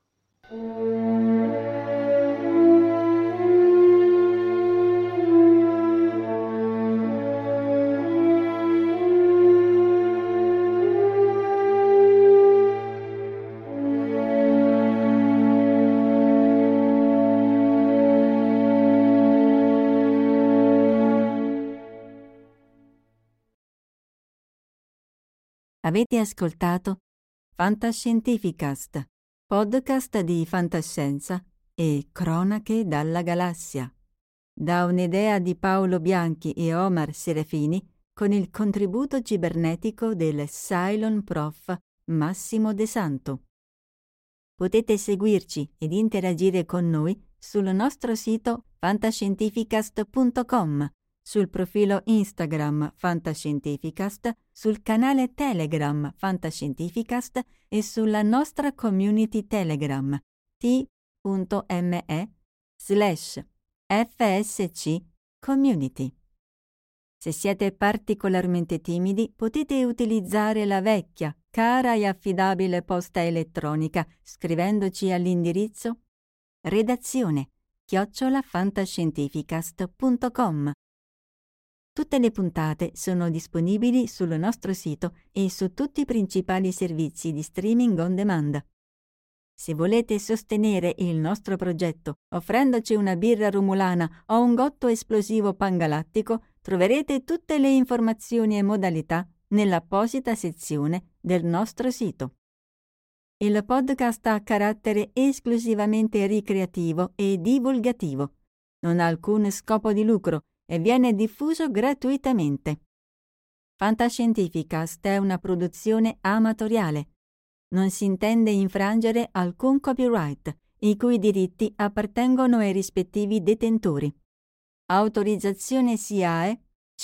Avete ascoltato Fantascientificast, podcast di fantascienza e cronache dalla galassia, da un'idea di Paolo Bianchi e Omar Serafini, con il contributo cibernetico del Cylon Prof Massimo De Santo. Potete seguirci ed interagire con noi sul nostro sito fantascientificast.com, sul profilo Instagram Fantascientificast, sul canale Telegram Fantascientificast e sulla nostra community Telegram t.me/FSC Community. Se siete particolarmente timidi, potete utilizzare la vecchia, cara e affidabile posta elettronica scrivendoci all'indirizzo redazione@fantascientificast.com. Tutte le puntate sono disponibili sul nostro sito e su tutti i principali servizi di streaming on demand. Se volete sostenere il nostro progetto offrendoci una birra romulana o un gotto esplosivo pangalattico, troverete tutte le informazioni e modalità nell'apposita sezione del nostro sito. Il podcast ha carattere esclusivamente ricreativo e divulgativo. Non ha alcun scopo di lucro e viene diffuso gratuitamente. Fantascientificast è una produzione amatoriale. Non si intende infrangere alcun copyright, i cui diritti appartengono ai rispettivi detentori. Autorizzazione SIAE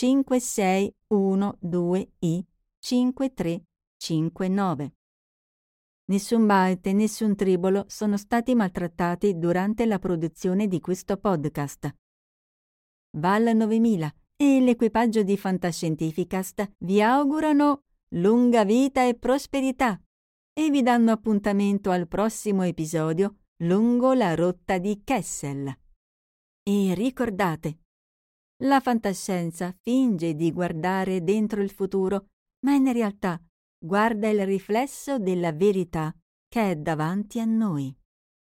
5612I5359. Nessun byte e nessun tribolo sono stati maltrattati durante la produzione di questo podcast. Val 9000 e l'equipaggio di Fantascientificast vi augurano lunga vita e prosperità e vi danno appuntamento al prossimo episodio lungo la rotta di Kessel. E ricordate, la fantascienza finge di guardare dentro il futuro, ma in realtà guarda il riflesso della verità che è davanti a noi.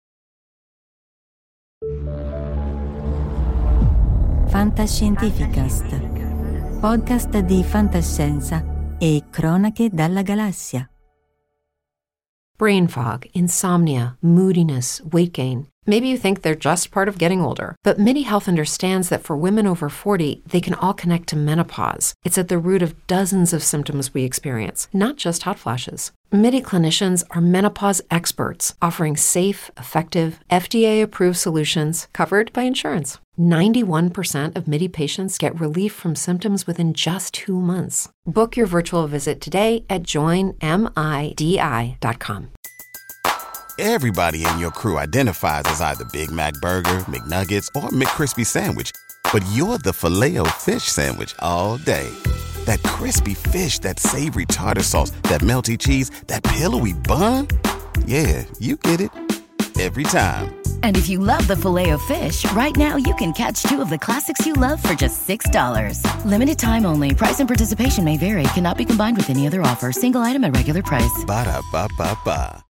Fantascientificast, podcast di fantascienza e cronache dalla galassia. Brain fog, insomnia, moodiness, weight gain. Maybe you think they're just part of getting older, but MIDI Health understands that for women over 40, they can all connect to menopause. It's at the root of dozens of symptoms we experience, not just hot flashes. MIDI clinicians are menopause experts, offering safe, effective, FDA-approved solutions covered by insurance. 91% of MIDI patients get relief from symptoms within just 2 months. Book your virtual visit today at joinmidi.com. Everybody in your crew identifies as either Big Mac Burger, McNuggets, or McCrispy Sandwich. But you're the Filet-O-Fish Sandwich all day. That crispy fish, that savory tartar sauce, that melty cheese, that pillowy bun. Yeah, you get it. Every time. And if you love the Filet-O-Fish, right now you can catch 2 of the classics you love for just $6. Limited time only. Price and participation may vary. Cannot be combined with any other offer. Single item at regular price. Ba-da-ba-ba-ba.